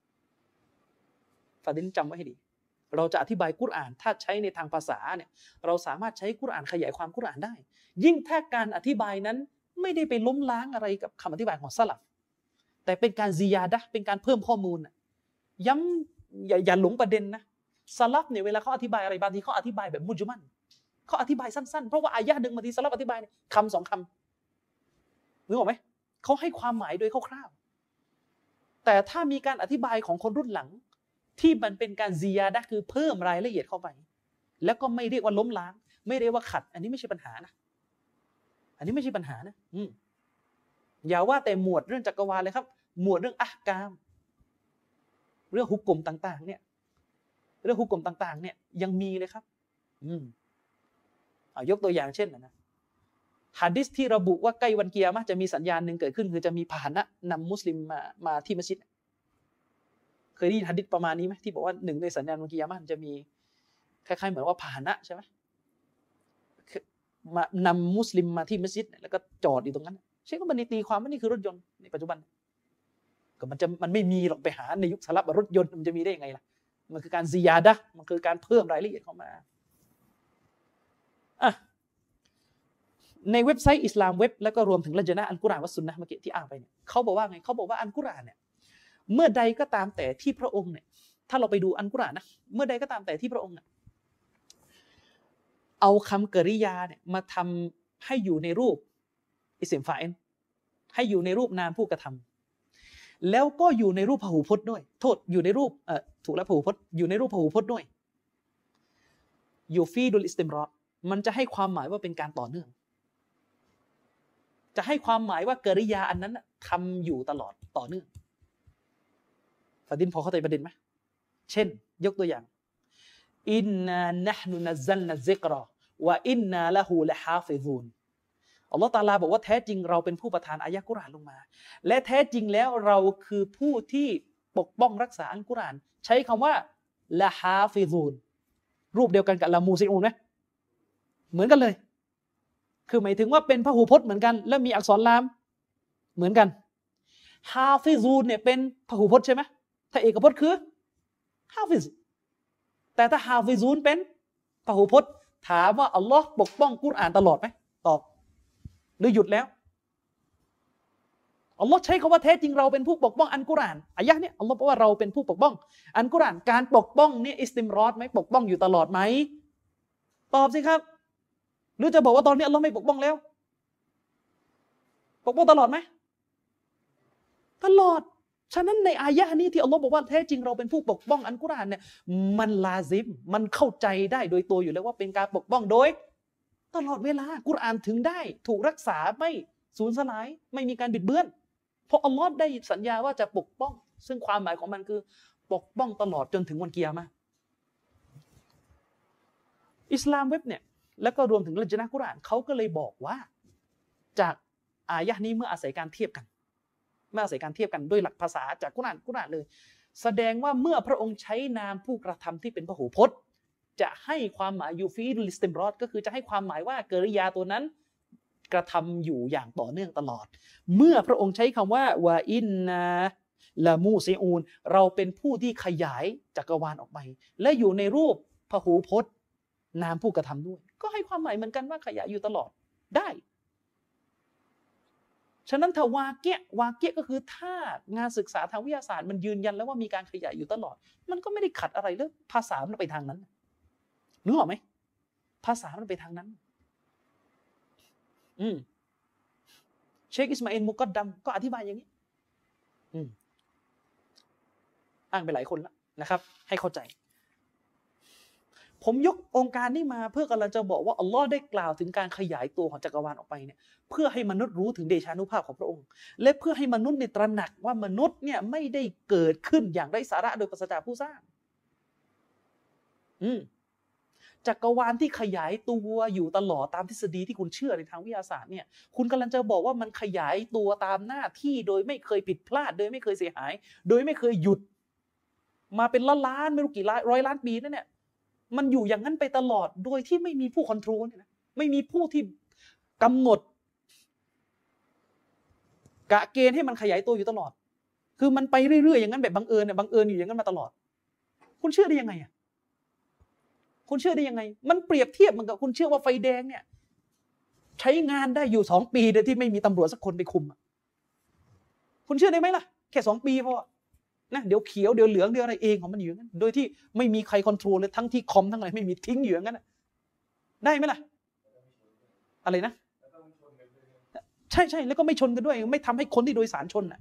ฟาดินจำไว้ให้ดีเราจะอธิบายกุรอานถ้าใช้ในทางภาษาเนี่ยเราสามารถใช้กุรอานขยายความกุรอานได้ยิ่งถ้าการอธิบายนั้นไม่ได้ไปล้มล้างอะไรกับคำอธิบายของซะลัฟแต่เป็นการซิยาดะห์เป็นการเพิ่มข้อมูลย้ำอย่าหลงประเด็นนะซะลัฟเนี่ยเวลาเขาอธิบายอะไรบางทีเขาอธิบายแบบมุจมันเขาอธิบายสั้นๆเพราะว่าอายะห์หนึ่งบางทีซะลัฟอธิบายคำสองคำนึกออกไหมเขาให้ความหมายโดยคร่าวๆแต่ถ้ามีการอธิบายของคนรุ่นหลังที่มันเป็นการซิยาดะห์คือเพิ่มรายละเอียดเข้าไปแล้วก็ไม่เรียกว่าล้มล้างไม่เรียกว่าขัดอันนี้ไม่ใช่ปัญหานะอันนี้ไม่ใช่ปัญหานะอย่าว่าแต่หมวดเรื่องจักรวาลเลยครับหมวดเรื่องอะห์กามเรื่องฮุกกลมต่างๆเนี่ยเรื่องฮุกกลมต่างๆเนี่ยยังมีเลยครับยกตัวอย่างเช่นนะหะดีษที่ระบุว่าใกล้วันกิยามะห์จะมีสัญญาณหนึ่งเกิดขึ้นคือจะมีพาหนะนำมุสลิมมาที่มัสยิดเคยได้ยินหะดีษประมาณนี้ไหมที่บอกว่าหนึ่งในสัญญาณวันกิยามะห์จะมีคล้ายๆเหมือนว่าพาหนะใช่ไหมมานำมุสลิมมาที่มัสยิดแล้วก็จอดอยู่ตรงนั้นเชคก็บันตีความว่านี่คือรถยนต์ในปัจจุบันก็มันไม่มีหรอกไปหาในยุคสลับรถยนต์มันจะมีได้ยังไงล่ะมันคือการซิยาดะห์มันคือการเพิ่มรายละเอียดเข้ามาในเว็บไซต์อิสลามเว็บแล้วก็รวมถึงละญะนะห์อัลกุรอานวัสซุนนะห์เมื่อกี้ที่อ่านไปเนี่ยเขาบอกว่าไงเขาบอกว่าอัลกุรอานเนี่ยเมื่อใดก็ตามแต่ที่พระองค์เนี่ยถ้าเราไปดูอัลกุรอานนะเมื่อใดก็ตามแต่ที่พระองค์เนี่ยเอาคำกริยาเนี่ยมาทำให้อยู่ในรูปอิสมฟาอิลให้อยู่ในรูปนามผู้กระทำแล้วก็อยู่ในรูปพหูพจน์ด้วยโทษอยู่ในรูปถูกแล้วพหูพจน์อยู่ในรูปพหูพจน์ด้วยยูฟีดุลอิสติมรอดมันจะให้ความหมายว่าเป็นการต่อเนื่องจะให้ความหมายว่ากริยาอันนั้นทำอยู่ตลอดต่อเนื่องฟาดินพอเข้าใจประเด็นไหมเช่นยกตัวอย่างอินนานะห์นุนัซซัลนะซิกรอวะอินนาละฮูละฮาฟิซูนอัลลอฮฺตะอาลาบอกว่าแท้จริงเราเป็นผู้ประทานอายะห์กุรอานลงมาและแท้จริงแล้วเราคือผู้ที่ปกป้องรักษาอัลกุรอานใช้คำว่าละฮาฟิซูนรูปเดียวกันกับละมูซิอูนไหมเหมือนกันเลยคือหมายถึงว่าเป็นพหูพจน์เหมือนกันและมีอักษรลามเหมือนกันฮาฟิซูนเนี่ยเป็นพหูพจน์ใช่ไหมถ้าเอกพจน์คือฮาฟิซแต่ถ้าฮาฟิซูนเป็นพหูพจน์ถามว่าอัลลอฮ์ปกป้องกุรอานตลอดไหมตอบหรือหยุดแล้วอัลลอฮ์ใช้คำว่าแท้จริงเราเป็นผู้ปกป้องอัลกุรอานอายะห์เนี่ยอัลลอฮ์บอกว่าเราเป็นผู้ปกป้องอัลกุรอานการปกป้องเนี่ยอิสติมรอดไหมปกป้องอยู่ตลอดไหมตอบสิครับหรือจะบอกว่าตอนนี้อัลลอฮ์ไม่ปกป้องแล้วปกป้องตลอดไหมตลอดฉะนั้นในอายะห์นี้ที่อัลลอฮ์บอกว่าแท้จริงเราเป็นผู้ปกป้องอัลกุรอานเนี่ยมันลาซิมมันเข้าใจได้โดยตัวอยู่แล้วว่าเป็นการปกป้องโดยตลอดเวลากุรอานถึงได้ถูกรักษาไม่สูญสลายไม่มีการบิดเบือนเพราะอัลลอฮ์ได้สัญญาว่าจะปกป้องซึ่งความหมายของมันคือปกป้องตลอดจนถึงวันกิยามะห์อิสลามเว็บเนี่ยแล้วก็รวมถึงละญะนะห์กุรอานเขาก็เลยบอกว่าจากอายะห์นี้เมื่ออาศัยการเทียบกันด้วยหลักภาษาจากกุรอานเลยแสดงว่าเมื่อพระองค์ใช้นามผู้กระทำที่เป็นพหูพจน์จะให้ความหมายยูฟีดุลิสติมรอดก็คือจะให้ความหมายว่ากริยาตัวนั้นกระทำอยู่อย่างต่อเนื่องตลอดเมื่อพระองค์ใช้คำว่าวะอินนาละมูซิอูนเราเป็นผู้ที่ขยายจักรวาลออกไปและอยู่ในรูปพหูพจน์นามผู้กระทำด้วยก็ให้ความหมายเหมือนกันว่าขยายอยู่ตลอดได้ฉะนั้นถ้าวาเกะก็คือถ้างานศึกษาทางวิทยาศาสตร์มันยืนยันแล้วว่ามีการขยายอยู่ตลอดมันก็ไม่ได้ขัดอะไรเลยภาษามันไปทางนั้นนึกออกไหมภาษามันไปทางนั้นเชคอิสมาอิลมุกัดดัมก็อธิบายอย่างนี้อ้างไปหลายคนแล้วนะครับให้เข้าใจผมยกองค์การนี้มาเพื่อกำลังจะบอกว่าอัลลอฮ์ได้กล่าวถึงการขยายตัวของจักรวาลออกไปเนี่ยเพื่อให้มนุษย์รู้ถึงเดชานุภาพของพระองค์และเพื่อให้มนุษย์ตระหนักว่ามนุษย์เนี่ยไม่ได้เกิดขึ้นอย่างไร้สาระโดยปราศจากผู้สร้างจักรวาลที่ขยายตัวอยู่ตลอดตามทฤษฎีที่คุณเชื่อในทางวิทยาศาสตร์เนี่ยคุณกำลังจะบอกว่ามันขยายตัวตามหน้าที่โดยไม่เคยผิดพลาดโดยไม่เคยเสียหายโดยไม่เคยหยุดมาเป็นล้านไม่รู้กี่ร้อยล้านปีนั่นเนี่ยมันอยู่อย่างนั้นไปตลอดโดยที่ไม่มีผู้คอนโทรลเนี่ยนะไม่มีผู้ที่กำหนดกะเกณฑ์ให้มันขยายตัวอยู่ตลอดคือมันไปเรื่อยๆอย่างนั้นแบบบังเอิญเนี่ยบังเอิญอยู่อย่างนั้นมาตลอดคุณเชื่อได้ยังไงอ่ะคุณเชื่อได้ยังไงมันเปรียบเทียบมันกับคุณเชื่อว่าไฟแดงเนี่ยใช้งานได้อยู่2 ปีโดยที่ไม่มีตำรวจสักคนไปคุมคุณเชื่อได้ไหมล่ะแค่2 ปีพอนะเดี๋ยวเขียวเดี๋ยวเหลืองเดี๋ยวอะไรเองของมันอยู่อย่างนั้นโดยที่ไม่มีใครคอนโทรลเลยทั้งที่คอมทั้งอะไรไม่มีทิ้งอยู่อย่างนั้นได้ไหมล่ะอะไรนะใช่แล้วก็ไม่ชนกันด้วยไม่ทำให้คนที่โดยสารชนอ่ะ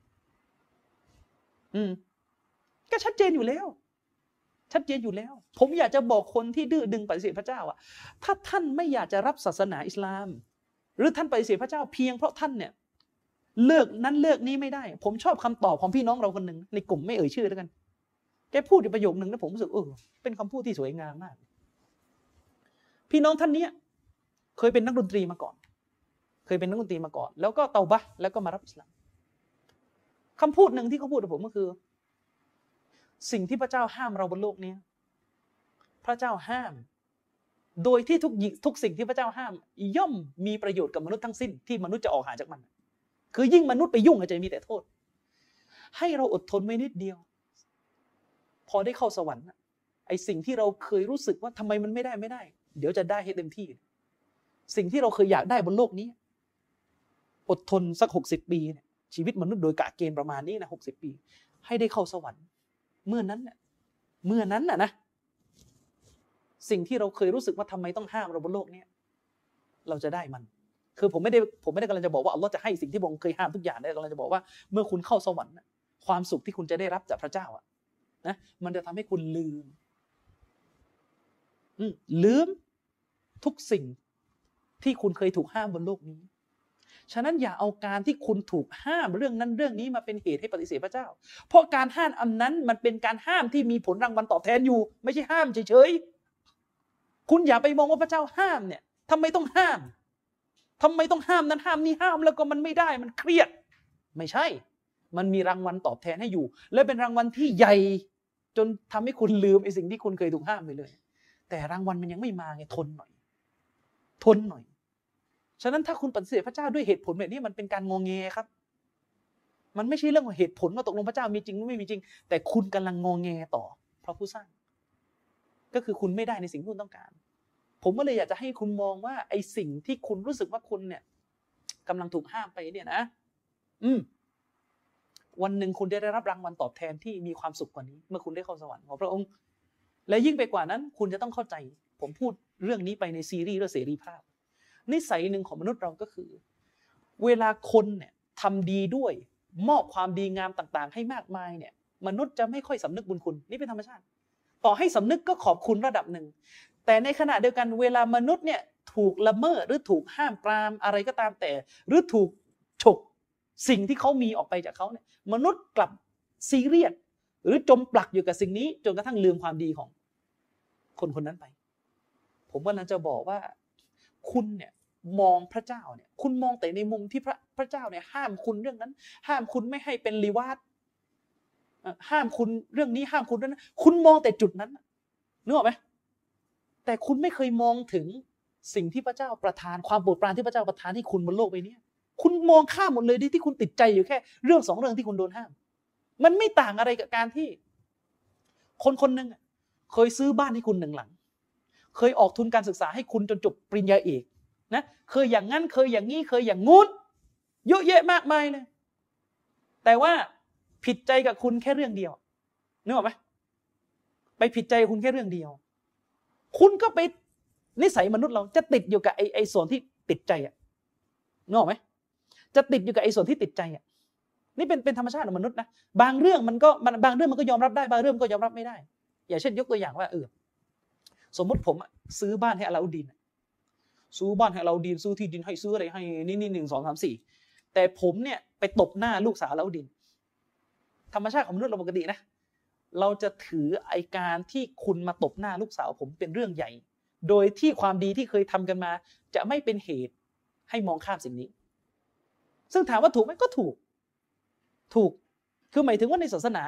ก็ชัดเจนอยู่แล้วชัดเจนอยู่แล้วผมอยากจะบอกคนที่ดื้อดึงปฏิเสธพระเจ้าอ่ะถ้าท่านไม่อยากจะรับศาสนาอิสลามหรือท่านปฏิเสธพระเจ้าเพียงเพราะท่านเนี่ยเลิกนั้นเลิกนี้ไม่ได้ผมชอบคำตอบของพี่น้องเราคนหนึ่งในกลุ่มไม่เอ่ยชื่อแล้วกันแกพูดอยู่ประโยคนึงแล้วผมรู้สึกเป็นคำพูดที่สวยงามมากพี่น้องท่านนี้เคยเป็นนักดนตรีมาก่อนแล้วก็เตาบะห์แล้วก็มารับอิสลามคำพูดหนึ่งที่เขาพูดกับผมก็คือสิ่งที่พระเจ้าห้ามเราบนโลกนี้พระเจ้าห้ามโดยที่ทุกสิ่งที่พระเจ้าห้ามย่อมมีประโยชน์กับมนุษย์ทั้งสิ้นที่มนุษย์จะออกห่างจากมันคือยิ่งมนุษย์ไปยุ่งจะมีแต่โทษให้เราอดทนไว้นิดเดียวพอได้เข้าสวรรค์ไอ้สิ่งที่เราเคยรู้สึกว่าทำไมมันไม่ได้เดี๋ยวจะได้ให้เต็มที่สิ่งที่เราเคยอยากได้บนโลกนี้อดทนสัก60 ปีเนี่ยชีวิตมนุษย์โดยกะเกณฑ์ประมาณนี้นะ60 ปีให้ได้เข้าสวรรค์เมื่อนั้นนะสิ่งที่เราเคยรู้สึกว่าทำไมต้องห้ามเราบนโลกนี้เราจะได้มันคือผมไม่ได้กำลังจะบอกว่าอัลลอฮ์จะให้สิ่งที่ผมเคยห้ามทุกอย่างได้กำลังจะบอกว่าเมื่อคุณเข้าสวรรค์ความสุขที่คุณจะได้รับจากพระเจ้านะมันจะทำให้คุณลืมทุกสิ่งที่คุณเคยถูกห้ามบนโลกนี้ฉะนั้นอย่าเอาการที่คุณถูกห้ามเรื่องนั้นเรื่องนี้มาเป็นเหตุให้ปฏิเสธพระเจ้าเพราะการห้ามอันนั้นมันเป็นการห้ามที่มีผลรางวัลตอบแทนอยู่ไม่ใช่ห้ามเฉยๆคุณอย่าไปมองว่าพระเจ้าห้ามเนี่ยทำไมต้องห้ามนั้นห้ามนี่ห้ามแล้วก็มันไม่ได้มันเครียดไม่ใช่มันมีรางวัลตอบแทนให้อยู่และเป็นรางวัลที่ใหญ่จนทำให้คุณลืมไอ้สิ่งที่คุณเคยถูกห้ามไปเลยแต่รางวัลมันยังไม่มาไงทนหน่อยฉะนั้นถ้าคุณปฏิเสธพระเจ้าด้วยเหตุผลแบบนี้มันเป็นการงอแงครับมันไม่ใช่เรื่องของเหตุผลว่าตกลงพระเจ้ามีจริงหรือไม่มีจริงแต่คุณกำลังงอแงต่อพระผู้สร้างก็คือคุณไม่ได้ในสิ่งที่คุณต้องการผมก็เลยอยากจะให้คุณมองว่าไอ้สิ่งที่คุณรู้สึกว่าคุณเนี่ยกำลังถูกห้ามไปเนี่ยนะวันหนึ่งคุณได้รับรางวัลตอบแทนที่มีความสุขกว่านี้เมื่อคุณได้เข้าสวรรค์ของพระองค์และยิ่งไปกว่านั้นคุณจะต้องเข้าใจผมพูดเรื่องนี้ไปในซีรีส์เรื่องเสรีภาพนิสัยหนึ่งของมนุษย์เราก็คือเวลาคนเนี่ยทำดีด้วยมอบความดีงามต่างๆให้มากมายเนี่ยมนุษย์จะไม่ค่อยสำนึกบุญคุณนี่เป็นธรรมชาติต่อให้สำนึกก็ขอบคุณระดับหนึ่งแต่ในขณะเดียวกันเวลามนุษย์เนี่ยถูกละเมิดหรือถูกห้ามปรามอะไรก็ตามแต่หรือถูกฉกสิ่งที่เขามีออกไปจากเขาเนี่ยมนุษย์กลับซีเรียสหรือจมปลักอยู่กับสิ่งนี้จนกระทั่งลืมความดีของคนคนนั้นไปผมกำลังจะบอกว่าคุณเนี่ยมองพระเจ้าเนี่ยคุณมองแต่ในมุมที่พระเจ้าเนี่ยห้ามคุณเรื่องนั้นห้ามคุณไม่ให้เป็นลิวาตห้ามคุณเรื่องนี้ห้ามคุณเรื่องนั้นคุณมองแต่จุดนั้นนึกออกไหมแต่คุณไม่เคยมองถึงสิ่งที่พระเจ้าประทานความโปรดปรานที่พระเจ้าประทานให้คุณบนโลกใบนี้คุณมองข้ามหมดเลยที่คุณติดใจอยู่แค่เรื่อง2 เรื่องที่คุณโดนห้ามมันไม่ต่างอะไรกับการที่คนหนึ่งเคยซื้อบ้านให้คุณ1 หลังเคยออกทุนการศึกษาให้คุณจนจบปริญญาเอกนะเคยอย่างนั้นเคยอย่างนี้เคยอย่างงู้นเยอะแยะมากมายเลยแต่ว่าผิดใจกับคุณแค่เรื่องเดียวนึกออกไหมไปผิดใจคุณแค่เรื่องเดียวคุณก็ไปนิสัยมนุษย์เราจะติดอยู่กับไอ้ส่วนที่ติดใจนึกออกไหมจะติดอยู่กับไอ้ส่วนที่ติดใจนี่เป็นธรรมชาติของมนุษย์นะบางเรื่องมันก็ยอมรับได้บางเรื่องก็ยอมรับไม่ได้อย่างเช่นยกตัวอย่างว่าสมมติผมซื้อบ้านให้อาลาอุดดีนซื้อบ้านให้อาลาอุดดีนซื้อที่ดินให้ซื้ออะไรให้นี่1 2 3 4แต่ผมเนี่ยไปตบหน้าลูกสาวอาลาอุดดีนธรรมชาติของมนุษย์เราปกตินะเราจะถือไอการที่คุณมาตบหน้าลูกสาวผมเป็นเรื่องใหญ่โดยที่ความดีที่เคยทำกันมาจะไม่เป็นเหตุให้มองข้ามสิ่งนี้ซึ่งถามว่าถูกไหมก็ถูกคือหมายถึงว่าในศาสนาเนี่ยก็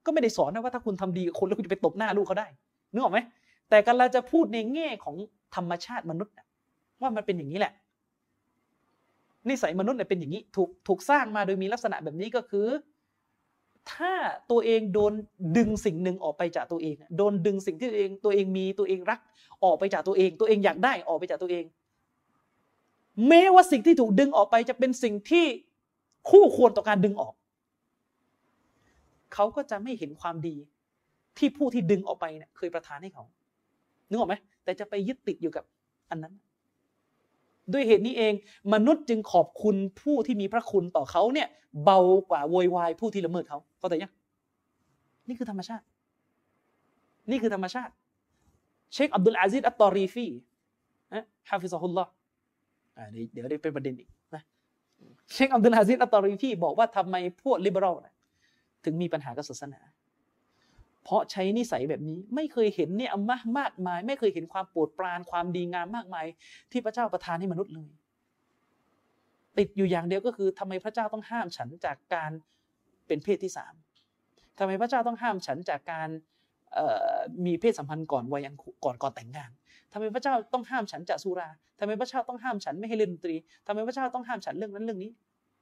ก็ไม่ได้สอนนะว่าถ้าคุณทำดีกับคนแล้วคุณจะไปตบหน้าลูกเขาได้นึกออกไหมแต่กันเราจะพูดในแง่ของธรรมชาติมนุษย์ว่ามันเป็นอย่างนี้แหละนิสัยมนุษย์เนี่ยเป็นอย่างนี้ถูกสร้างมาโดยมีลักษณะแบบนี้ก็คือถ้าตัวเองโดนดึงสิ่งหนึ่งออกไปจากตัวเองโดนดึงสิ่งที่ตัวเองมีตัวเองรักออกไปจากตัวเองอยากได้ออกไปจากตัวเองแม้ว่าสิ่งที่ถูกดึงออกไปจะเป็นสิ่งที่คู่ควรต่อการดึงออกเขาก็จะไม่เห็นความดีที่ผู้ที่ดึงออกไปเนี่ยเคยประทานให้เขานึกออกไหมแต่จะไปยึดติดอยู่กับอันนั้นด้วยเหตุนี้เองมนุษย์จึงขอบคุณผู้ที่มีพระคุณต่อเขาเนี่ยเบากว่าโวยวายผู้ที่ละเมิดเขาเข้าใจยังนี่คือธรรมชาตินี่คือธรรมชาติเชคอับดุลอาซิซอัตตอรีฟีนะฮะฟิซะฮุลลอฮ์เดี๋ยวได้เป็นประเด็นอีกนะเชคอับดุลอาซิซอัตตอรีฟีบอกว่าทำไมพวกลิเบอรัลถึงมีปัญหากับศาสนาเพราะใช้นิสัยแบบนี้ไม่เคยเห็นเนี่ยมากมายไม่เคยเห็นความโปรดปรานความดีงามมากมายที่พระเจ้าประทานให้มนุษย์เลยติดอยู่อย่างเดียวก็คือทำไมพระเจ้าต้องห้ามฉันจากการเป็นเพศที่3ทำไมพระเจ้าต้องห้ามฉันจากการมีเพศสัมพันธ์ก่อนวัยก่อนแต่งงานทำไมพระเจ้าต้องห้ามฉันจากสุราทำไมพระเจ้าต้องห้ามฉันไม่ให้เล่นดนตรีทำไมพระเจ้าต้องห้ามฉันเรื่องนั้นเรื่องนี้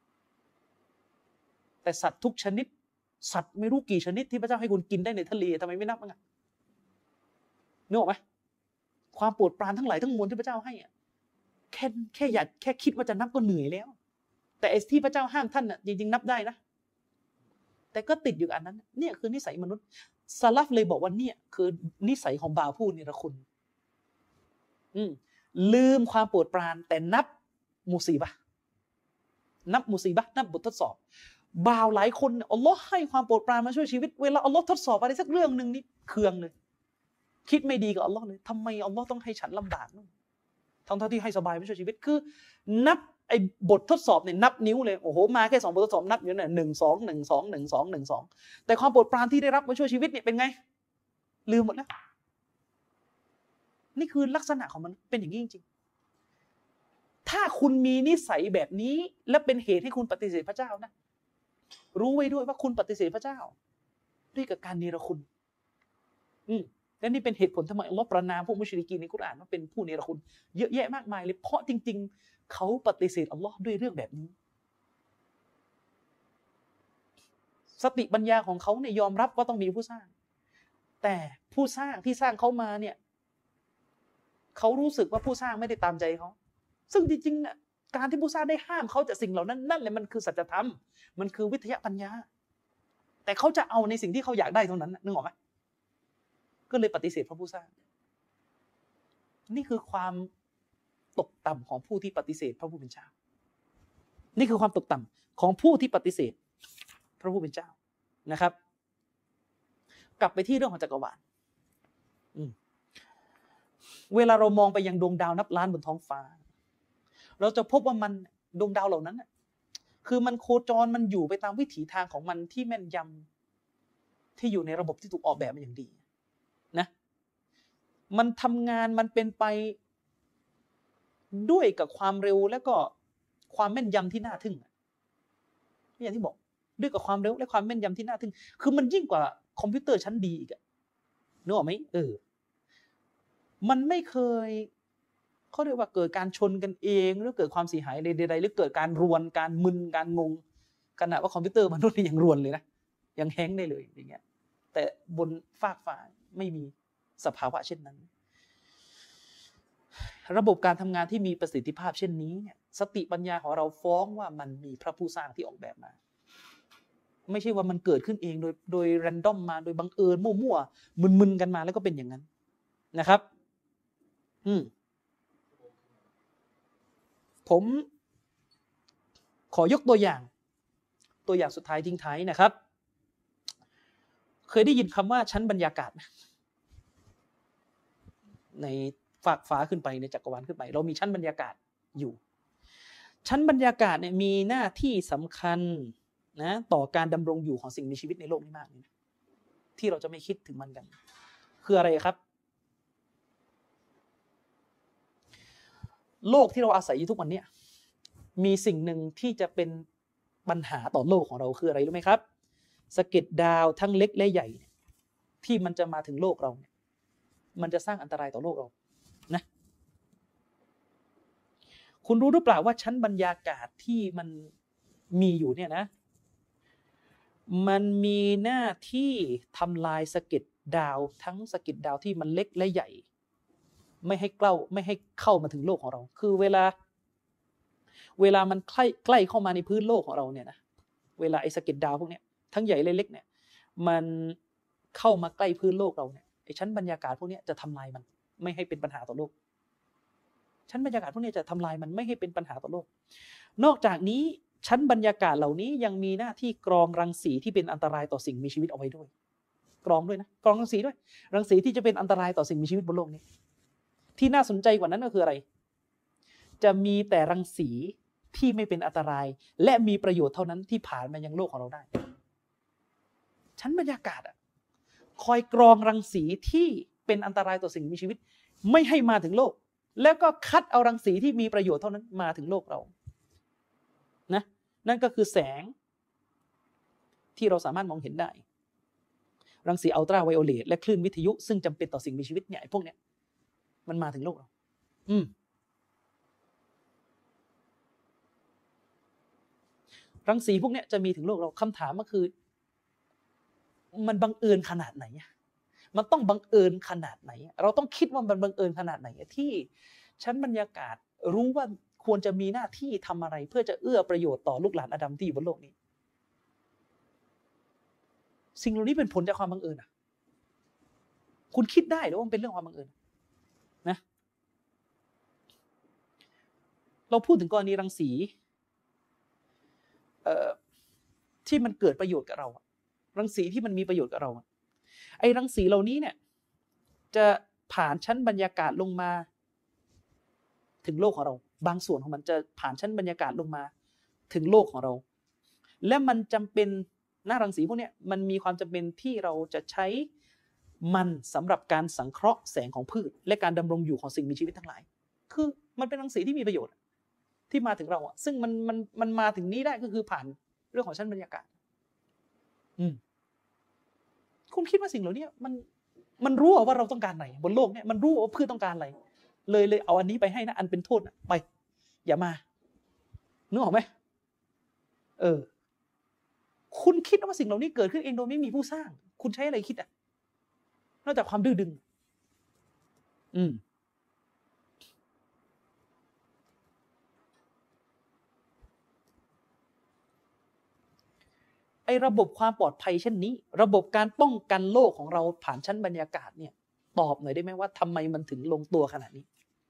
แต่สัตว์ทุกชนิดสัตว์ไม่รู้กี่ชนิดที่พระเจ้าให้คุณกินได้ในทะเลทำไมไม่นับมั้งนึกออกไหมความโปรดปรานทั้งหลายทั้งมวลที่พระเจ้าให้แค่อยากแค่คิดว่าจะนับก็เหนื่อยแล้วแต่ไอ้ที่พระเจ้าห้ามท่านน่ะจริงๆนับได้นะแต่ก็ติดอยู่อันนั้นเนี่ยคือนิสัยมนุษย์ซาลัฟเลยบอกว่าเนี่ยคือนิสัยของบ่าวผู้นิรคุณลืมความโปรดปรานแต่นับมุซีบะห์นับบททดสอบบ่าวหลายคนอัลลอฮ์ให้ความโปรดปรานมาช่วยชีวิตเวลาอัลลอฮ์ทดสอบอะไรสักเรื่องนึงนี่เคืองเลยคิดไม่ดีกับอัลลอฮ์เลยทำไมอัลลอฮ์ต้องให้ฉันลำบากทั้งที่ให้สบายมาช่วยชีวิตคือนับไอ้บททดสอบเนี่ยนับนิ้วเลยโอ้โหมาแค่2บททดสอบนับอยู่เนี่ย1 2 1 2 1 2 1 2แต่ความโปรดปรานที่ได้รับมาช่วยชีวิตเนี่ยเป็นไงลืมหมดแล้วนี่คือลักษณะของมันเป็นอย่างนี้จริงๆถ้าคุณมีนิสัยแบบนี้และเป็นเหตุให้คุณปฏิเสธพระเจ้านะรู้ไว้ด้วยว่าคุณปฏิเสธพระเจ้าด้วยกับการเนรคุณและนี่เป็นเหตุผลทำไมอัลลอฮ์ประนามพวกมุชริกีนในกุรอานว่าเป็นผู้เนรคุณเยอะแยะมากมายเลยเพราะจริงๆเขาปฏิเสธอัลลอฮ์ด้วยเรื่องแบบนี้สติปัญญาของเขาเนี่ยยอมรับว่าต้องมีผู้สร้างแต่ผู้สร้างที่สร้างเขามาเนี่ยเขารู้สึกว่าผู้สร้างไม่ได้ตามใจเขาซึ่งจริงๆน่ะการที่ผู้สร้างได้ห้ามเขาจากสิ่งเหล่านั้นนั่นแหละมันคือสัจธรรมมันคือวิทยาปัญญาแต่เขาจะเอาในสิ่งที่เขาอยากได้เท่านั้นนึกออกไหมก็เลยปฏิเสธพระผู้สร้างนี่คือความตกต่ำของผู้ที่ปฏิเสธพระผู้เป็นเจ้านี่คือความตกต่ำของผู้ที่ปฏิเสธพระผู้เป็นเจ้านะครับกลับไปที่เรื่องของจักรวาลเวลาเรามองไปยังดวงดาวนับล้านบนท้องฟ้าเราจะพบว่ามันดวงดาวเหล่านั้นคือมันโคจรมันอยู่ไปตามวิถีทางของมันที่แม่นยำที่อยู่ในระบบที่ถูกออกแบบมาอย่างดีนะมันทำงานมันเป็นไปด้วยกับความเร็วและก็ความแม่นยำที่น่าทึ่งอย่างที่บอกด้วยกับความเร็วและความแม่นยำที่น่าทึ่งคือมันยิ่งกว่าคอมพิวเตอร์ชั้นดีอีกนึกออกไหมมันไม่เคยเขาเรียกว่าเกิดการชนกันเองหรือเกิดความเสียหายใดๆหรือเกิดการรวนการมึนการงงขณะว่าคอมพิวเตอร์มนุษย์นี่ยังรวนเลยนะยังแฮงได้เลยอย่างเงี้ยแต่บนฟากฟ้าไม่มีสภาวะเช่นนั้นระบบการทำงานที่มีประสิทธิภาพเช่นนี้เนี่ยสติปัญญาของเราฟ้องว่ามันมีพระผู้สร้างที่ออกแบบมาไม่ใช่ว่ามันเกิดขึ้นเองโดยแรนดอมมาโดยบังเอิญมั่วๆมึนๆกันมาแล้วก็เป็นอย่างนั้นนะครับผมขอยกตัวอย่างสุดท้ายทิ้งท้ายนะครับเคยได้ยินคำว่าชั้นบรรยากาศไหมในฟากฟ้าขึ้นไปในจักรวาลขึ้นไปเรามีชั้นบรรยากาศอยู่ชั้นบรรยากาศเนี่ยมีหน้าที่สำคัญนะต่อการดำรงอยู่ของสิ่งมีชีวิตในโลกนี้มากเลยนะที่เราจะไม่คิดถึงมันกันคืออะไรครับโลกที่เราอาศัยอยู่ทุกวันนี้มีสิ่งหนึ่งที่จะเป็นปัญหาต่อโลกของเราคืออะไรรู้ไหมครับสะเก็ดดาวทั้งเล็กและใหญ่ที่มันจะมาถึงโลกเราเนี่ยมันจะสร้างอันตรายต่อโลกเรานะคุณรู้หรือเปล่าว่าชั้นบรรยากาศที่มันมีอยู่เนี่ยนะมันมีหน้าที่ทำลายสะเก็ดดาวทั้งสะเก็ดดาวที่มันเล็กและใหญ่ไม่ให้เข้ามาถึงโลกของเราคือเวลามันใกล้เข้ามาในพื้นโลกของเราเนี่ยนะเวลาไอ้สะเก็ดดาวพวกเนี้ยทั้งใหญ่และเล็กเนี่ยมันเข้ามาใกล้พื้นโลกเราเนี่ยไอ้ชั้นบรรยากาศพวกนี้จะทำลายมันไม่ให้เป็นปัญหาต่อโลกชั้นบรรยากาศพวกนี้จะทำลายมันไม่ให้เป็นปัญหาต่อโลกนอกจากนี้ชั้นบรรยากาศเหล่านี้ยังมีหน้าที่กรองรังสีที่เป็นอันตรายต่อสิ่งมีชีวิตเอาไว้ด้วยกรองด้วยนะกรองรังสีด้วยรังสีที่จะเป็นอันตรายต่อสิ่งมีชีวิตบนโลกนี้ที่น่าสนใจกว่านั้นก็คืออะไรจะมีแต่รังสีที่ไม่เป็นอันตรายและมีประโยชน์เท่านั้นที่ผ่านมายังโลกของเราได้ชั้นบรรยากาศคอยกรองรังสีที่เป็นอันตรายต่อสิ่งมีชีวิตไม่ให้มาถึงโลกแล้วก็คัดเอารังสีที่มีประโยชน์เท่านั้นมาถึงโลกเรานะนั่นก็คือแสงที่เราสามารถมองเห็นได้รังสีอัลตราไวโอเลตและคลื่นวิทยุซึ่งจำเป็นต่อสิ่งมีชีวิตเนี่ยพวกเนี้ยมันมาถึงโลกเรารังสีพวกนี้จะมีถึงโลกเราคำถามก็คือมันบังเอิญขนาดไหนมันต้องบังเอิญขนาดไหนเราต้องคิดว่ามันบังเอิญขนาดไหนที่ชั้นบรรยากาศรู้ว่าควรจะมีหน้าที่ทำอะไรเพื่อจะเอื้อประโยชน์ต่อลูกหลานอาดัมที่อยู่บนโลกนี้สิ่งเหล่านี้เป็นผลจากความบังเอิญคุณคิดได้หรือว่ามันเป็นเรื่องความบังเอิญนะเราพูดถึงกรณีรังสีที่มันเกิดประโยชน์กับเรารังสีที่มันมีประโยชน์กับเราไอ้รังสีเหล่านี้เนี่ยจะผ่านชั้นบรรยากาศลงมาถึงโลกของเราบางส่วนของมันจะผ่านชั้นบรรยากาศลงมาถึงโลกของเราและมันจำเป็นหน้ารังสีพวกนี้มันมีความจำเป็นที่เราจะใช้มันสำหรับการสังเคราะห์แสงของพืชและการดำรงอยู่ของสิ่งมีชีวิตทั้งหลายคือมันเป็นรังสีที่มีประโยชน์ที่มาถึงเราซึ่งมันมาถึงนี้ได้ก็คือผ่านเรื่องของชั้นบรรยากาศคุณคิดว่าสิ่งเหล่านี้มันรู้ว่าเราต้องการอะไรบนโลกเนี่ยมันรู้ว่าพืชต้องการอะไรเลยเอาอันนี้ไปให้นะอันเป็นโทษนะไปอย่ามานึกออกไหมคุณคิดว่าสิ่งเหล่านี้เกิดขึ้นเองโดยไม่มีผู้สร้างคุณใช้อะไรคิดนอกจากความดื้อดึงไอ้ระบบความปลอดภัยเช่นนี้ระบบการป้องกันโลกของเราผ่านชั้นบรรยากาศเนี่ยตอบหน่อยได้ไหมว่าทำไมมันถึงลงตัวขนาดนี้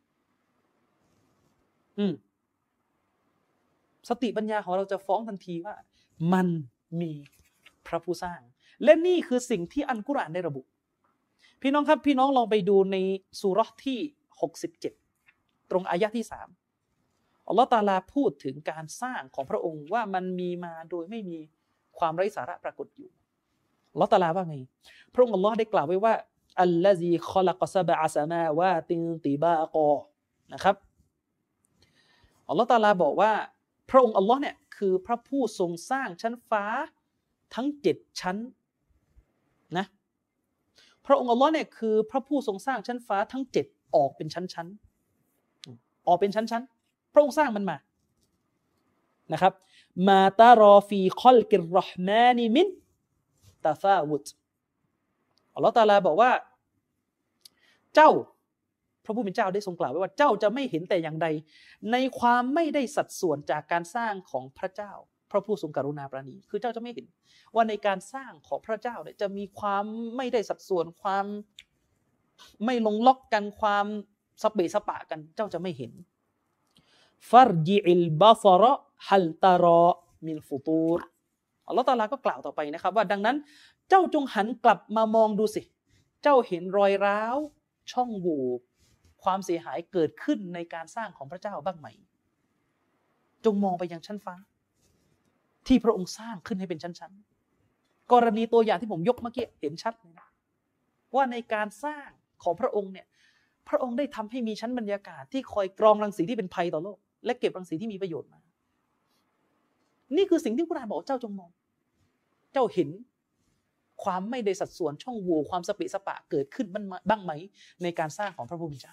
สติปัญญาของเราจะฟ้องทันทีว่ามันมีพระผู้สร้างและนี่คือสิ่งที่อัลกุรอานได้ระบุพี่น้องครับพี่น้องลองไปดูในซูเราะห์ที่67ตรงอายะห์ที่3อัลเลาะห์ตะอาลาพูดถึงการสร้างของพระองค์ว่ามันมีมาโดยไม่มีความไร้สาระปรากฏอยู่อัลเลาะห์ตะอาลาว่าไงพระองค์อัลเลาะห์ได้กล่าวไว้ว่าอัลลซีคอลักซะบะอะซะมาวาตินติบากอนะครับอัลเลาะห์ตะอาลาบอกว่าพระองค์อัลเลาะห์เนี่ยคือพระผู้ทรงสร้างชั้นฟ้าทั้ง7ชั้นนะพระองค์อัลเลาะห์เนี่ยคือพระผู้ทรงสร้างชั้นฟ้าทั้ง7ออกเป็นชั้นๆออกเป็นชั้นๆพระองค์สร้างมันมานะครับมาตารอฟีคอลกิรเราะห์มานิมินตะฟาวุตอัลเลาะห์ตะอาลาบอกว่าเจ้าพระผู้เป็นเจ้าได้ทรงกล่าวไว้ว่าเจ้าจะไม่เห็นแต่อย่างใดในความไม่ได้สัดส่วนจากการสร้างของพระเจ้าพระผู้ทรงกรุณาปราณีคือเจ้าจะไม่เห็นว่าในการสร้างของพระเจ้าเนี่ยจะมีความไม่ได้สัดส่วนความไม่ลงล็อกกันความสเปะสปะกันเจ้าจะไม่เห็นฟัรญิลบาซาระฮัลตารอมินฟุตูรอัลเลาะห์ตะอาลาก็กล่าวต่อไปนะครับว่าดังนั้นเจ้าจงหันกลับมามองดูสิเจ้าเห็นรอยร้าวช่องโหว่ความเสียหายเกิดขึ้นในการสร้างของพระเจ้าบ้างไหมจงมองไปยังชั้นฟ้าที่พระองค์สร้างขึ้นให้เป็นชั้นๆกรณีตัวอย่างที่ผมยกเมื่อกี้เห็นชัดเลยนะว่าในการสร้างของพระองค์เนี่ยพระองค์ได้ทำให้มีชั้นบรรยากาศที่คอยกรองรังสีที่เป็นภัยต่อโลกและเก็บรังสีที่มีประโยชน์มานี่คือสิ่งที่กุรอานบอกเจ้าจงมองจ้าเห็นความไม่ได้สัดส่วนช่องโหว่ความสเปะสปะเกิดขึ้นบ้างไหมในการสร้างของพระผู้เป็นเจ้า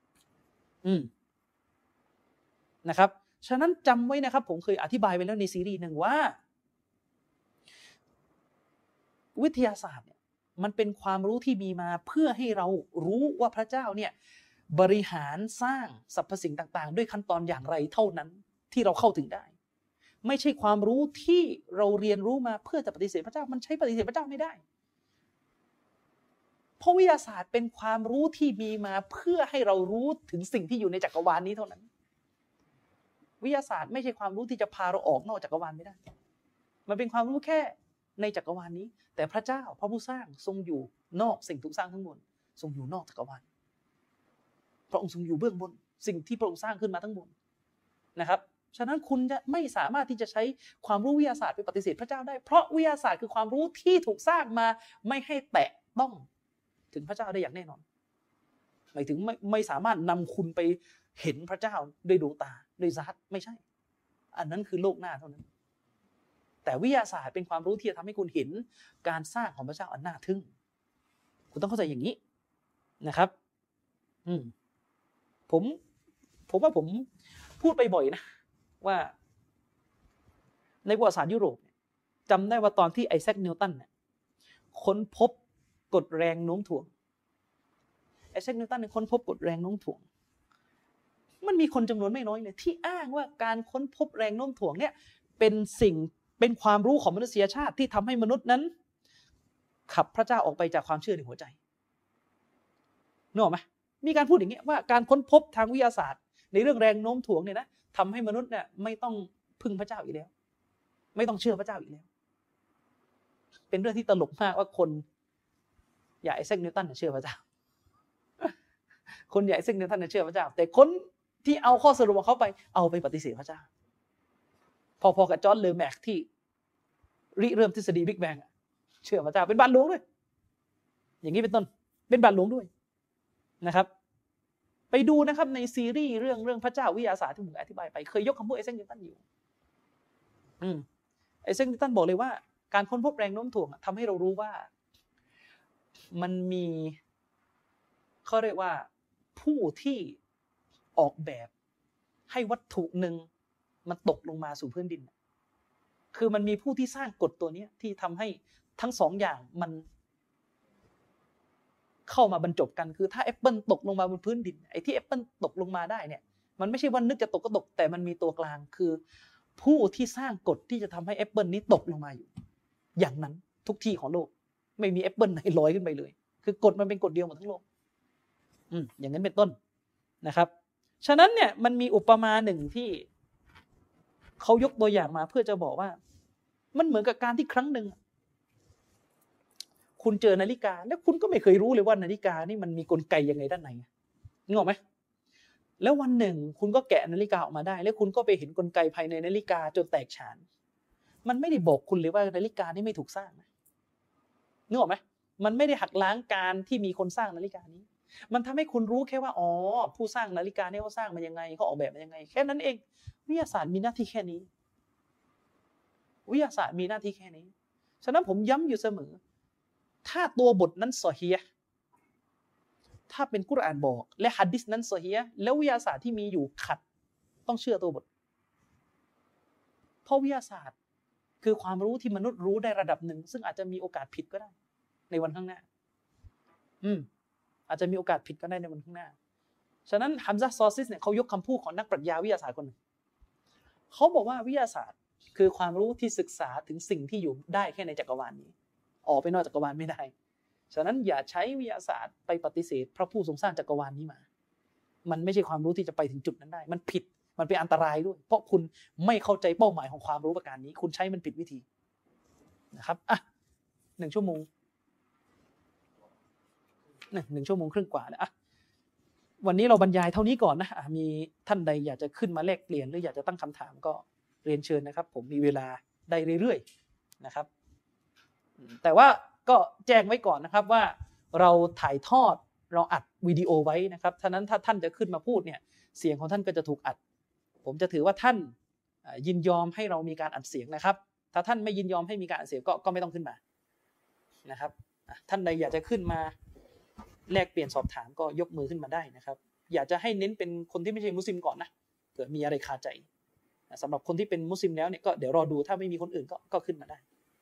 นะครับฉะนั้นจำไว้นะครับผมเคยอธิบายไปแล้วในซีรีส์หนึ่งว่าวิทยาศาสตร์เนี่ยมันเป็นความรู้ที่มีมาเพื่อให้เรารู้ว่าพระเจ้าเนี่ยบริหารสร้างสรรพสิ่งต่างๆด้วยขั้นตอนอย่างไรเท่านั้นที่เราเข้าถึงได้ไม่ใช่ความรู้ที่เราเรียนรู้มาเพื่อจะปฏิเสธพระเจ้ามันใช้ปฏิเสธพระเจ้าไม่ได้เพราะวิทยาศาสตร์เป็นความรู้ที่มีมาเพื่อให้เรารู้ถึงสิ่งที่อยู่ในจักรวาลนี้เท่านั้นวิทยาศาสตร์ไม่ใช่ความรู้ที่จะพาเราออกนอกจักรวาลไม่ได้มันเป็นความรู้แค่ในจักรวาลนี้แต่พระเจ้าพระผู้สร้างทรงอยู่นอกสิ่งถูกสร้างทั้งมวลทรงอยู่นอกจักรวาลพระองค์ทรงอยู่เบื้องบนสิ่งที่พระองค์สร้างขึ้นมาทั้งมวลนะครับฉะนั้นคุณจะไม่สามารถที่จะใช้ความรู้วิทยาศาสตร์ไปปฏิเสธพระเจ้าได้เพราะวิทยาศาสตร์คือความรู้ที่ถูกสร้างมาไม่ให้แตะต้องถึงพระเจ้าได้อย่างแน่นอนหมายถึงไม่สามารถนำคุณไปเห็นพระเจ้าด้วยดวงตาด้วยซาตไม่ใช่อันนั้นคือโลกหน้าเท่านั้นแต่วิทยาศาสตร์เป็นความรู้ที่จะทำให้คุณเห็นการสร้างของพระเจ้าอันน่าทึ่งคุณต้องเข้าใจอย่างนี้นะครับผมว่าผมพูดไปบ่อยนะว่าในประวัติศาสตร์ยุโรปจำได้ว่าตอนที่ไอแซคนิวตันเนี่ยค้นพบกฎแรงโน้มถ่วงไอแซคนิวตันเนี่ยค้นพบกฎแรงโน้มถ่วงมันมีคนจำนวนไม่น้อยเลยที่อ้างว่าการค้นพบแรงโน้มถ่วงเนี่ยเป็นความรู้ของมนุษยชาติที่ทำให้มนุษย์นั้นขับพระเจ้าออกไปจากความเชื่อในหัวใจนึกออกไหมมีการพูดอย่างนี้ว่าการค้นพบทางวิทยาศาสตร์ในเรื่องแรงโน้มถ่วงเนี่ยนะทำให้มนุษย์เนี่ยไม่ต้องพึ่งพระเจ้าอีกแล้วไม่ต้องเชื่อพระเจ้าอีกแล้วเป็นเรื่องที่ตลกมากว่าคนอย่าไอแซคนิวตันเชื่อพระเจ้าคนใหญ่ไอแซคนิวตันเชื่อพระเจ้าแต่คนที่เอาข้อสรุปของเขาไปเอาไปปฏิเสธพระเจ้าพอกับจอห์นเลอแม็กที่ริเริ่มทฤษฎีบิ๊กแบงเชื่อพระเจ้าเป็นบาทหลวงด้วยอย่างนี้เป็นต้นเป็นบาทหลวงด้วยนะครับไปดูนะครับในซีรีส์เรื่องพระเจ้าวิทยาศาสตร์ที่ผมอธิบายไปเคยยกคำพูดไอแซคนิวตันอยู่ไอแซคนิวตันบอกเลยว่าการค้นพบแรงโน้มถ่วงทำให้เรารู้ว่ามันมีเขาเรียกว่าผู้ที่ออกแบบให้วัตถุหนึ่งมันตกลงมาสู่พื้นดินคือมันมีผู้ที่สร้างกฎตัวนี้ที่ทำให้ทั้งสองอย่างมันเข้ามาบรรจบกันคือถ้าแอปเปิลตกลงมาบนพื้นดินไอ้ที่แอปเปิลตกลงมาได้เนี่ยมันไม่ใช่ว่านึกจะตกก็ตกแต่มันมีตัวกลางคือผู้ที่สร้างกฎที่จะทำให้แอปเปิลนี้ตกลงมาอยู่อย่างนั้นทุกที่ของโลกไม่มีแอปเปิลไหนลอยขึ้นไปเลยคือกฎมันเป็นกฎเดียวหมดทั้งโลกอย่างนั้นเป็นต้นนะครับฉะนั้นเนี่ยมันมีอุปมาหนึ่งที่เขายกตัวอย่างมาเพื่อจะบอกว่ามันเหมือนกับการที่ครั้งหนึ่งคุณเจอนาฬิกาแล้วคุณก็ไม่เคยรู้เลยว่านาฬิกานี่มันมีกลไกยังไงด้านในนึกออกไหมแล้ววันหนึ่งคุณก็แกะนาฬิกาออกมาได้แล้วคุณก็ไปเห็นกลไกภายในนาฬิกาจนแตกฉานมันไม่ได้บอกคุณเลยว่านาฬิกานี่ไม่ถูกสร้างนึกออกไหมมันไม่ได้หักล้างการที่มีคนสร้างนาฬิกานี้มันทำให้คุณรู้แค่ว่าอ๋อผู้สร้างนาฬิกาเนี่ยเขาสร้างมายังไงเขาออกแบบมายังไงแค่นั้นเองวิทยาศาสตร์มีหน้าที่แค่นี้วิทยาศาสตร์มีหน้าที่แค่นี้ฉะนั้นผมย้ำอยู่เสมอถ้าตัวบทนั้นซอฮีฮ์ถ้าเป็นกุรอานบอกและหะดีษนั้นซอฮีฮ์แล้ววิทยาศาสตร์ที่มีอยู่ขัดต้องเชื่อตัวบทเพราะวิทยาศาสตร์คือความรู้ที่มนุษย์รู้ได้ระดับหนึ่งซึ่งอาจจะมีโอกาสผิดก็ได้ในวันข้างหน้าอาจจะมีโอกาสผิดก็ได้ในวันข้างหน้าฉะนั้นฮัมซะห์ซอซิสเนี่ยเขายกคำพูดของนักปรัชญาวิทยาศาสตร์คนหนึ่งเขาบอกว่าวิทยาศาสตร์คือความรู้ที่ศึกษาถึงสิ่งที่อยู่ได้แค่ในจักรวาลนี้ออกไปนอกจักรวาลไม่ได้ฉะนั้นอย่าใช้วิทยาศาสตร์ไปปฏิเสธพระผู้ทรงสร้างจักรวาลนี้มามันไม่ใช่ความรู้ที่จะไปถึงจุดนั้นได้มันผิดมันเป็นอันตรายด้วยเพราะคุณไม่เข้าใจเป้าหมายของความรู้ประการนี้คุณใช้มันผิดวิธีนะครับ1 ชั่วโมง1 ชั่วโมงครึ่งกว่านะวันนี้เราบรรยายเท่านี้ก่อนนะมีท่านใดอยากจะขึ้นมาแลกเปลี่ยนหรืออยากจะตั้งคำถามก็เรียนเชิญนะครับผมมีเวลาได้เรื่อยๆนะครับแต่ว่าก็แจ้งไว้ก่อนนะครับว่าเราถ่ายทอดเราอัดวิดีโอไว้นะครับฉะนั้นถ้าท่านจะขึ้นมาพูดเนี่ยเสียงของท่านก็จะถูกอัดผมจะถือว่าท่านยินยอมให้เรามีการอัดเสียงนะครับถ้าท่านไม่ยินยอมให้มีการอัดเสียงก็ไม่ต้องขึ้นมานะครับท่านใดอยากจะขึ้นมาแลกเปลี่ยนสอบถามก็ยกมือขึ้นมาได้นะครับอยากจะให้เน้นเป็นคนที่ไม่ใช่มุสลิมก่อนนะเกิดมีอะไรคาใจสำหรับคนที่เป็นมุสลิมแล้วเนี่ยก็เดี๋ยวรอดูถ้าไม่มีคนอื่นก็ขึ้นมาได้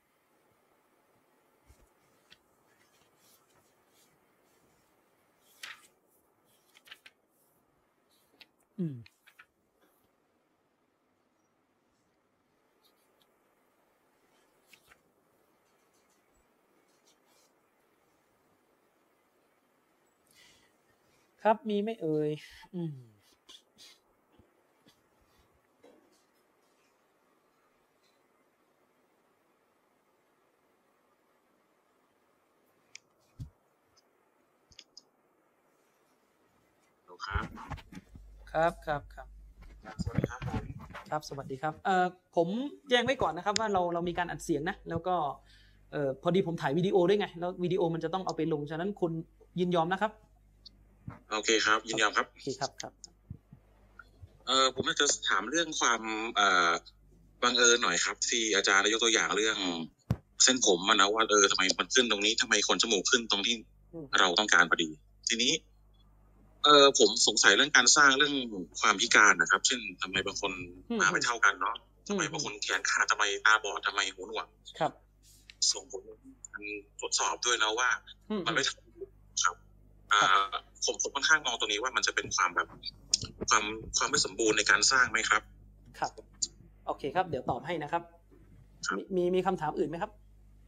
ครับมีไม่เอ่ยครับครับสวัสดีครับครับสวัสดีครับผมแจ้งไว้ก่อนนะครับว่าเรามีการอัดเสียงนะแล้วก็พอดีผมถ่ายวิดีโอด้วยไงแล้ววิดีโอมันจะต้องเอาไปลงฉะนั้นคุณยินยอมนะครับโอเคครับยินยอมครับโอเคครับผมอยากจะถามเรื่องความบังเอิญหน่อยครับที่อาจารย์ได้ยกตัวอย่างเรื่องเส้นผมมันนะว่าทำไมมันขึ้นตรงนี้ทำไมขนจมูกขึ้นตรงที่เราต้องการพอดีทีนี้ผมสงสัยเรื่องการสร้างเรื่องความพิการนะครับเช่นทำไมบางคนมาไม่เท่ากันเนาะทำไมบางคนแขนขาดทำไมตาบอดทำไมหูหนวกครับส่งผลการตรวจสอบด้วยนะว่ามันไม่ครับผมค่อนข้างมองตรงนี้ว่ามันจะเป็นความแบบความไม่สมบูรณ์ในการสร้างไหมครับครับโอเคครับเดี๋ยวตอบให้นะครับมีคำถามอื่นไหมครับ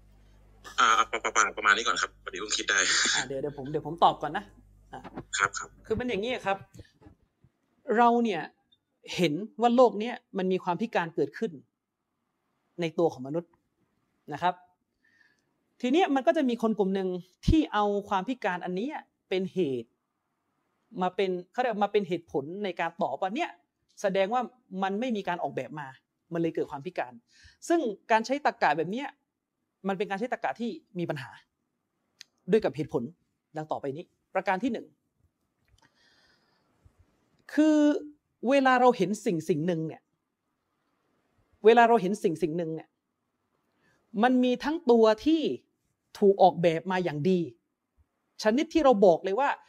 ประมาณนี้ก่อนครับเดี๋ยวผมคิดได้เดี๋ยวผมตอบก่อนนะครับคือมันอย่างนี้ครับเราเนี่ยเห็นว่าโลกนี้มันมีความพิการเกิดขึ้นในตัวของมนุษย์นะครับทีนี้มันก็จะมีคนกลุ่มหนึ่งที่เอาความพิการอันนี้เป็นเหตุมาเป็นเขาเรียกมาเป็นเหตุผลในการตอบว่าเนี่ยแสดงว่ามันไม่มีการออกแบบมามันเลยเกิดความพิการซึ่งการใช้ตรรกะแบบนี้มันเป็นการใช้ตรรกะที่มีปัญหาด้วยกับเหตุผลดังต่อไปนี้ประการที่1คือเวลาเราเห็นสิ่งหนึ่งเนี่ยมันมีทั้งตัวที่ถูกออกแบบมาอย่างดีชนิดที่เราบอกเลยว่า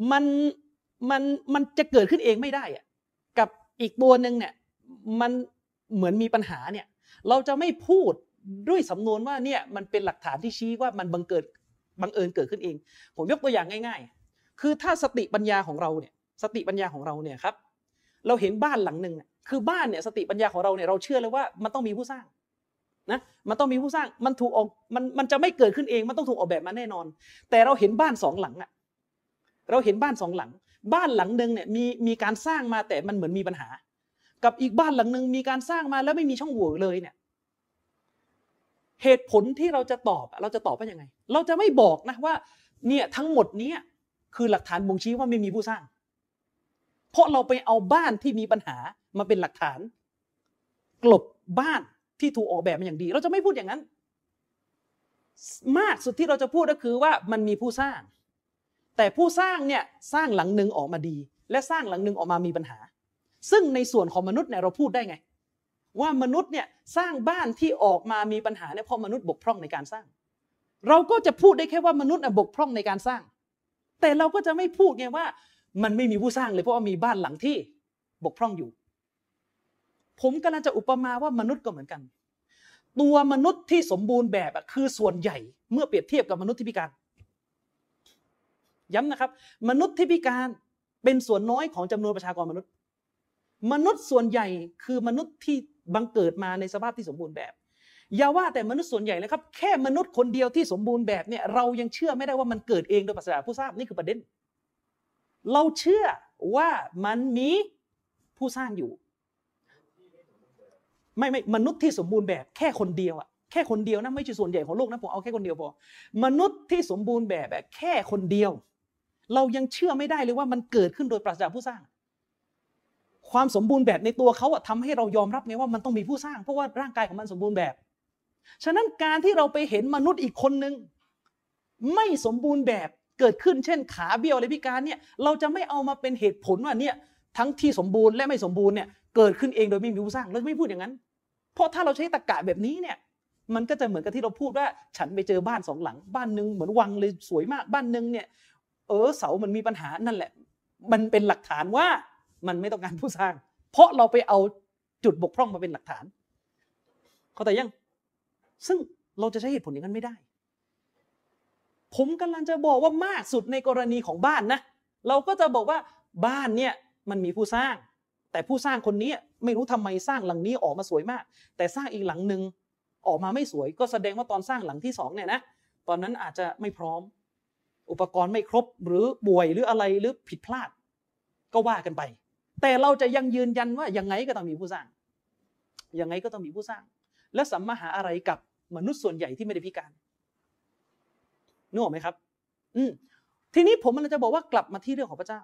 มันจะเกิดขึ้นเองไม่ได้กับอีกตัวนึงเนี่ยมันเหมือนมีปัญหาเนี่ยเราจะไม่พูดด้วยสำนวนว่าเนี่ยมันเป็นหลักฐานที่ชี้ว่ามันบังเอิญเกิดขึ้นเองผมยกตัวอย่างง่ายๆคือถ้าสติปัญญาของเราเนี่ยครับเราเห็นบ้านหลังนึงคือบ้านเนี่ยสติปัญญาของเราเนี่ยเราเชื่อเลยว่ามันต้องมีผู้สร้างนะมันต้องมีผู้สร้างมันถูกออกมันจะไม่เกิดขึ้นเองมันต้องถูกออกแบบมาแน่นอนแต่เราเห็นบ้าน2หลังเราเห็นบ้าน2หลังบ้านหลังนึงเนี่ยมีการสร้างมาแต่มันเหมือนมีปัญหากับอีกบ้านหลังนึงมีการสร้างมาแล้วไม่มีช่องโหว่เลยเนี่ยเหตุผลที่เราจะตอบว่ายังไงเราจะไม่บอกนะว่าเนี่ยทั้งหมดนี้คือหลักฐานบ่งชี้ว่าไม่มีผู้สร้างเพราะเราไปเอาบ้านที่มีปัญหามาเป็นหลักฐานกลบบ้านที่ถูกออกแบบมาอย่างดีเราจะไม่พูดอย่างนั้นมากสุดที่เราจะพูดก็คือว่ามันมีผู้สร้างแต่ผู้สร้างเนี่ยสร้างหลังนึงออกมาดีและสร้างหลังนึงออกมามีปัญหาซึ่งในส่วนของมนุษย์เนี่ยเราพูดได้ไงว่ามนุษย์เนี่ยสร้างบ้านที่ออกมามีปัญหาเนี่ยเพราะมนุษย์บกพร่องในการสร้างเราก็จะพูดได้แค่ว่ามนุษย์บกพร่องในการสร้างแต่เราก็จะไม่พูดไงว่ามันไม่มีผู้สร้างเลยเพราะว่ามีบ้านหลังที่บกพร่องอยู่ผมกำลังจะอุปมาว่ามนุษย์ก็เหมือนกันตัวมนุษย์ที่สมบูรณ์แบบคือส่วนใหญ่เมื่อเปรียบเทียบกับมนุษย์ที่พิการย้ำนะครับมนุษย์ที่พิการเป็นส่วนน้อยของจำนวนประชากรมนุษย์ส่วนใหญ่คือมนุษย์ที่บังเกิดมาในสภาพที่สมบูรณ์แบบอย่าว่าแต่มนุษย์ส่วนใหญ่เลยครับแค่มนุษย์คนเดียวที่สมบูรณ์แบบเนี่ยเรายังเชื่อไม่ได้ว่ามันเกิดเองโดยปราศจากผู้สร้างนี่คือประเด็นเราเชื่อว่ามันมีผู้สร้างอยู่ไม่มนุษย์ที่สมบูรณ์แบบแค่คนเดียวแค่คนเดียวนะไม่ใช่ส่วนใหญ่ของโลกนะผมเอาแค่คนเดียวพอมนุษย์ที่สมบูรณ์แบบแค่คนเดียวเรายังเชื่อไม่ได้เลยว่ามันเกิดขึ้นโดยปราศจากผู้สร้างความสมบูรณ์แบบในตัวเขาทำให้เรายอมรับไงว่ามันต้องมีผู้สร้างเพราะว่าร่างกายของมันสมบูรณ์แบบฉะนั้นการที่เราไปเห็นมนุษย์อีกคนนึงไม่สมบูรณ์แบบเกิดขึ้นเช่นขาเบี้ยวอะไรพิการเนี่ยเราจะไม่เอามาเป็นเหตุผลว่าเนี่ยทั้งที่สมบูรณ์และไม่สมบูรณ์เนี่ยเกิดขึ้นเองโดยไม่มีผู้สร้างเราไม่พูดอย่างนั้นเพราะถ้าเราใช้ตรรกะแบบนี้เนี่ยมันก็จะเหมือนกับที่เราพูดว่าฉันไปเจอบ้าน2 หลังบ้านนึงเหมือนวังเลยสวยมากบ้านนึงเนี่ยเสามันมีปัญหานั่นแหละมันเป็นหลักฐานว่ามันไม่ต้องการผู้สร้างเพราะเราไปเอาจุดบกพร่องมาเป็นหลักฐานเข้าใจยังซึ่งเราจะใช้เหตุผลอย่างนั้นไม่ได้ผมกำลังจะบอกว่ามากสุดในกรณีของบ้านนะเราก็จะบอกว่าบ้านเนี่ยมันมีผู้สร้างแต่ผู้สร้างคนนี้ไม่รู้ทำไมสร้างหลังนี้ออกมาสวยมากแต่สร้างอีกหลังนึงออกมาไม่สวยก็แสดงว่าตอนสร้างหลังที่2เนี่ยนะตอนนั้นอาจจะไม่พร้อมอุปกรณ์ไม่ครบหรือป่วยหรืออะไรหรือผิดพลาดก็ว่ากันไปแต่เราจะยังยืนยันว่ายังไงก็ต้องมีผู้สร้างยังไงก็ต้องมีผู้สร้างและสัมมาหาอะไรกับมนุษย์ส่วนใหญ่ที่ไม่ได้พิการนึกออกไหมครับทีนี้ผมมันจะบอกว่ากลับมาที่เรื่องของพระเจ้า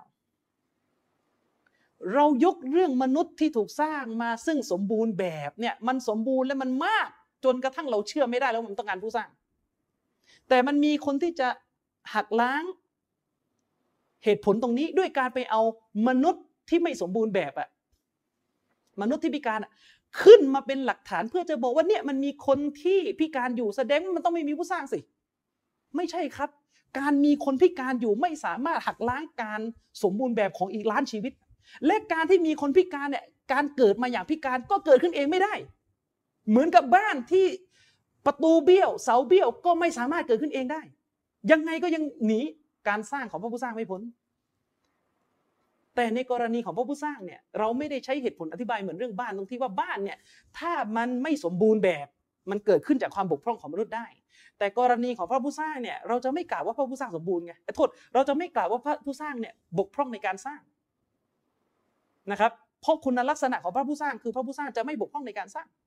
เรายกเรื่องมนุษย์ที่ถูกสร้างมาซึ่งสมบูรณ์แบบเนี่ยมันสมบูรณ์และมันมากจนกระทั่งเราเชื่อไม่ได้แล้วมันต้องการผู้สร้างแต่มันมีคนที่จะหักล้างเหตุผลตรงนี้ด้วยการไปเอามนุษย์ที่ไม่สมบูรณ์แบบมนุษย์ที่พิการขึ้นมาเป็นหลักฐานเพื่อจะบอกว่าเนี่ยมันมีคนที่พิการอยู่แสดงว่ามันต้องไม่มีผู้สร้างสิไม่ใช่ครับการมีคนพิการอยู่ไม่สามารถหักล้างการสมบูรณ์แบบของอีกล้านชีวิตและการที่มีคนพิการเนี่ยการเกิดมาอย่างพิการก็เกิดขึ้นเองไม่ได้เหมือนกับบ้านที่ประตูเบี้ยวเสาเบี้ยวก็ไม่สามารถเกิดขึ้นเองได้ยังไงก็ยังหนีการสร้างของพระผู้สร้างไม่พ้นแต่ในกรณีของพระผู้สร้างเนี่ยเราไม่ได้ใช้เหตุผลอธิบายเหมือนเรื่องบ้านตรงที่ว่าบ้านเนี่ยถ้ามันไม่สมบูรณ์แบบมันเกิดขึ้นจากความบกพร่องของมนุษย์ได้แต่กรณีของพระผู้สร้างเนี่ยเราจะไม่กล่าวว่าพระผู้สร้างสมบูรณ์ไงโทษเราจะไม่กล่าวว่าพระผู้สร้างเนี่ยบกพร่องในการสร้างนะครับเพราะคุณลักษณะของพระผู้สร้างคือพระผู้สร้างจะไม่บกพร่องในการสร้าง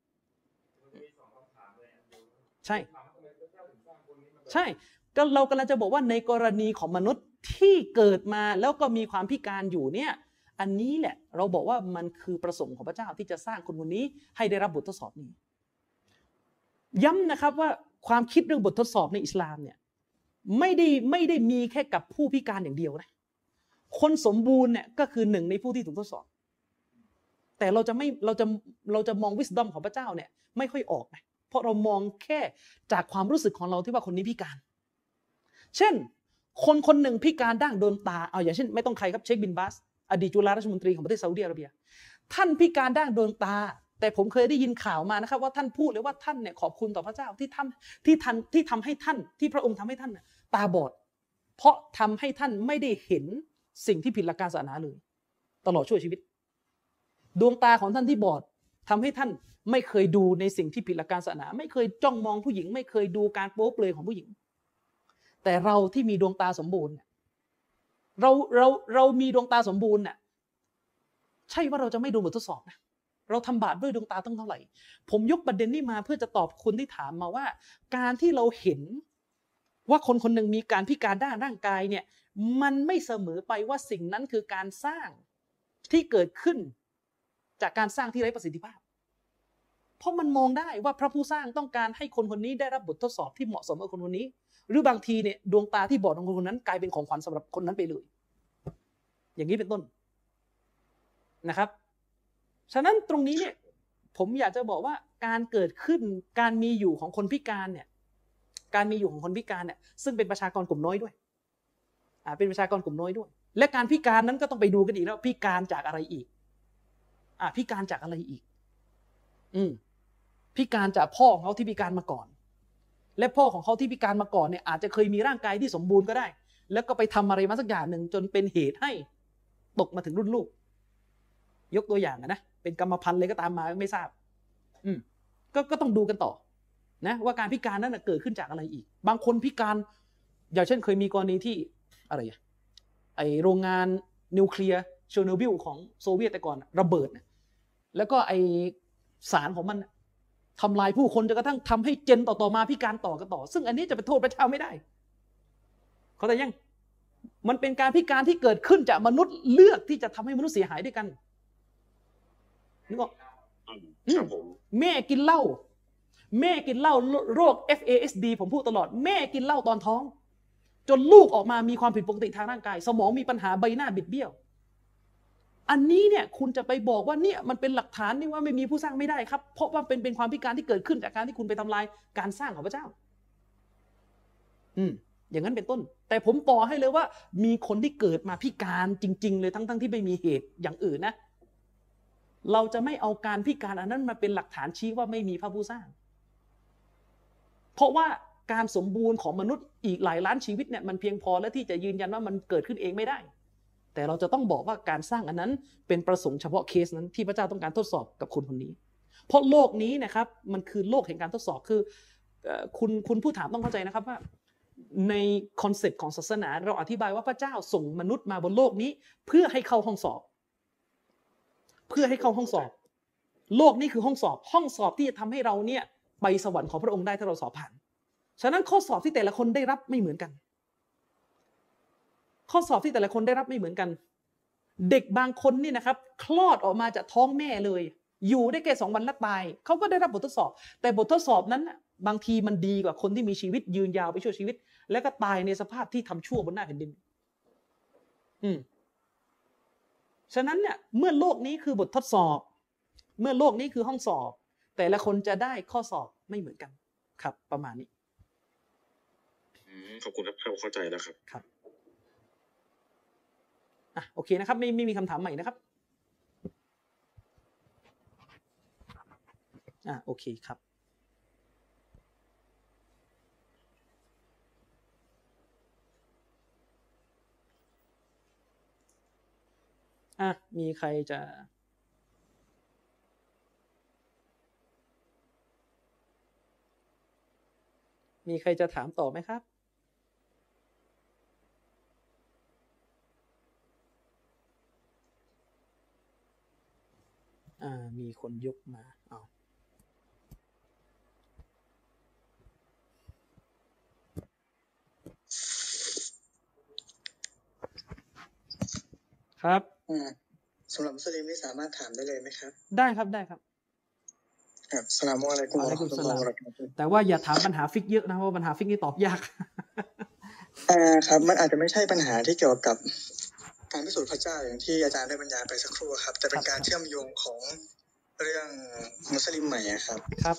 ใช่ใช่ก็เรากำลังจะบอกว่าในกรณีของมนุษย์ที่เกิดมาแล้วก็มีความพิการอยู่เนี่ยอันนี้แหละเราบอกว่ามันคือประสงค์ของพระเจ้าที่จะสร้างคนคนนี้ให้ได้รับบททดสอบนี้ย้ำนะครับว่าความคิดเรื่องบททดสอบในอิสลามเนี่ยไม่ได้มีแค่กับผู้พิการอย่างเดียวนะคนสมบูรณ์เนี่ยก็คือหนึ่งในผู้ที่ถูกทดสอบแต่เราจะมองวิสดอมของพระเจ้าเนี่ยไม่ค่อยออกนะเพราะเรามองแค่จากความรู้สึกของเราที่ว่าคนนี้พิการเช่นคนหนึ่งพิการด้านดวงตาเอาอย่างเช่นไม่ต้องใครครับเชคบินบาสอดีตจุฬาราชมนตรีของประเทศซาอุดิอาระเบียท่านพิการด้านดวงตาแต่ผมเคยได้ยินข่าวมานะครับว่าท่านพูดเลยว่าท่านเนี่ยขอบคุณต่อพระเจ้าที่ทำให้ท่านที่พระองค์ทำให้ท่านตาบอดเพราะทำให้ท่านไม่ได้เห็นสิ่งที่ผิดหลักการศาสนาเลยตลอดช่วงชีวิตดวงตาของท่านที่บอดทำให้ท่านไม่เคยดูในสิ่งที่ผิดหลักการศาสนาไม่เคยจ้องมองผู้หญิงไม่เคยดูการโป๊เปลือยของผู้หญิงแต่เราที่มีดวงตาสมบูรณ์เรามีดวงตาสมบูรณ์น่ะใช่ว่าเราจะไม่โดนบททดสอบนะเราทำบาปด้วยดวงตาต้องเท่าไหร่ผมยกประเด็นนี้มาเพื่อจะตอบคนที่ถามมาว่าการที่เราเห็นว่าคนคนหนึ่งมีการพิการด้านร่างกายเนี่ยมันไม่เสมอไปว่าสิ่งนั้นคือการสร้างที่เกิดขึ้นจากการสร้างที่ไร้ประสิทธิภาพเพราะมันมองได้ว่าพระผู้สร้างต้องการให้คนคนนี้ได้รับบททดสอบที่เหมาะสมกับคนคนนี้หรือบางทีเนี่ยดวงตาที่บอดของคนคนนั้นกลายเป็นของขวัญสำหรับคนนั้นไปเลยอย่างนี้เป็นต้นนะครับฉะนั้นตรงนี้เนี่ยผมอยากจะบอกว่าการเกิดขึ้นการมีอยู่ของคนพิการเนี่ยการมีอยู่ของคนพิการเนี่ยซึ่งเป็นประชากรกลุ่มน้อยด้วยเป็นประชากรกลุ่มน้อยด้วยและการพิการนั้นก็ต้องไปดูกันอีกแล้วพิการจากอะไรอีกพิการจากอะไรอีกพิการจากพ่อของเขาที่พิการมาก่อนและพ่อของเขาที่พิการมาก่อนเนี่ยอาจจะเคยมีร่างกายที่สมบูรณ์ก็ได้แล้วก็ไปทำอะไรมาสักอย่างหนึ่งจนเป็นเหตุให้ตกมาถึงรุ่นลูกยกตัวอย่างนะเป็นกรรมพันธุ์เลยก็ตามมาไม่ทราบก็ต้องดูกันต่อนะว่าการพิการนั้นเกิดขึ้นจากอะไรอีกบางคนพิการอย่างเช่นเคยมีกรณีที่อะไรไอโรงงานนิวเคลียร์เชอร์โนบิลของโซเวียตแต่ก่อนระเบิดแล้วก็ไอสารของมันทำลายผู้คนจนกระทั่งทำให้เจนต่อมาพิการต่อกันต่อซึ่งอันนี้จะไปโทษพระเจ้าไม่ได้เขาแต่ยังมันเป็นการพิการที่เกิดขึ้นจากมนุษย์เลือกที่จะทำให้มนุษย์เสียหายด้วยกันนึกออกแม่กินเหล้าโรค FASD ผมพูดตลอดแม่กินเหล้าตอนท้องจนลูกออกมามีความผิดปกติทางร่างกายสมองมีปัญหาใบหน้าบิดเบี้ยวอันนี้เนี่ยคุณจะไปบอกว่าเนี่ยมันเป็นหลักฐานนี่ว่าไม่มีผู้สร้างไม่ได้ครับเพราะว่าเป็นความพิการที่เกิดขึ้นจากการที่คุณไปทำลายการสร้างของพระเจ้าอย่างนั้นเป็นต้นแต่ผมบอกให้เลยว่ามีคนที่เกิดมาพิการจริงๆเลยทั้งที่ไม่มีเหตุอย่างอื่นนะเราจะไม่เอาการพิการอันนั้นมาเป็นหลักฐานชี้ว่าไม่มีพระผู้สร้างเพราะว่าการสมบูรณ์ของมนุษย์อีกหลายล้านชีวิตเนี่ยมันเพียงพอและที่จะยืนยันว่ามันเกิดขึ้นเองไม่ได้แต่เราจะต้องบอกว่าการสร้างอันนั้นเป็นประสงค์เฉพาะเคสนั้นที่พระเจ้าต้องการทดสอบกับคนคนนี้เพราะโลกนี้นะครับมันคือโลกแห่งการทดสอบคือคุณผู้ถามต้องเข้าใจนะครับว่าในคอนเซ็ปต์ของศาสนาเราอธิบายว่าพระเจ้าส่งมนุษย์มาบนโลกนี้เพื่อให้เข้าห้องสอบโลกนี้คือห้องสอบที่จะทำให้เราเนี่ยไปสวรรค์ของพระองค์ได้ถ้าเราสอบผ่านฉะนั้นข้อสอบที่แต่ละคนได้รับไม่เหมือนกันเด็กบางคนนี่นะครับคลอดออกมาจากท้องแม่เลยอยู่ได้แค่2 วันแล้วตายเขาก็ได้รับบททดสอบแต่บททดสอบนั้นบางทีมันดีกว่าคนที่มีชีวิตยืนยาวไปชั่วชีวิตแล้วก็ตายในสภาพที่ทำชั่วบนหน้าแผ่นดินฉะนั้นเนี่ยเมื่อโลกนี้คือบททดสอบเมื่อโลกนี้คือห้องสอบแต่ละคนจะได้ข้อสอบไม่เหมือนกันครับประมาณนี้ขอบคุณครับเข้าใจแล้วครับครับโอเคนะครับไม่มีคำถามใหม่นะครับโอเคครับมีใครจะถามต่อไหมครับมีคนยกมาครับสำหรับมุสลิมนี่สามารถถามได้เลยไหมครับได้ครับครับอัสสลามุอะลัยกุมวะเราะห์มะตุลลอฮิวะบะเราะกาตุฮ์แต่ว่าอย่าถามปัญหาฟิกเยอะนะเพราะปัญหาฟิกนี่ตอบยากครับมันอาจจะไม่ใช่ปัญหาที่เกี่ยวกับการพิสูจน์พระเจ้าอย่างที่อาจารย์ได้บรรยายไปสักครู่ครับแต่เป็นการเชื่อมโยงของเรื่องมุสลิมใหม่ครับครับ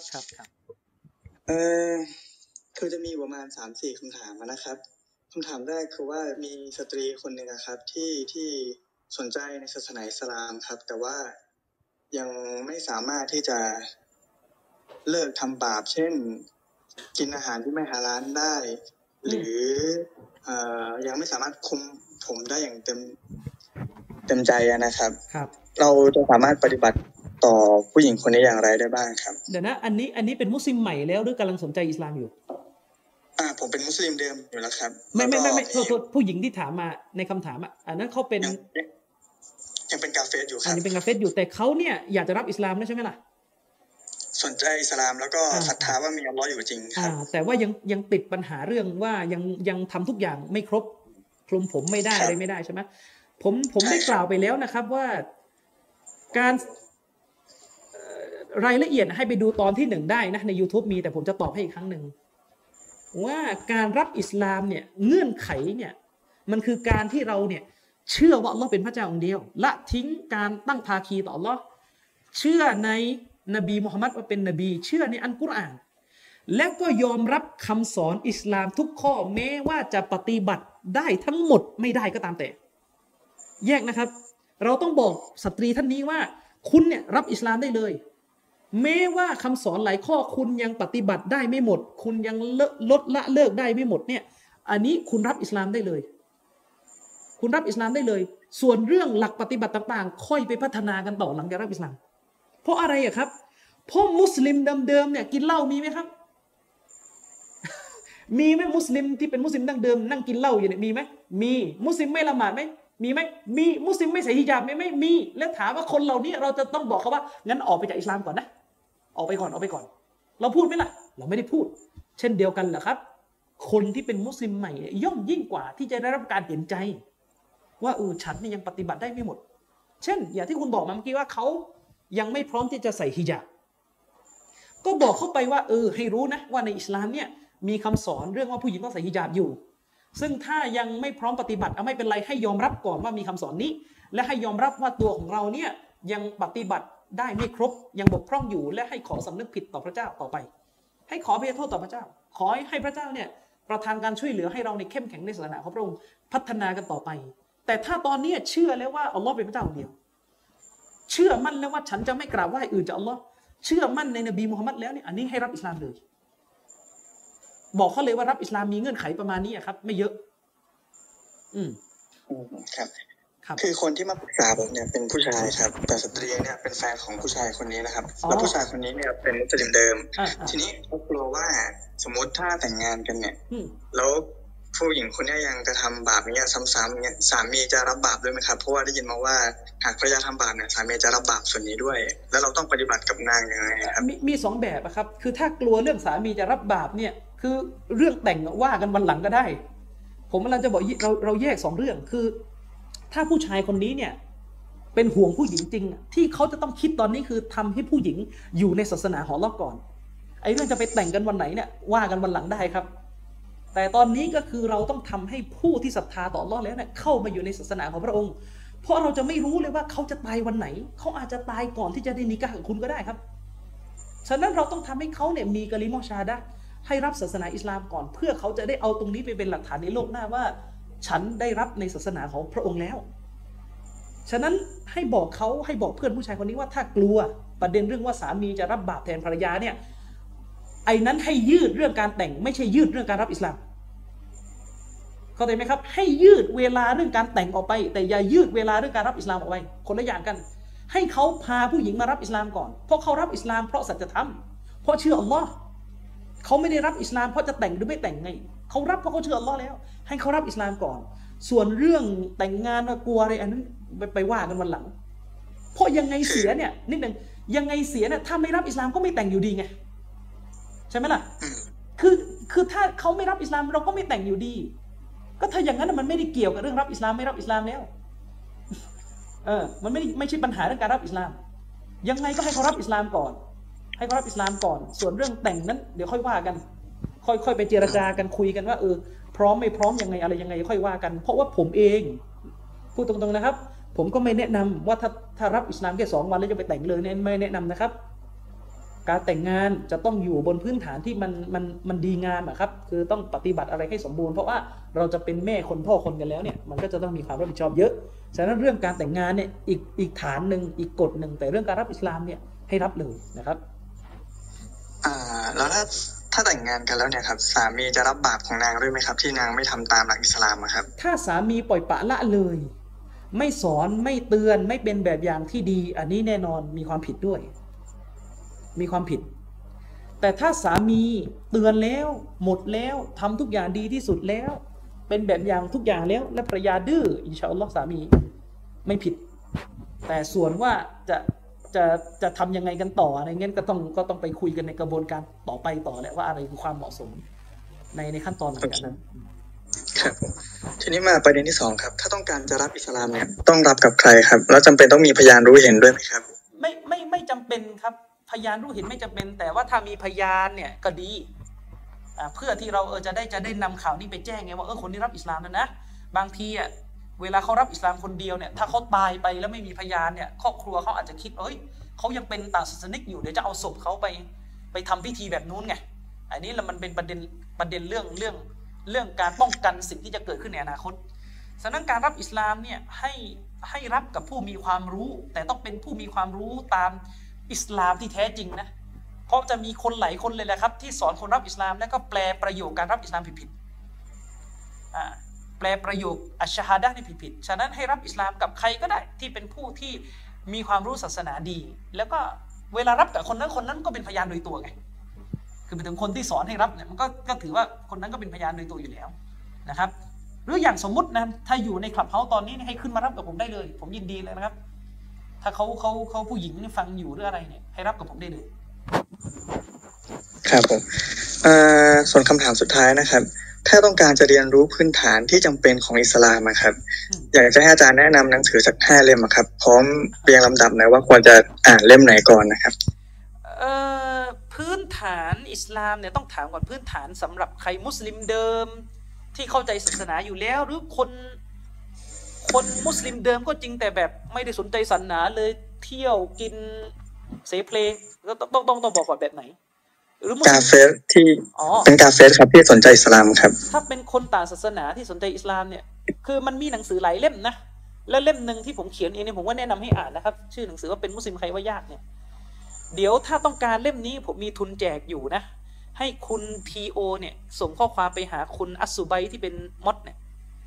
คือจะมีประมาณ 3-4 คำถามนะครับคำถามแรกคือว่ามีสตรีคนหนึ่งครับที่สนใจในศาสนาอิสลามครับแต่ว่ายังไม่สามารถที่จะเลิกทำบาปเช่นกินอาหารที่ไม่ฮาลาลได้หรือยังไม่สามารถคุมผมได้อย่างเต็มใจนะครับเราจะสามารถปฏิบัติต่อผู้หญิงคนนี้อย่างไรได้บ้างครับเดี๋ยวนะอันนี้เป็นมุสลิมใหม่แล้วหรือกำลังสนใจอิสลามอยู่ผมเป็นมุสลิมเดิมอยู่แล้วครับไม่โทษผู้หญิงที่ถามมาในคำถามอันนั้นเขาเป็นยังเป็นกาเฟรอยู่ครับอันนี้เป็นกาเฟรอยู่แต่เขาเนี่ยอยากจะรับอิสลามนะใช่ไหมล่ะสนใจอิสลามแล้วก็ศรัทธาว่ามีอัลเลาะห์อยู่จริงครับแต่ว่ายังติดปัญหาเรื่องว่ายังทำทุกอย่างไม่ครบคลุมผมไม่ได้อะไรไม่ได้ใช่ไหมผมได้กล่าวไปแล้วนะครับว่าการรายละเอียดให้ไปดูตอนที่1ได้นะใน YouTube มีแต่ผมจะตอบให้อีกครั้งนึงว่าการรับอิสลามเนี่ยเงื่อนไขเนี่ยมันคือการที่เราเนี่ยเชื่อว่าอัลเลาะห์เป็นพระเจ้าองค์เดียวละทิ้งการตั้งภาคีต่ออัลเลาะห์เชื่อในนบีมุฮัมมัดว่าเป็นนบีเชื่อในอัลกุรอานและก็ยอมรับคำสอนอิสลามทุกข้อแม้ว่าจะปฏิบัติได้ทั้งหมดไม่ได้ก็ตามแต่แยกนะครับเราต้องบอกสตรีท่านนี้ว่าคุณเนี่ยรับอิสลามได้เลยแม้ว่าคำสอนหลายข้อคุณยังปฏิบัติได้ไม่หมดคุณยังลดละเลิกได้ไม่หมดเนี่ยอันนี้คุณรับอิสลามได้เลยคุณรับอิสลามได้เลยส่วนเรื่องหลักปฏิบัติต่างๆค่อยไปพัฒนากันต่อหลังจากรับอิสลามเพราะอะไรครับเพราะมุสลิมเดิมๆเนี่ยกินเหล้ามีไหมครับ มีไหมมุสลิมที่เป็นมุสลิมดั้งเดิมนั่งกินเหล้าอยู่เนี่ยมีไหมมีมุสลิมไม่ละหมาดไหมมีไหมมีมุสลิมไม่ใส่ฮิญาบไหมไม่มีแล้วถามว่าคนเหล่านี้เราจะต้องบอกเขาว่างั้นออกไปจากอิสลามก่อนนะออกไปก่อนเราพูดไหมล่ะเราไม่ได้พูดเช่นเดียวกันเหรอครับคนที่เป็นมุสลิมใหม่ย่อมยิ่งกว่าที่จะได้รับการเห็นใจว่าฉันนี่ยังปฏิบัติได้ไม่หมดเช่นอย่างที่คุณบอกมาเมื่อกี้ว่าเขายังไม่พร้อมที่จะใส่ฮิญาบก็บอกเข้าไปว่าให้รู้นะว่าในอิสลามเนี่ยมีคำสอนเรื่องว่าผู้หญิงต้องใส่ฮิญาบอยู่ซึ่งถ้ายังไม่พร้อมปฏิบัติไม่เป็นไรให้ยอมรับก่อนว่ามีคำสอนนี้ และให้ยอมรับว่าตัวของเราเนี่ยยังปฏิบัติได้ไม่ครบยังบกพร่องอยู่และให้ขอสำนึกผิดต่อพระเจ้าต่อไปให้ขออภัยโทษต่อพระเจ้าขอให้พระเจ้าเนี่ยประทานการช่วยเหลือให้เราในเข้มแข็งในศาสนาของพระองค์พัฒนากันต่อไปแต่ถ้าตอนนี้เชื่อแล้วว่าอัลลอฮ์เป็นพระเจ้าเดียวเชื่อมั่นแล้วว่าฉันจะไม่กราบไหว้อื่นจากอัลลอฮ์เชื่อมั่นในนบีมุฮัมมัดแล้วเนี่ยอันนี้ให้รับอิสลามเลยบอกเขาเลยว่ารับอิสลามมีเงื่อนไขประมาณนี้ครับไม่เยอะครับคือคนที่มาปรึกษาผมเนี่ยเป็นผู้ชายครับแต่สตรีเนี่ยเป็นแฟนของผู้ชายคนนี้นะครับแล้วผู้ชายคนนี้เนี่ยเป็นมุสลิมเดิมทีนี้เขากลัวว่าสมมติถ้าแต่งงานกันเนี่ยแล้วผู้หญิงคนนี้ยังจะทำบาปอย่างเงี้ยซ้ำๆเนี่ยสามีจะรับบาปด้วยไหมครับเพราะว่าได้ยินมาว่าหากภรรยาทำบาปเนี่ยสามีจะรับบาปส่วนนี้ด้วยแล้วเราต้องปฏิบัติกับนางยังไงครับมีสองแบบครับคือถ้ากลัวเรื่องสามีจะรับบาปเนี่ยคือเรื่องแต่งว่ากันวันหลังก็ได้ผมกำลังจะบอกเราแยกสองเรื่องคือถ้าผู้ชายคนนี้เนี่ยเป็นห่วงผู้หญิงจริงที่เขาจะต้องคิดตอนนี้คือทำให้ผู้หญิงอยู่ในศาสนาของอัลเลาะห์ก่อนไอ้เรื่องจะไปแต่งกันวันไหนเนี่ยว่ากันวันหลังได้ครับแต่ตอนนี้ก็คือเราต้องทำให้ผู้ที่ศรัทธาต่ออัลเลาะห์แล้วเนี่ยเข้ามาอยู่ในศาสนาของพระองค์เพราะเราจะไม่รู้เลยว่าเขาจะตายวันไหนเขาอาจจะตายก่อนที่จะได้นิกะห์กับคุณก็ได้ครับฉะนั้นเราต้องทำให้เขาเนี่ยมีกะลิมะฮ์ชาฮาดะห์ให้รับศาสนาอิสลามก่อนเพื่อเขาจะได้เอาตรงนี้ไปเป็นหลักฐานในโลกหน้าว่าฉันได้รับในศาสนาของพระองค์แล้วฉะนั้นให้บอกเขาให้บอกเพื่อนผู้ชายคนนี้ว่าถ้ากลัวประเด็นเรื่องว่าสามีจะรับบาปแทนภรรยาเนี่ยไอ้นั้นให้ยืดเรื่องการแต่งไม่ใช่ยืดเรื่องการรับอิสลามเข้าใจไหมครับให้ยืดเวลาเรื่องการแต่งออกไปแต่อย่ายืดเวลาเรื่องการรับอิสลามออกไปคนละอย่างกันให้เขาพาผู้หญิงมารับอิสลามก่อนเพราะเขารับอิสลามเพราะสัจธรรมเพราะเชื่ออัลลอฮ์เขาไม่ได้รับอิสลามเพราะจะแต่งหรือไม่แต่งไงเขารับเพราะเขาเชื่ออัลลอฮ์แล้วให้เขารับอิสลามก่อนส่วนเรื่องแต่งงานกลัวอะไรอันนั้นไปว่ากันวันหลังเพราะยังไงเสียเนี่ยนิดนึงยังไงเสียเนี่ยถ้าไม่รับอิสลามก็ไม่แต่งอยู่ดีไงใช่ไหมล่ะคือถ้าเขาไม่รับอิสลามเราก็ไม่แต่งอยู่ดีก็ถ้าอย่างนั้นมันไม่ได้เกี่ยวกับเรื่องรับอิสลามไม่รับอิสลามแล้วมันไม่ใช่ปัญหาเรื่องการรับอิสลามยังไงก็ให้เขารับอิสลามก่อนให้เขารับอิสลามก่อนส่วนเรื่องแต่งนั้นเดี๋ยวค่อยว่ากันค่อยไปเจรจากันคุยกันว่าพร้อมไม่พร้อมยังไงอะไรยังไงค่อยว่ากันเพราะว่าผมเองพูดตรงๆนะครับผมก็ไม่แนะนำว่าถ้ารับอิสลามแค่2 วันแล้วจะไปแต่งเลยเนี่ยไม่แนะนำนะครับการแต่งงานจะต้องอยู่บนพื้นฐานที่มันดีงามครับคือต้องปฏิบัติอะไรให้สมบูรณ์เพราะว่าเราจะเป็นแม่คนพ่อคนกันแล้วเนี่ยมันก็จะต้องมีความรับผิดชอบเยอะฉะนั้นเรื่องการแต่งงานเนี่ยอีกฐานหนึ่งอีกกฎหนึ่งแต่เรื่องการรับอิสลามเนี่ยให้รับเลยนะครับแล้วถ้าแต่งงานกันแล้วเนี่ยครับสามีจะรับบาปของนางด้วยไหมครับที่นางไม่ทำตามหลักอิสลามครับถ้าสามีปล่อยปละละเลยไม่สอนไม่เตือนไม่เป็นแบบอย่างที่ดีอันนี้แน่นอนมีความผิดด้วยมีความผิดแต่ถ้าสามีเตือนแล้วหมดแล้วทำทุกอย่างดีที่สุดแล้วเป็นแบบอย่างทุกอย่างแล้วและภรรยาดื้ออินชาอัลลอฮ์สามีไม่ผิดแต่ส่วนว่าจะทำยังไงกันต่ออะไรเงี้ยก็ต้องไปคุยกันในกระบวนการต่อไปต่อแหละว่าอะไรคือความเหมาะสมในขั้นตอนหลังจากนั้นครับทีนี้มาประเด็นที่2ครับถ้าต้องการจะรับอิสลามเนี่ยต้องรับกับใครครับแล้วจำเป็นต้องมีพยานรู้เห็นด้วยไหมครับไม่จำเป็นครับพยานรู้เห็นไม่จำเป็นแต่ว่าถ้ามีพยานเนี่ยก็ดีเพื่อที่เราจะได้นำข่าวนี้ไปแจ้งไงว่าคนนี้รับอิสลามแล้วนะบางทีเวลาเขารับอิสลามคนเดียวเนี่ยถ้าเขาตายไปแล้วไม่มีพยานเนี่ยครอบครัวเขาอาจจะคิดเขายังเป็นต่างศาสนิกอยู่เดี๋ยวจะเอาศพเขาไปทำพิธีแบบนู้นไงอันนี้มันเป็นประเด็นเรื่องการป้องกันสิ่งที่จะเกิดขึ้นในอนาคตฉะนั้นการรับอิสลามเนี่ยให้รับกับผู้มีความรู้แต่ต้องเป็นผู้มีความรู้ตามอิสลามที่แท้จริงนะเพราะจะมีคนหลายคนเลยแหละครับที่สอนคนรับอิสลามแล้วก็แปลประโยคการรับอิสลามผิดแปลประโยคอัชฮาดะห์นี่ผิดฉะนั้นให้รับอิสลามกับใครก็ได้ที่เป็นผู้ที่มีความรู้ศาสนาดีแล้วก็เวลารับกับคนนั้นก็เป็นพยานโดยตัวไงคือเป็นถึงคนที่สอนให้รับเนี่ยมันก็ถือว่าคนนั้นก็เป็นพยานโดยตัวอยู่แล้วนะครับหรืออย่างสมมุตินะถ้าอยู่ในคลับเฮาส์ตอนนี้ให้ขึ้นมารับกับผมได้เลยผมยินดีเลยนะครับถ้าเขาผู้หญิงฟังอยู่หรืออะไรเนี่ยให้รับกับผมได้เลยครับผมส่วนคำถามสุดท้ายนะครับถ้าต้องการจะเรียนรู้พื้นฐานที่จำเป็นของอิสลามครับอยากจะให้อาจารย์แนะนำหนังสือสัก5 เล่มครับพร้อมเรียงลำดับหน่อยว่าควรจะอ่านเล่มไหนก่อนนะครับพื้นฐานอิสลามเนี่ยต้องถามก่อนพื้นฐานสำหรับใครมุสลิมเดิมที่เข้าใจศาสนาอยู่แล้วหรือคนมุสลิมเดิมก็จริงแต่แบบไม่ได้สนใจศาสนาเลยเที่ยวกินเสเพลงก็ต้องบอกก่อนแบบไหนหรือมุสลิมกาเฟสที่เป็นกาเฟสครับที่สนใจอิสลามครับถ้าเป็นคนต่างศาสนาที่สนใจอิสลามเนี่ยคือมันมีหนังสือหลายเล่มนะและเล่มหนึ่งที่ผมเขียนเองเนี่ยผมว่าแนะนำให้อ่านนะครับชื่อหนังสือว่าเป็นมุสลิมใครว่ายากเนี่ยเดี๋ยวถ้าต้องการเล่มนี้ผมมีทุนแจกอยู่นะให้คุณทีโอเนี่ยส่งข้อความไปหาคุณอัสซุบัยที่เป็นมอดเนี่ย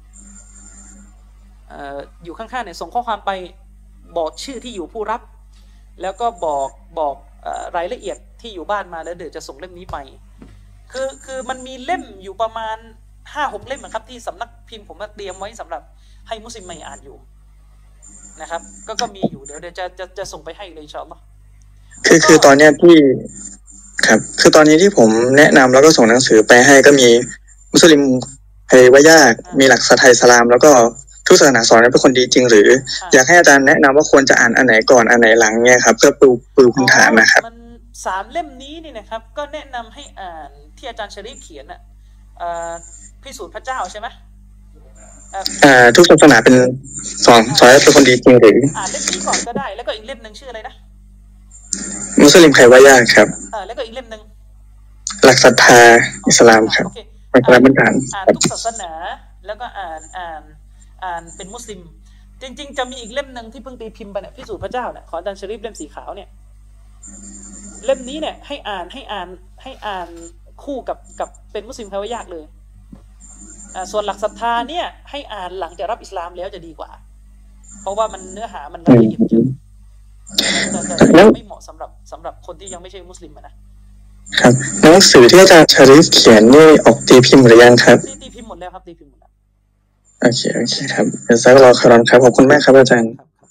อยู่ข้างๆเนี่ยส่งข้อความไปบอกชื่อที่อยู่ผู้รับแล้วก็บอกรายละเอียดที่อยู่บ้านมาแล้วเดี๋ยวจะส่งเล่มนี้ไปคือมันมีเล่มอยู่ประมาณ 5-6 เล่มนะครับที่สำนักพิมพ์ผมเตรียมไว้สำหรับให้มุสลิมใหม่อ่านอยู่นะครับก็มีอยู่เดี๋ยวจะส่งไปให้เลยอินชาอัลลอฮ์คือตอนเนี้ยที่ครับคือตอนนี้ที่ผมแนะนำแล้วก็ส่งหนังสือไปให้ก็มีมุสลิมใครว่ายากมีหลักศรัทธาอิสลามแล้วก็ทุกศาสนาสอนเป็นคนดีจริงหรืออยากให้อาจารย์แนะนำว่าควรจะอ่านอันไหนก่อนอันไหนหลังเนี่ยครับเพื่อปูพื้นฐานนะครับมัน3เล่มนี้นี่นะครับก็แนะนำให้อ่านที่อาจารย์ชะรีฟเขียนน่ะพิสูจน์พระเจ้าใช่ไหมทุกศาสนาเป็นสอนเป็นคนดีจริงหรืออ่านเล่มนี้ก่อนก็ได้แล้วก็อีกเล่มนึงชื่ออะไรนะมุสลิมใครว่ายากครับแล้วก็อีกเล่มนึงหลักศรัทธาอิสลามครับเป็นพื้นฐานอ่านทุกศาสนาแล้วก็อ่านเป็นมุสลิมจริงๆจะมีอีกเล่มนึงที่เพิ่งตีพิมพ์ไปเนี่ยพิสูจน์พระเจ้าเนี่ยของอาจารย์ชะรีฟเล่มสีขาวเนี่ยเล่มนี้เนี่ยให้อ่านคู่กับเป็นมุสลิมใครว่ายากเลยส่วนหลักศรัทธาเนี่ยให้อ่านหลังจากรับอิสลามแล้วจะดีกว่าเพราะว่ามันเนื้อหามันละเอียดเยอะแต่ไม่เหมาะสำหรับคนที่ยังไม่ใช่มุสลิมนะครับหนังสือที่อาจารย์ชะรีฟเขียนนี่ออกตีพิมพ์หรือยังครับตีพิมพ์หมดแล้วครับตีพิมพ์หมดแล้วโอเคครับเดี๋ยวซักรอคารอนครับขอบคุณมากครับอาจารย์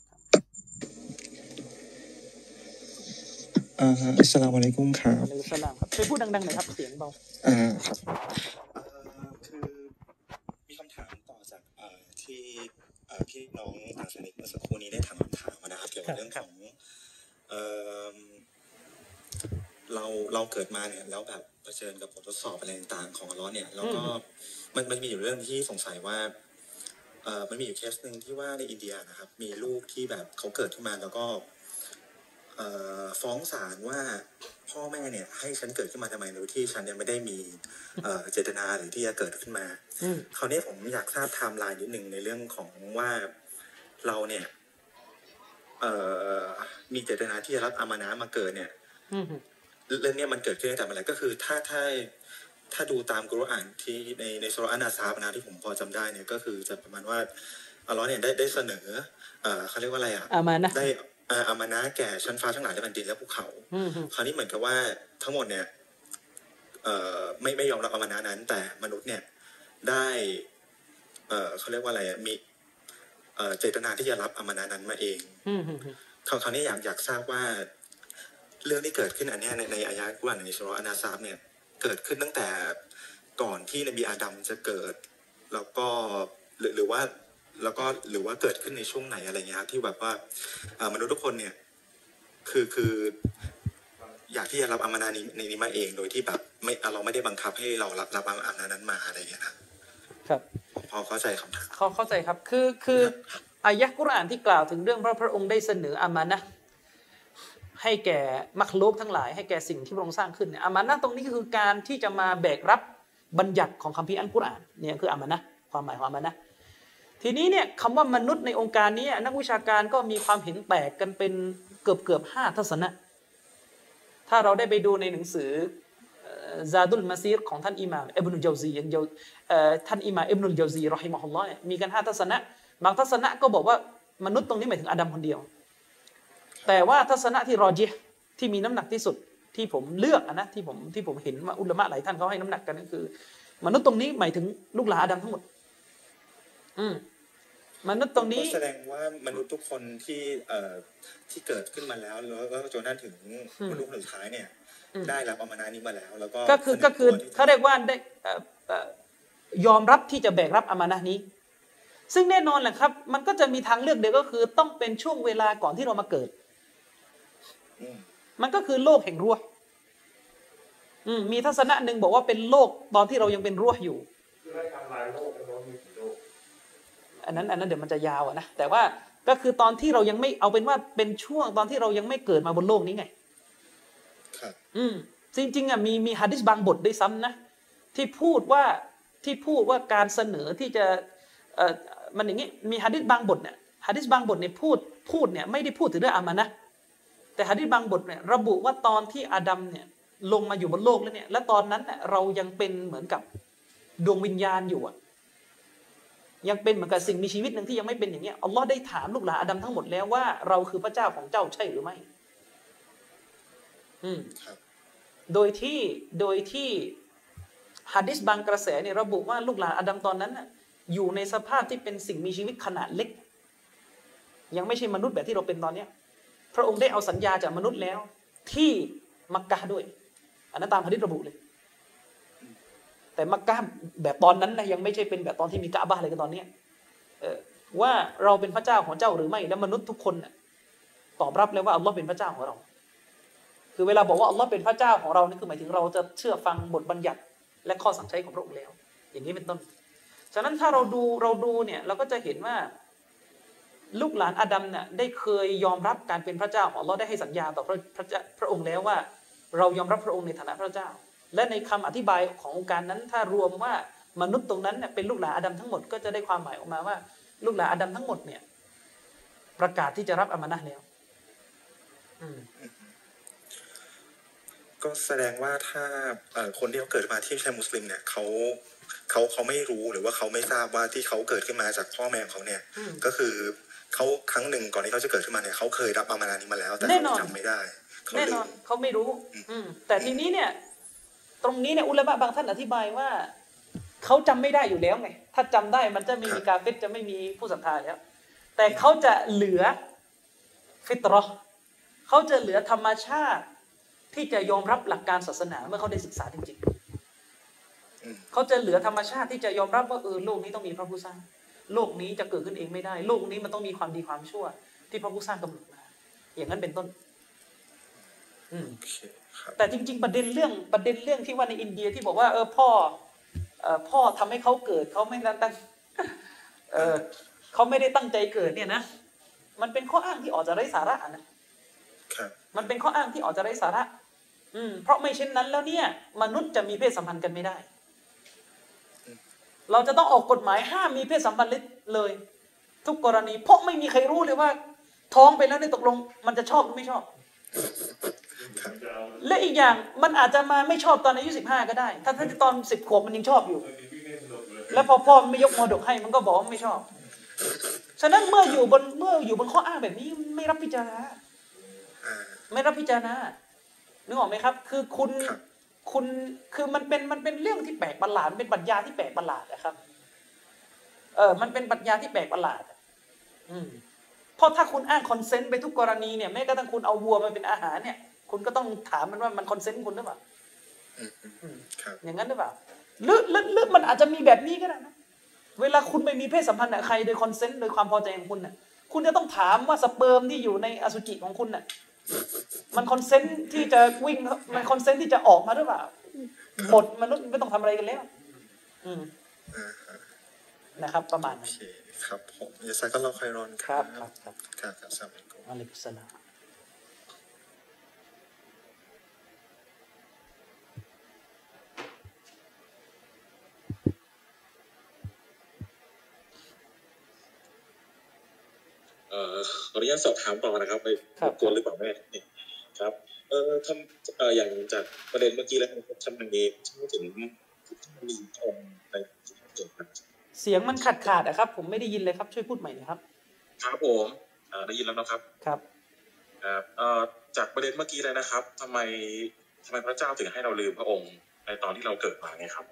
อัสสลามุอะลัยกุมครับอัลสลามครับช่วยพูดดังๆหน่อยครับเสียงเบาครับคือมีคำถามต่อจากที่พี่น้องต่างชาติเมื่อสักครู่นี้ได้ถามคำถามนะครับเกี่ยวกับเรื่องของเราเกิดมาเนี่ยแล้วแบบเผชิญกับบททดสอบอะไรต่างๆของอัลเลาะห์เนี่ยแล้วก็มันมีอยู่เรื่องที่สงสัยว่ามันมีอยู่เคสนึงที่ว่าในอินเดียนะครับมีลูกที่แบบเขาเกิดขึ้นมาแล้วก็ฟ้องศาลว่าพ่อแม่เนี่ยให้ฉันเกิดขึ้นมาทำไมโดยที่ฉันเนี่ยไม่ได้มีเจตนาหรือที่จะเกิดขึ้นมาคราวนี้ผมอยากทราบไทม์ไลน์นิดนึงในเรื่องของว่าเราเนี่ยมีเจตนาที่จะรับอามานะห์มาเกิดเนี่ยเรื่องนี้มันเกิดขึ้นตั้งแต่เมื่อไหร่ก็คือถ้าดูตามกุรอานที่ในซูเราะห์อันนาซาบนะที่ผมพอจำได้เนี่ยก็คือจะประมาณว่าอัลเลาะห์เนี่ยได้เสนอเขาเรียกว่าอะไรอามานะห์ได้อามานะห์แก่ชั้นฟ้าทั้งหลายและแผ่นดินและภูเขาคราวนี้เหมือนกับว่าทั้งหมดเนี่ยไม่ยอมรับอามานะห์นั้นแต่มนุษย์เนี่ยได้เขาเรียกว่าอะไรมีเจตนาที่จะรับอามานะห์นั้นมาเองคราวนี้อยากทราบว่าเรื่องที่เกิดขึ้นอันนี้ในอายะห์กุรอานในซูเราะห์อันนาซาบเนี่ยเกิดขึ้นตั้งแต่ก่อนที่นบีอาดัมจะเกิดแล้วก็หรือว่าเกิดขึ้นในช่วงไหนอะไรเงี้ยที่แบบว่ามนุษย์ทุกคนเนี่ยคืออยากที่จะรับอามานะห์นี้มาเองโดยที่แบบเราไม่ได้บังคับให้เรารับอามานะห์นั้นมาอะไรเงี้ยครับพอเข้าใจคำถามเข้าใจครับคืออายะห์กุรอานที่กล่าวถึงเรื่องพระองค์ได้เสนออามานะห์ให้แก่มักลุกทั้งหลายให้แก่สิ่งที่พระองค์สร้างขึ้นเนี่ยอามานะห์ตรงนี้คือการที่จะมาแบกรับบัญญัติของคัมภีร์อัลกุรอานเนี่ยคืออามานะห์ความหมายของอามานะห์ทีนี้เนี่ยคำว่ามนุษย์ในองค์การนี้นักวิชาการก็มีความเห็นแตกกันเป็นเกือบ5ทัศนะถ้าเราได้ไปดูในหนังสือซาดุลมาซีรของท่านอิหม่ามอิบนุลเจาซีท่านอิหม่ามอิบนุลเจาซีเราะฮิมะฮุลลอฮ์เนี่ยมีกัน5ทัศนะบางทัศนะก็บอกว่ามนุษย์ตรงนี้หมายถึงอาดัมคนเดียวแต่ว่าทัศนะที่รอญิฮ์ที่มีน้ำหนักที่สุดที่ผมเลือกนะที่ผมเห็นว่าอุลามะหลายท่านเขาให้น้ำหนักกันก็คือมนุษย์ตรงนี้หมายถึงลูกหลานอาดัมทั้งหมดมนุษย์ตรงนี้แสดงว่ามนุษย์ทุกคนที่เกิดขึ้นมาแล้วจนถึงมนุษย์สุดท้ายเนี่ยได้รับอามานะห์นี้มาแล้วก็คือเขาเรียกว่าได้ยอมรับที่จะแบกรับอามานะห์นี้ซึ่งแน่นอนแหละครับมันก็จะมีทางเลือกเดียวก็คือต้องเป็นช่วงเวลาก่อนที่เรามาเกิดมันก็คือโลกแห่งรูห์มีทัศนะหนึ่งบอกว่าเป็นโลกตอนที่เรายังเป็นรูห์อยู่อันนั้นเดี๋ยวมันจะยาวนะแต่ว่าก็คือตอนที่เรายังไม่เอาเป็นว่าเป็นช่วงตอนที่เรายังไม่เกิดมาบนโลกนี้ไงครับจริงๆมีหะดีษบางบทด้วยซ้ำนะที่พูดว่าการเสนอที่จะมันอย่างงี้มีหะดีษบางบทเนี่ยหะดีษบางบทเนี่ยพูดเนี่ยไม่ได้พูดถึงเรื่องอามานะห์แต่หะดีษบางบทเนี่ยระบุว่าตอนที่อาดัมเนี่ยลงมาอยู่บนโลกแล้วเนี่ยและตอนนั้นเนี่ยเรายังเป็นเหมือนกับดวงวิญญาณอยู่ยังเป็นเหมือนกับสิ่งมีชีวิตหนึ่งที่ยังไม่เป็นอย่างเงี้ยอัลลอฮ์ได้ถามลูกหลานอาดัมทั้งหมดแล้วว่าเราคือพระเจ้าของเจ้าใช่หรือไม่โดยที่หะดีษบางกระแสเนี่ยระบุว่าลูกหลานอาดัมตอนนั้นน่ะอยู่ในสภาพที่เป็นสิ่งมีชีวิตขนาดเล็กยังไม่ใช่มนุษย์แบบที่เราเป็นตอนเนี้ยพระองค์ได้เอาสัญญาจากมนุษย์แล้วที่มักกะฮ์ด้วยอันนั้นตามหะดีษระบุเลยแต่มักกะฮ์แบบตอนนั้นนะยังไม่ใช่เป็นแบบตอนที่มีกะอ์บะห์อะไรกันตอนเนี้ยว่าเราเป็นพระเจ้าของเจ้าหรือไม่และมนุษย์ทุกคนน่ะตอบรับเลยว่าอัลลอฮ์เป็นพระเจ้าของเราคือเวลาบอกว่าอัลลอฮ์เป็นพระเจ้าของเรานี่คือหมายถึงเราจะเชื่อฟังบทบัญญัติและข้อสั่งใช้ของพระองค์แล้วอย่างนี้เป็นต้นฉะนั้นถ้าเราดูเนี่ยเราก็จะเห็นว่าลูกหลานอาดัมเนี่ยได้เคยยอมรับการเป็นพระเจ้าของอัลเลาะห์ได้ให้สัญญาต่อพระองค์แล้วว่าเรายอมรับพระองค์ในฐานะพระเจ้าและในคำอธิบายขององค์การนั้นถ้ารวมว่ามนุษย์ตรงนั้นเนี่ยเป็นลูกหลานอาดัมทั้งหมดก็จะได้ความหมายออกมาว่าลูกหลานอาดัมทั้งหมดเนี่ยประกาศที่จะรับอามานะห์แล้วก็แสดงว่าถ้าคนที่เขาเกิดมาที่ไม่ใช่มุสลิมเนี่ยเขาไม่รู้หรือว่าเขาไม่ทราบว่าที่เขาเกิดขึ้นมาจากพ่อแม่ของเขาเนี่ยก็คือเขาครั้งหนึ่งก่อนที่เขาจะเกิดขึ้นมาเนี่ยเขาเคยรับอามานะห์นี้มาแล้วแต่เขาจำไม่ได้แน่นอนเขาไม่รู้แต่ทีนี้เนี่ยตรงนี้เนี่ยอุลามะบางท่านอธิบายว่าเขาจำไม่ได้อยู่แล้วไงถ้าจำได้มันจะไม่มีกาเฟรจะไม่มีผู้ศรัทธาแล้วแต่เขาจะเหลือฟิตเราะห์เขาจะเหลือธรรมชาติที่จะยอมรับหลักการศาสนาเมื่อเขาได้ศึกษาจริงๆเขาจะเหลือธรรมชาติที่จะยอมรับว่าโลกนี้ต้องมีพระผู้สร้างโลกนี้จะเกิดขึ้นเองไม่ได้โลกนี้มันต้องมีความดีความชั่วที่พระผู้สร้างกำหนดมาอย่างนั้นเป็นต้นแต่จริงๆประเด็นเรื่องที่ว่าในอินเดียที่บอกว่าพ่อทำให้เขาเกิดเขาไม่ตั้งเขาไม่ได้ตั้งใจเกิดเนี่ยนะมันเป็นข้ออ้างที่ออกจะไร้สาระนะมันเป็นข้ออ้างที่ออกจะไร้สาระเพราะไม่เช่นนั้นแล้วเนี่ยมนุษย์จะมีเพศสัมพันธ์กันไม่ได้เราจะต้องออกกฎหมายห้ามมีเพศสัมพันธ์เลยทุกกรณีเพราะไม่มีใครรู้เลยว่าท้องไปแล้วเนี่ยตกลงมันจะชอบหรือไม่ชอบและอีกอย่างมันอาจจะมาไม่ชอบตอนอายุ15ก็ได้ถ้าตอน10 ขวบมันยังชอบอยู่แล้วพอพ่อไม่ยกมรดกให้มันก็บอกว่าไม่ชอบฉะนั้นเมื่ออยู่บนข้ออ้างแบบนี้ไม่รับพิจารณานึกออกไหมครับคือคุณคือมันเป็นเรื่องที่แปลกประหลาดเป็นปรัชญาที่แปลกประหลาดนะครับมันเป็นปรัชญาที่แปลกประหลาดเพราะถ้าคุณอ้างคอนเซนต์ไปทุกกรณีเนี่ยแม้กระทั่งคุณเอาวัวมาเป็นอาหารเนี่ยคุณก็ต้องถามมันว่ามันคอนเซนต์คุณหรือเปล่าอย่างนั้นหรือเปล่าหรือมันอาจจะมีแบบนี้ก็ได้นะเวลาคุณไปมีเพศสัมพันธ์กับใครโดยคอนเซนต์โดยความพอใจของคุณน่ะคุณจะต้องถามว่าสเปิร์มที่อยู่ในอสุจิของคุณน่ะมันคอนเซนต์ที่จะวิ่งมันคอนเซนต์ที่จะออกมาหรือเปล่าหมดมนุษย์ไม่ต้องทำอะไรกันแล้วนะครับประมาณนั้นครับผมยะซากัลลอฮุค็อยรอนครับครับสลามอะลัยกุมสลามขออนุญาตสอบถามต่อนะครับไปกวนหรือเปล่าแม่ครับอย่างจากประเด็นเมื่อกี้แล้วทำไมถึงมีองค์ในจุดนั้นเสียงมันขาดครับผมไม่ได้ยินเลยครับช่วยพูดใหม่หน่อยครับครับผมได้ยินแล้วนะครับครับจากประเด็นเมื่อกี้เลยนะครับทำไมพระเจ้าถึงให้เราลืมพระองค์ในตอนที่เราเกิดมาไงครับ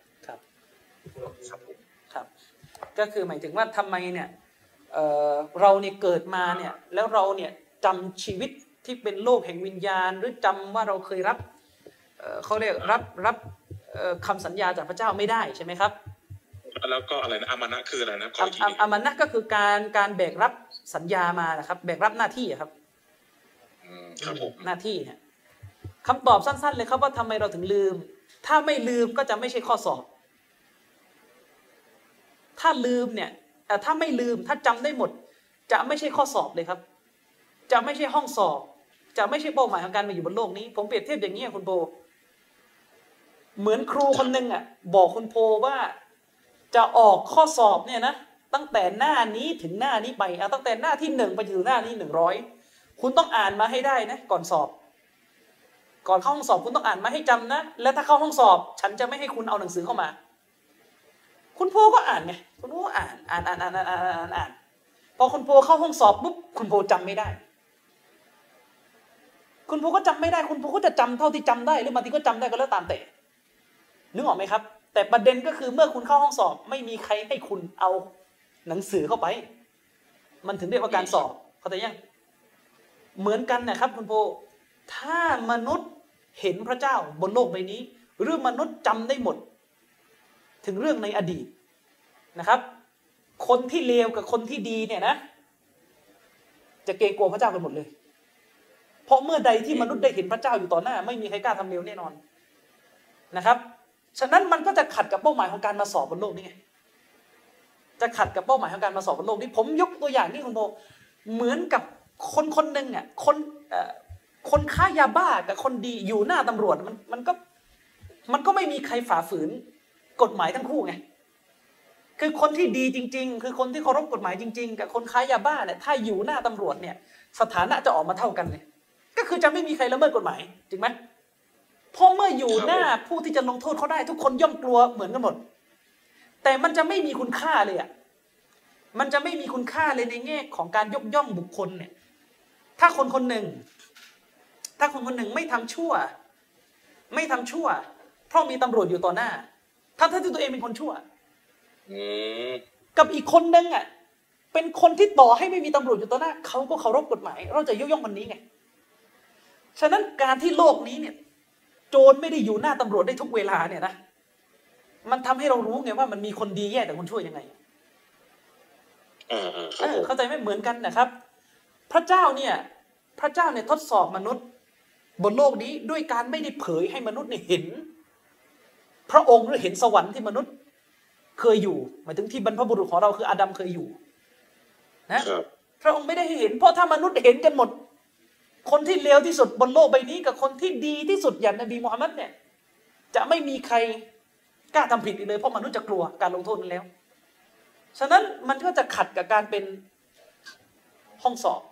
ครับก็คือหมายถึงว่าทำไมเนี่ยเราเนี่ยเกิดมาเนี่ยแล้วเราเนี่ยจำชีวิตที่เป็นโลกแห่งวิญญาณหรือจำว่าเราเคยรับเขาเรียกรับคำสัญญาจากพระเจ้าไม่ได้ใช่ไหมครับแล้วก็อะไรนะอามานะคืออะไรนะอามานะก็คือการแบกรับสัญญามานะครับแบกรับหน้าที่ครับครับผมหน้าที่เนี่ยคำตอบสั้นๆเลยครับว่าทำไมเราถึงลืมถ้าไม่ลืมก็จะไม่ใช่ข้อสอบถ้าลืมเนี่ยถ้าไม่ลืมถ้าจำได้หมดจะไม่ใช่ข้อสอบเลยครับจะไม่ใช่ห้องสอบจะไม่ใช่เป้าหมายของการมาอยู่บนโลกนี้ผมเปรียบเทียบอย่างนี้คุณโพเหมือนครูคนหนึ่งบอกคุณโพว่าจะออกข้อสอบเนี่ยนะตั้งแต่หน้านี้ถึงหน้านี้ไปตั้งแต่หน้าที่1ไปถึงหน้านี้100คุณต้องอ่านมาให้ได้นะก่อนสอบก่อนเข้าห้องสอบคุณต้องอ่านมาให้จำนะและถ้าเข้าห้องสอบฉันจะไม่ให้คุณเอาหนังสือเข้ามาคุณโพก็อ่านไงคุณโพอ่านพอคุณโพเข้าห้องสอบปุ๊บคุณโพจำไม่ได้คุณโพก็จำไม่ได้คุณโพก็จะจำเท่าที่จำได้หรือบางทีก็จำได้ก็แล้วตามแต่นึกออกไหมครับแต่ประเด็นก็คือเมื่อคุณเข้าห้องสอบไม่มีใครให้คุณเอาหนังสือเข้าไปมันถึงเรียกว่าการสอบเข้าใจยังเหมือนกันนะครับคุณโพถ้ามนุษย์เห็นพระเจ้าบนโลกใบนี้หรือมนุษย์จำได้หมดถึงเรื่องในอดีตนะครับคนที่เลวกับคนที่ดีเนี่ยนะจะเกรงกลัวพระเจ้ากันหมดเลยเพราะเมื่อใดที่มนุษย์ได้เห็นพระเจ้าอยู่ต่อหน้าไม่มีใครกล้าทำเลวแน่นอนนะครับฉะนั้นมันก็จะขัดกับเป้าหมายของการมาสอบบนโลกนี้ไงจะขัดกับเป้าหมายของการมาสอบบนโลกนี้ผมยกตัวอย่างนี่คุณโบเหมือนกับคนหนึ่งคนค้ายาบ้ากับคนดีอยู่หน้าตำรวจมันก็ไม่มีใครฝ่าฝืนกฎหมายทั้งคู่ไงคือคนที่ดีจริงๆคือคนที่เคารพกฎหมายจริงๆกับคนค้ายาบ้าเนี่ยถ้าอยู่หน้าตำรวจเนี่ยสถานะจะออกมาเท่ากันเลยก็คือจะไม่มีใครละเมิดกฎหมายจริงไหมเพราะเมื่ออยู่หน้าผู้ที่จะลงโทษเขาได้ทุกคนย่อมกลัวเหมือนกันหมดแต่มันจะไม่มีคุณค่าเลยมันจะไม่มีคุณค่าเลยในแง่ของการยกย่องบุคคลเนี่ยถ้าคนคนหนึ่งไม่ทำชั่วเพราะมีตำรวจอยู่ต่อหน้าทั้งที่ตัวเองเป็นคนชั่วกับอีกคนนึงเป็นคนที่ต่อให้ไม่มีตำรวจอยู่ต่อหน้าเขาก็เคารพกฎหมายเราจะยกย่องคนนี้ไงฉะนั้นการที่โลกนี้เนี่ยโจรไม่ได้อยู่หน้าตำรวจได้ทุกเวลาเนี่ยนะมันทำให้เรารู้ไงว่ามันมีคนดีแย่แต่คนชั่วยังไงเข้าใจไหมเหมือนกันนะครับพระเจ้าเนี่ยทดสอบมนุษย์บนโลกนี้ด้วยการไม่ได้เผยให้มนุษย์เนี่ยเห็นพระองค์หรือเห็นสวรรค์ที่มนุษย์เคยอยู่หมายถึงที่บรรพบุรุษของเราคืออาดัมเคยอยู่นะพระองค์ไม่ได้ให้เห็นเพราะถ้ามนุษย์เห็นกันหมดคนที่เลวที่สุดบนโลกใบนี้กับคนที่ดีที่สุดอย่างนบีมูฮัมมัดเนี่ยจะไม่มีใครกล้าทำผิดอีกเลยเพราะมนุษย์จะกลัวการลงโทษนั้นแล้วฉะนั้นมันก็จะขัดกับการเป็นห้องสอบ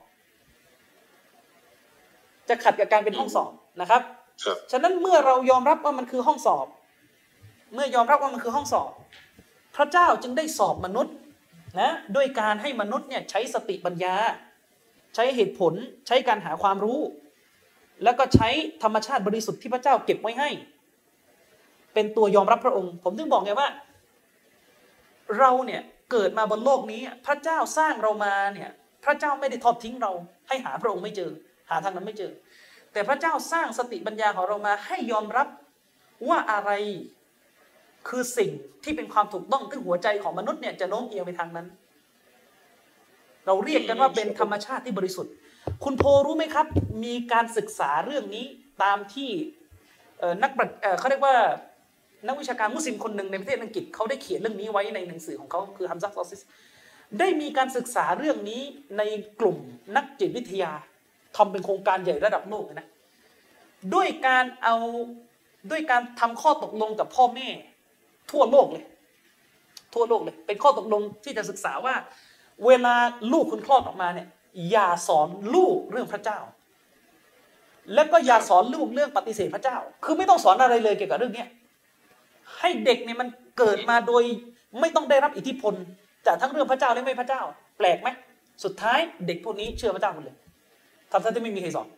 จะขัดกับการเป็นห้องสอบนะครับฉะนั้นเมื่อเรายอมรับว่ามันคือห้องสอบเมื่อยอมรับว่ามันคือห้องสอบพระเจ้าจึงได้สอบมนุษย์นะด้วยการให้มนุษย์เนี่ยใช้สติปัญญาใช้เหตุผลใช้การหาความรู้แล้วก็ใช้ธรรมชาติบริสุทธิ์ที่พระเจ้าเก็บไว้ให้เป็นตัวยอมรับพระองค์ผมถึงบอกไงว่าเราเนี่ยเกิดมาบนโลกนี้พระเจ้าสร้างเรามาเนี่ยพระเจ้าไม่ได้ทอดทิ้งเราให้หาพระองค์ไม่เจอหาทางนั้นไม่เจอแต่พระเจ้าสร้างสติปัญญาของเรามาให้ยอมรับว่าอะไรคือสิ่งที่เป็นความถูกต้องที่หัวใจของมนุษย์เนี่ยจะโน้มเอียงไปทางนั้นเราเรียกกันว่าเป็นธรรมชาติที่บริสุทธิ์คุณโพรู้ไหมครับมีการศึกษาเรื่องนี้ตามที่เขาเรียกว่านักวิชาการมุสลิมคนหนึ่งในประเทศอังกฤษเขาได้เขียนเรื่องนี้ไว้ในหนังสือของเขาคือฮัมซะ ซอซิสได้มีการศึกษาเรื่องนี้ในกลุ่มนักจิตวิทยาทำเป็นโครงการใหญ่ระดับโลกนะด้วยการทำข้อตกลงกับพ่อแม่ทั่วโลกเลยเป็นข้อตกลงที่จะศึกษาว่าเวลาลูกคุณคลอดออกมาเนี่ยอย่าสอนลูกเรื่องพระเจ้าแล้วก็อย่าสอนลูกเรื่องปฏิเสธพระเจ้าคือไม่ต้องสอนอะไรเลยเกี่ยวกับเรื่องนี้ให้เด็กเนี่ยมันเกิดมาโดยไม่ต้องได้รับอิทธิพลจากทั้งเรื่องพระเจ้าและไม่พระเจ้าแปลกไหมสุดท้ายเด็กพวกนี้เชื่อพระเจ้าหมดเลยทั้งที่ไม่มีใครสอน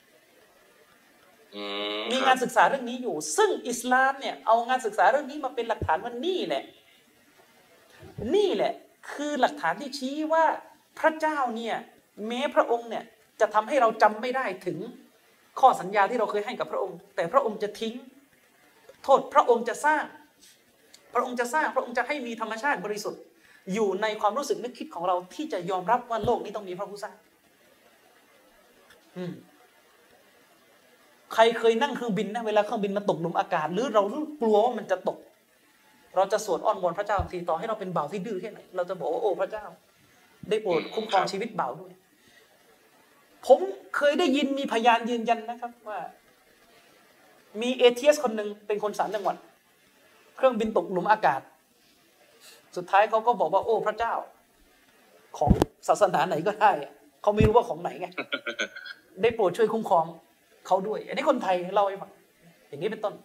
มีงานศึกษาเรื่องนี้อยู่ซึ่งอิสลามเนี่ยเอางานศึกษาเรื่องนี้มาเป็นหลักฐานว่านี่แหละคือหลักฐานที่ชี้ว่าพระเจ้าเนี่ยแม้พระองค์เนี่ยจะทำให้เราจำไม่ได้ถึงข้อสัญญาที่เราเคยให้กับพระองค์แต่พระองค์จะทิ้งโทษพระองค์จะสร้างพระองค์จะให้มีธรรมชาติบริสุทธิ์อยู่ในความรู้สึกนึกคิดของเราที่จะยอมรับว่าโลกนี้ต้องมีพระผู้สร้างใครเคยนั่งเครื่องบินนะเวลาเครื่องบินมันตกหลุมอากาศหรือเรากลัวว่ามันจะตกเราจะสวดอ้อนวอนพระเจ้าทีต่อให้เราเป็นบ่าวที่ดื้อแค่ไหนเราจะบอกว่าโอ้พระเจ้าได้โปรดคุ้มครองชีวิตบ่าวด้วยผมเคยได้ยินมีพยานยืนยันนะครับว่ามีเอเทียสคนหนึ่งเป็นคน3 จังหวัดเครื่องบินตกหลุมอากาศสุดท้ายเขาก็บอกว่าโอ้พระเจ้าของศาสนาไหนก็ได้เขาไม่รู้ว่าของไหนไงได้โปรดช่วยคุ้มครองเขาด้วยอันนี้คนไทยเล่าให้ฟังอย่างนี้เป็นต้น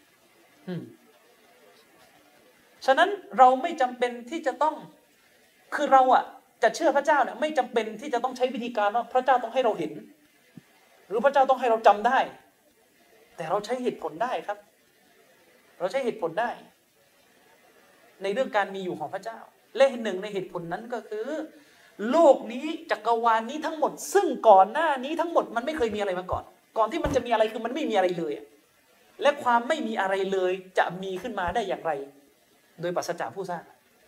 ฉะนั้นเราไม่จำเป็นที่จะต้องคือเราจะเชื่อพระเจ้าเนี่ยไม่จำเป็นที่จะต้องใช้วิธีการว่าพระเจ้าต้องให้เราเห็นหรือพระเจ้าต้องให้เราจำได้แต่เราใช้เหตุผลได้ครับเราใช้เหตุผลได้ในเรื่องการมีอยู่ของพระเจ้าและหนึ่งในเหตุผลนั้นก็คือโลกนี้จักรวาลนี้ทั้งหมดซึ่งก่อนหน้านี้ทั้งหมดมันไม่เคยมีอะไรมาก่อนที่มันจะมีอะไรคือมันไม่มีอะไรเลยและความไม่มีอะไรเลยจะมีขึ้นมาได้อย่างไรโดยปราศจากผู้สร้าง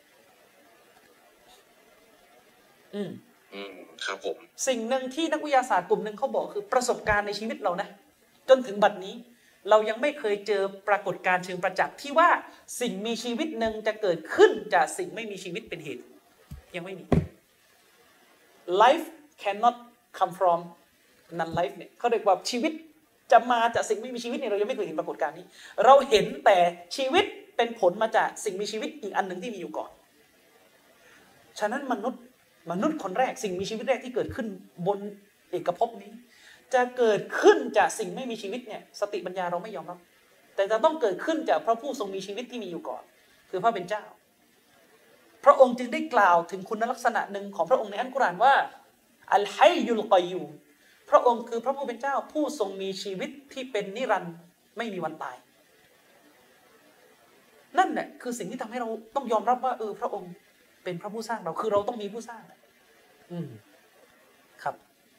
ครับผมสิ่งหนึ่งที่นักวิทยาศาสตร์กลุ่มหนึ่งเขาบอกคือประสบการณ์ในชีวิตเรานะจนถึงบัดนี้เรายังไม่เคยเจอปรากฏการณ์เชิงประจักษ์ที่ว่าสิ่งมีชีวิตหนึ่งจะเกิดขึ้นจากสิ่งไม่มีชีวิตเป็นเหตุยังไม่มี life cannot come from non life เนี่ยเขาเรียกว่าชีวิตจะมาจากสิ่งไม่มีชีวิตเนี่ยเรายังไม่เคยเห็นปรากฏการณ์นี้เราเห็นแต่ชีวิตเป็นผลมาจากสิ่งมีชีวิตอีกอันหนึ่งที่มีอยู่ก่อนฉะนั้นมนุษย์คนแรกสิ่งมีชีวิตแรกที่เกิดขึ้นบนเอกภพนี้จะเกิดขึ้นจากสิ่งไม่มีชีวิตเนี่ยสติปัญญาเราไม่ยอมรับแต่จะต้องเกิดขึ้นจากพระผู้ทรงมีชีวิตที่มีอยู่ก่อนคือพระเป็นเจ้าพระองค์จึงได้กล่าวถึงคุณลักษณะหนึ่งของพระองค์ในอัลกุรอานว่าอัลฮัยยุลกอยยูมพระองค์คือพระผู้เป็นเจ้าผู้ทรงมีชีวิตที่เป็นนิรันดร์ไม่มีวันตายนั่นแหละคือสิ่งที่ทำให้เราต้องยอมรับว่าพระองค์เป็นพระผู้สร้างเราคือเราต้องมีผู้สร้างครับ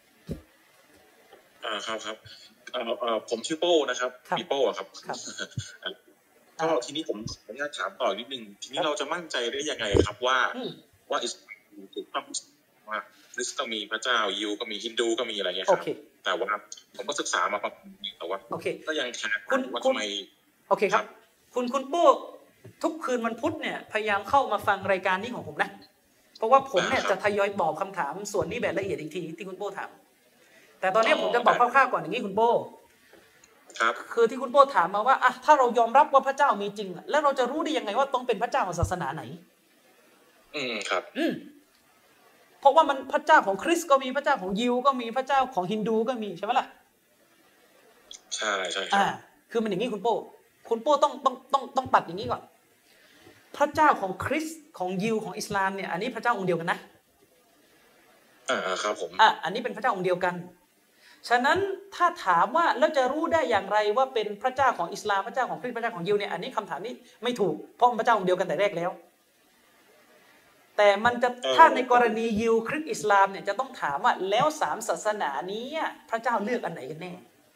ครับผมชื่อโป้นะครับปีโป้ครับก็ทีนี้ผมขออนุญาตถามต่อนิดนึงทีนี้เราจะมั่นใจได้ยังไงครับว่าอิสลามถูกต้องว่าคริสต์ก็มีพระเจ้ายิวก็มีฮินดูก็มีอะไรเงี้ยครับแต่ว่าผมก็ศึกษามาประมาณนึงแต่ว่าก็ยังแคร์ว่าทำไมโอเคครับคุณโป้ทุกคืนวันพุธเนี่ยพยายามเข้ามาฟังรายการนี้ของผมนะเพราะว่าผมเนี่ยจะทยอยตอบคำถามส่วนนี้แบบละเอียดอีกทีที่คุณโป้ถามแต่ตอนนี้ผมจะบอกคร่าวๆก่อนอย่างนี้คุณโป้ครับคือที่คุณโป้ถามมาว่าถ้าเรายอมรับว่าพระเจ้ามีจริงแล้วเราจะรู้ได้ยังไงว่าต้องเป็นพระเจ้าของศาสนาไหนครับเพราะว่ามันพระเจ้าของคริสต์ก็มีพระเจ้าของยิวก็มีพระเจ้าของฮินดูก็มีใช่ไหมล่ะใช่ครับคือมันอย่างนี้คุณโป้ต้องตัดอย่างนี้ก่อนพระเจ้าของคริสต์ของยิวของอิสลามเนี่ยอันนี้พระเจ้าองค์เดียวกันนะครับผมอันนี้เป็นพระเจ้าองค์เดียวกันฉะนั้นถ้าถามว่าแล้วจะรู้ได้อย่างไรว่าเป็นพระเจ้าของอิสลามพระเจ้าของคริสต์พระเจ้าของยิวเนี่ยอันนี้คำถามนี้ไม่ถูกเพราะพระเจ้าองค์เดียวกันแต่แรกแล้วแต่มันจะถ้าในกรณียิวคริสต์อิสลามเนี่ยจะต้องถามว่าแล้ว3ศาสนานี้พระเจ้าเลือกอันไหนกันแน่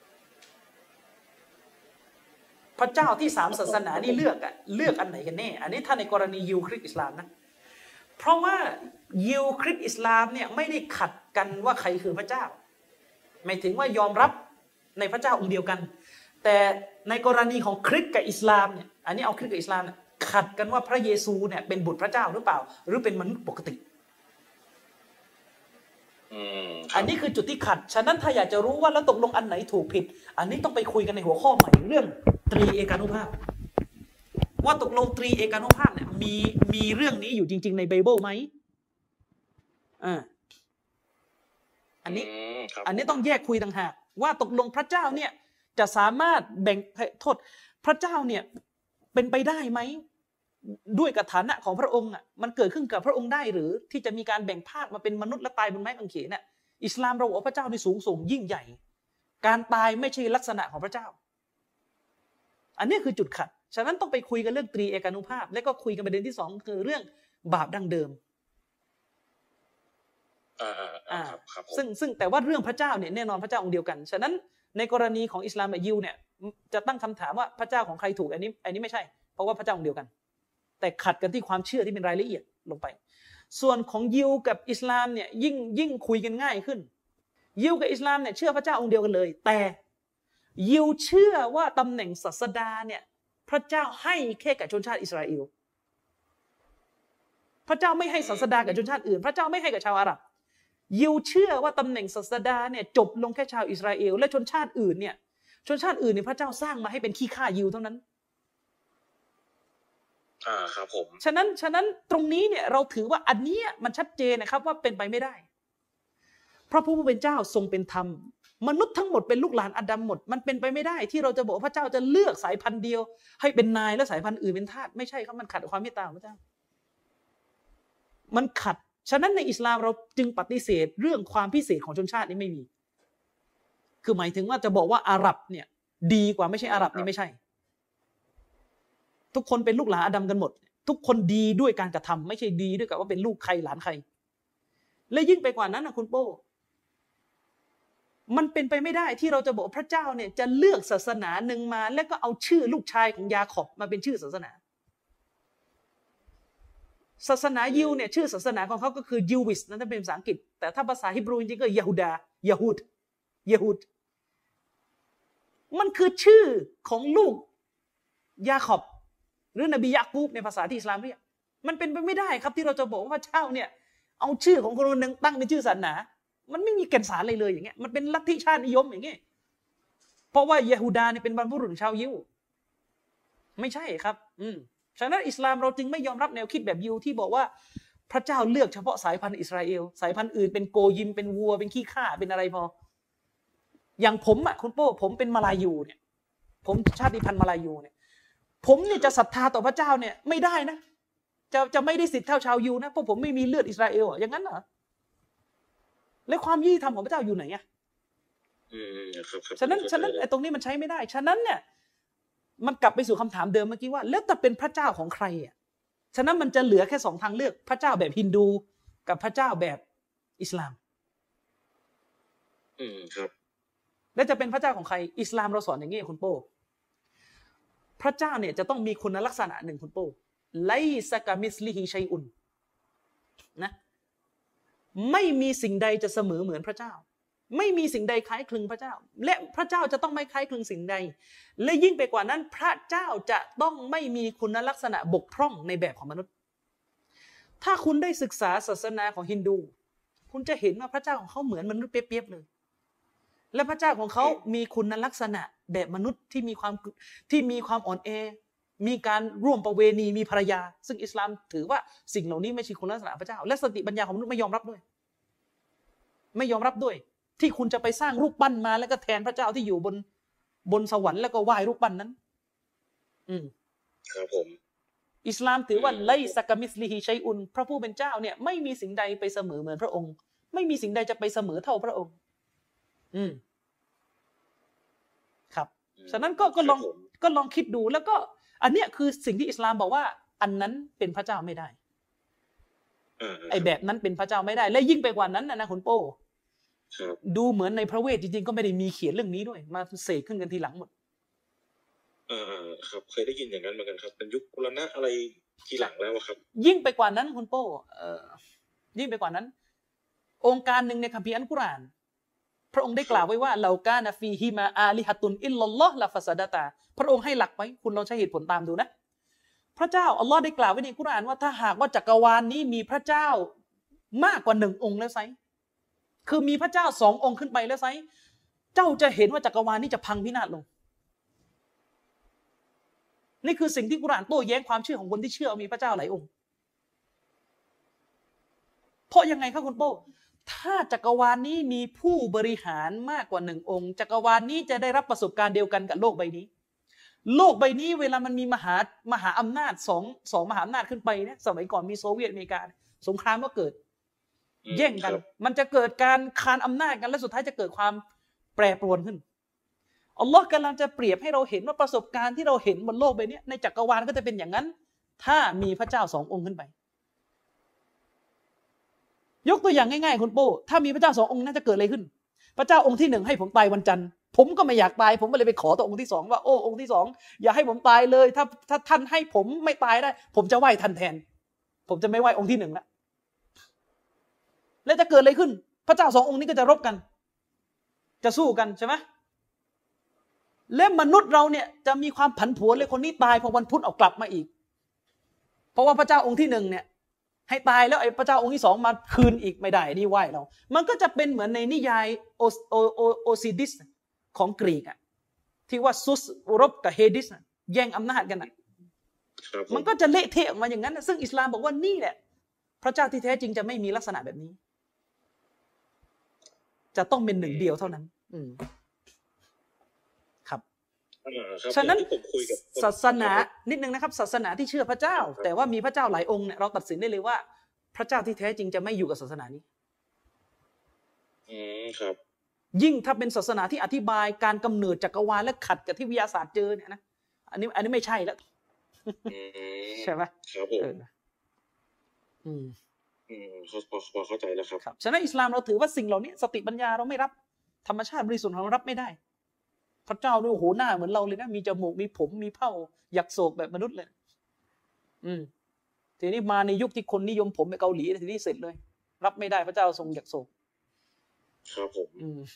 พระเจ้าที่3ศาสนานี้เลือกอันไหนกันแน่อันนี้ถ้าในกรณียิวคริสต์อิสลามนะเพราะว่ายิวคริสต์อิสลามเนี่ยไม่ได้ขัดกันว่าใครคือพระเจ้าหมายถึงว่ายอมรับในพระเจ้าองค์เดียวกันแต่ในกรณีของคริสต์กับอิสลามเนี่ยอันนี้เอาคริสต์กับอิสลามเนี่ยขัดกันว่าพระเยซูเนี่ยเป็นบุตรพระเจ้าหรือเปล่าหรือเป็นมนุษย์ปกติอันนี้คือจุดที่ขัดฉะนั้นถ้าอยากจะรู้ว่าแล้วตกลงอันไหนถูกผิดอันนี้ต้องไปคุยกันในหัวข้อใหม่เรื่องตรีเอกานุภาพว่าตกลงตรีเอกานุภาพเนี่ยมีเรื่องนี้อยู่จริงๆในไบเบิลไหมอันนี้ต้องแยกคุยต่างหากว่าตกลงพระเจ้าเนี่ยจะสามารถแบ่งโทษพระเจ้าเนี่ยเป็นไปได้ไหมด้วยกับฐานะของพระองค์มันเกิดขึ้นกับพระองค์ได้หรือที่จะมีการแบ่งภาคมาเป็นมนุษย์และตายบนไม้กางเขนอิสลามเราบอกพระเจ้าที่สูงส่งยิ่งใหญ่การตายไม่ใช่ลักษณะของพระเจ้าอันนี้คือจุดขัดฉะนั้นต้องไปคุยกันเรื่องตรีเอกานุภาพและก็คุยกันประเด็นที่2คือเรื่องบาปดั้งเดิมซึ่งแต่ว่าเรื่องพระเจ้าเนี่ยแน่นอนพระเจ้าองค์เดียวกันฉะนั้นในกรณีของอิสลามกับยิวเนี่ยจะตั้งคำถามว่าพระเจ้าของใครถูกอันนี้ไม่ใช่เพราะว่าพระเจ้าองค์เดียวกันแต่ขัดกันที่ความเชื่อที่เป็นรายละเอียดลงไปส่วนของยิวกับอิสลามเนี่ยยิ่งคุยกันง่ายขึ้นยิวกับอิสลามเนี่ยเชื่อพระเจ้าองค์เดียวกันเลยแต่ยิวเชื่อว่าตำแหน่งศาสดาเนี่ยพระเจ้าให้แค่กับชนชาติอิสราเอลพระเจ้าไม่ให้ศาสดากับชนชาติอื่นพระเจ้าไม่ให้กับชาวอาหรับยิวเชื่อว่าตำแหน่งศาสดาเนี่ยจบลงแค่ชาวอิสราเอลและชนชาติอื่นเนี่ยพระเจ้าสร้างมาให้เป็นขี้ข้ายิวเท่านั้นครับผมฉะนั้นตรงนี้เนี่ยเราถือว่าอันนี้มันชัดเจนนะครับว่าเป็นไปไม่ได้เพราะพระผู้เป็นเจ้าทรงเป็นธรรมมนุษย์ทั้งหมดเป็นลูกหลานอาดัมหมดมันเป็นไปไม่ได้ที่เราจะบอกว่าพระเจ้าจะเลือกสายพันธุ์เดียวให้เป็นนายและสายพันธุ์อื่นเป็นทาสไม่ใช่ครับมันขัดความเมตตาของพระเจ้ามันขัดฉะนั้นในอิสลามเราจึงปฏิเสธเรื่องความพิเศษของชนชาตินี้ไม่มีคือหมายถึงว่าจะบอกว่าอาหรับเนี่ยดีกว่าไม่ใช่อาหรับนี่ไม่ใช่ทุกคนเป็นลูกหลานอาดัมกันหมดทุกคนดีด้วยการกระทำไม่ใช่ดีด้วยกับว่าเป็นลูกใครหลานใครและยิ่งไปกว่านั้นนะคุณโป้มันเป็นไปไม่ได้ที่เราจะบอกพระเจ้าเนี่ยจะเลือกศาสนาหนึ่งมาแล้วก็เอาชื่อลูกชายของยาโคบมาเป็นชื่อศาสนายิวเนี่ยชื่อศาสนาของเขาก็คือยิวิสนั่นเป็นภาษาอังกฤษแต่ถ้าภาษาฮิบรูจริงๆก็ยะฮูดมันคือชื่อของลูกยาโคบหรือนบียะกูบในภาษาที่อิสลามเรียกมันเป็นไปไม่ได้ครับที่เราจะบอกว่าพระเจ้าเนี่ยเอาชื่อของคนคนหนึ่งตั้งเป็นชื่อศาสนามันไม่มีแก่นสารอะไรเลยอย่างเงี้ยมันเป็นลัทธิชาตินิยมอย่างเงี้ยเพราะว่ายะฮูดาเนี่ยเป็นบรรพบุรุษชาวยิวไม่ใช่ครับฉะนั้นอิสลามเราจึงไม่ยอมรับแนวคิดแบบยิวที่บอกว่าพระเจ้าเลือกเฉพาะสายพันธุ์อิสราเอลสายพันธุ์อื่นเป็นโกยิมเป็นวัวเป็นขี้ข้าเป็นอะไรพออย่างผมอ่ะคุณโป้ผมเป็นมาลายูเนี่ยผมชาติพันธุ์มาลายูเนี่ยผมเนี่ยจะศรัทธาต่อพระเจ้าเนี่ยไม่ได้นะจะไม่ได้สิทธิ์เท่าชาวยิวนะเพราะผมไม่มีเลือดอิสราเอลอ่ะอย่างนั้นเหรอแล้วความยุติธรรมของพระเจ้าอยู่ไหนอ่ะฉะนั้นไอ้ตรงนี้มันใช้ไม่ได้ฉะนั้นเนี่ยมันกลับไปสู่คำถามเดิมเมื่อกี้ว่าแล้วแต่เป็นพระเจ้าของใครอ่ะฉะนั้นมันจะเหลือแค่สองทางเลือกพระเจ้าแบบฮินดูกับพระเจ้าแบบอิสลามครับแล้วจะเป็นพระเจ้าของใครอิสลามเราสอนอย่างนี้คุณโป้พระเจ้าเนี่ยจะต้องมีคุณลักษณะหนึ่งคุณโป้ไลซะกะมิสลิฮิชัยอุนนะไม่มีสิ่งใดจะเสมอเหมือนพระเจ้าไม่มีสิ่งใดคล้ายคลึงพระเจ้าและพระเจ้าจะต้องไม่คล้ายคลึงสิ่งใดและยิ่งไปกว่านั้นพระเจ้าจะต้องไม่มีคุณลักษณะบกพร่องในแบบของมนุษย์ถ้าคุณได้ศึกษาศาสนาของฮินดูคุณจะเห็นว่าพระเจ้าของเขาเหมือนมนุษย์เปียบๆเลยและพระเจ้าของเขามีคุณลักษณะแบบมนุษย์ที่มีความอ่อนแอมีการร่วมประเวณีมีภรรยาซึ่งอิสลามถือว่าสิ่งเหล่านี้ไม่ใช่คุณลักษณะพระเจ้าและสติปัญญาของมนุษย์ไม่ยอมรับด้วยที่คุณจะไปสร้างรูปปั้นมาแล้วก็แทนพระเจ้าที่อยู่บนสวรรค์แล้วก็ไหว้รูปปั้นนั้นครับผมอิสลามถือว่าไลซะกะมิสลิฮิชัยอุนพระผู้เป็นเจ้าเนี่ยไม่มีสิ่งใดไปเสมอเหมือนพระองค์ไม่มีสิ่งใดจะไปเสมอเท่าพระองค์ครับฉะนั้นก็ลองคิดดูแล้วก็อันเนี้ยคือสิ่งที่อิสลามบอกว่าอันนั้นเป็นพระเจ้าไม่ได้ไอ้แบบนั้นเป็นพระเจ้าไม่ได้และยิ่งไปกว่านั้นนะคุณโป้ดูเหมือนในพระเวทจริงๆก็ไม่ได้มีเขียนเรื่องนี้ด้วยมาเสกขึ้นกันทีหลังหมดครับเคยได้ยินอย่างนั้นเหมือนกันครับเป็นยุคกุลนะอะไรทีหลังแล้วครับยิ่งไปกว่านั้นคุณโป้ยิ่งไปกว่านั้นองค์การหนึ่งในคัมภีร์อัลกุรอานพระองค์ได้กล่าวไว้ว่าลากานะฟีฮิมาอาลิฮะตุนอิลลัลลอฮ์ละฟะซะดะตาพระองค์ให้หลักไว้คุณลองใช้เหตุผลตามดูนะพระเจ้าอัลลอฮ์ได้กล่าวไว้ในกุรอานว่าถ้าหากว่าจักรวาลนี้มีพระเจ้ามากกว่า1องค์แล้วไซคือมีพระเจ้า2องค์ขึ้นไปแล้วไซเจ้าจะเห็นว่าจักรวาลนี้จะพังพินาศลงนี่คือสิ่งที่กุรอานโต้แย้งความเชื่อของคนที่เชื่อมีพระเจ้าหลายองค์เพราะยังไงครับคุณโป้ถ้าจักรวาลนี้มีผู้บริหารมากกว่า1องค์จักรวาลนี้จะได้รับประสบการณ์เดียวกันกับโลกใบนี้โลกใบนี้เวลามันมีมหาอำนาจสองมหาอำนาจขึ้นไปเนี่ยสมัยก่อนมีโซเวียตอเมริกาสงครามก็เกิดแย่งกันมันจะเกิดการคานอำนาจกันและสุดท้ายจะเกิดความแปรปรวนขึ้นอัลลอฮ์กำลังจะเปรียบให้เราเห็นว่าประสบการณ์ที่เราเห็นบนโลกใบนี้ในจักรวาลก็จะเป็นอย่างนั้นถ้ามีพระเจ้า2องค์ขึ้นไปยกตัวอย่างง่ายๆคุณโป้ถ้ามีพระเจ้า2องค์นั้นจะเกิดอะไรขึ้นพระเจ้าองค์ที่1ให้ผมตายวันจันทร์ผมก็ไม่อยากตายผมก็เลยไปขอต่อองค์ที่2ว่าโอ้องค์ที่2อย่าให้ผมตายเลยถ้าท่านให้ผมไม่ตายได้ผมจะไหว้ท่านแทนผมจะไม่ไหว้องค์ที่1ละแล้วจะเกิดอะไรขึ้นพระเจ้า2องค์นี้ก็จะรบกันจะสู้กันใช่ไหมและมนุษย์เราเนี่ยจะมีความผันผวนเลยคนนี้ตายพอวันพุธเอากลับมาอีกเพราะว่าพระเจ้าองค์ที่หนึ่งเนี่ยให้ตายแล้วไอ้พระเจ้าองค์ที่สองมาคืนอีกไม่ได้นี่ไหวเรามันก็จะเป็นเหมือนในนิยายโอซิดิสของกรีกอ่ะที่ว่าซุสรบกับเฮดิสแย่งอำนาจกันอ่ะมันก็จะเละเทะออกมาอย่างนั้นซึ่งอิสลามบอกว่านี่แหละพระเจ้าที่แท้จริงจะไม่มีลักษณะแบบนี้จะต้องเป็นหนึ่งเดียวเท่านั้นครับฉะนั้นศาสนานิดนึงนะครับศาสนาที่เชื่อพระเจ้าแต่ว่ามีพระเจ้าหลายองค์เนี่ยเราตัดสินได้เลยว่าพระเจ้าที่แท้จริงจะไม่อยู่กับศาสนานี้ครับยิ่งถ้าเป็นศาสนาที่อธิบายการกำเนิดจักรวาลและขัดกับที่วิทยาศาสตร์เจอเนี่ยนะอันนี้ไม่ใช่แล้วใช่ไหมครับผมพอเข้าใจแล้วครับฉะนั้นอิสลามเราถือว่าสิ่งเหล่านี้สติปัญญาเราไม่รับธรรมชาติบริสุทธิ์ของเรารับไม่ได้พระเจ้าด้วยโอ้โหหน้าเหมือนเราเลยนะมีจมูกมีผมมีเผ้าหยักโศกแบบมนุษย์เลยทีนี้มาในยุคที่คนนิยมผมในเกาหลีทีนี้เสร็จเลยรับไม่ได้พระเจ้าทรงหยักโศกครับผม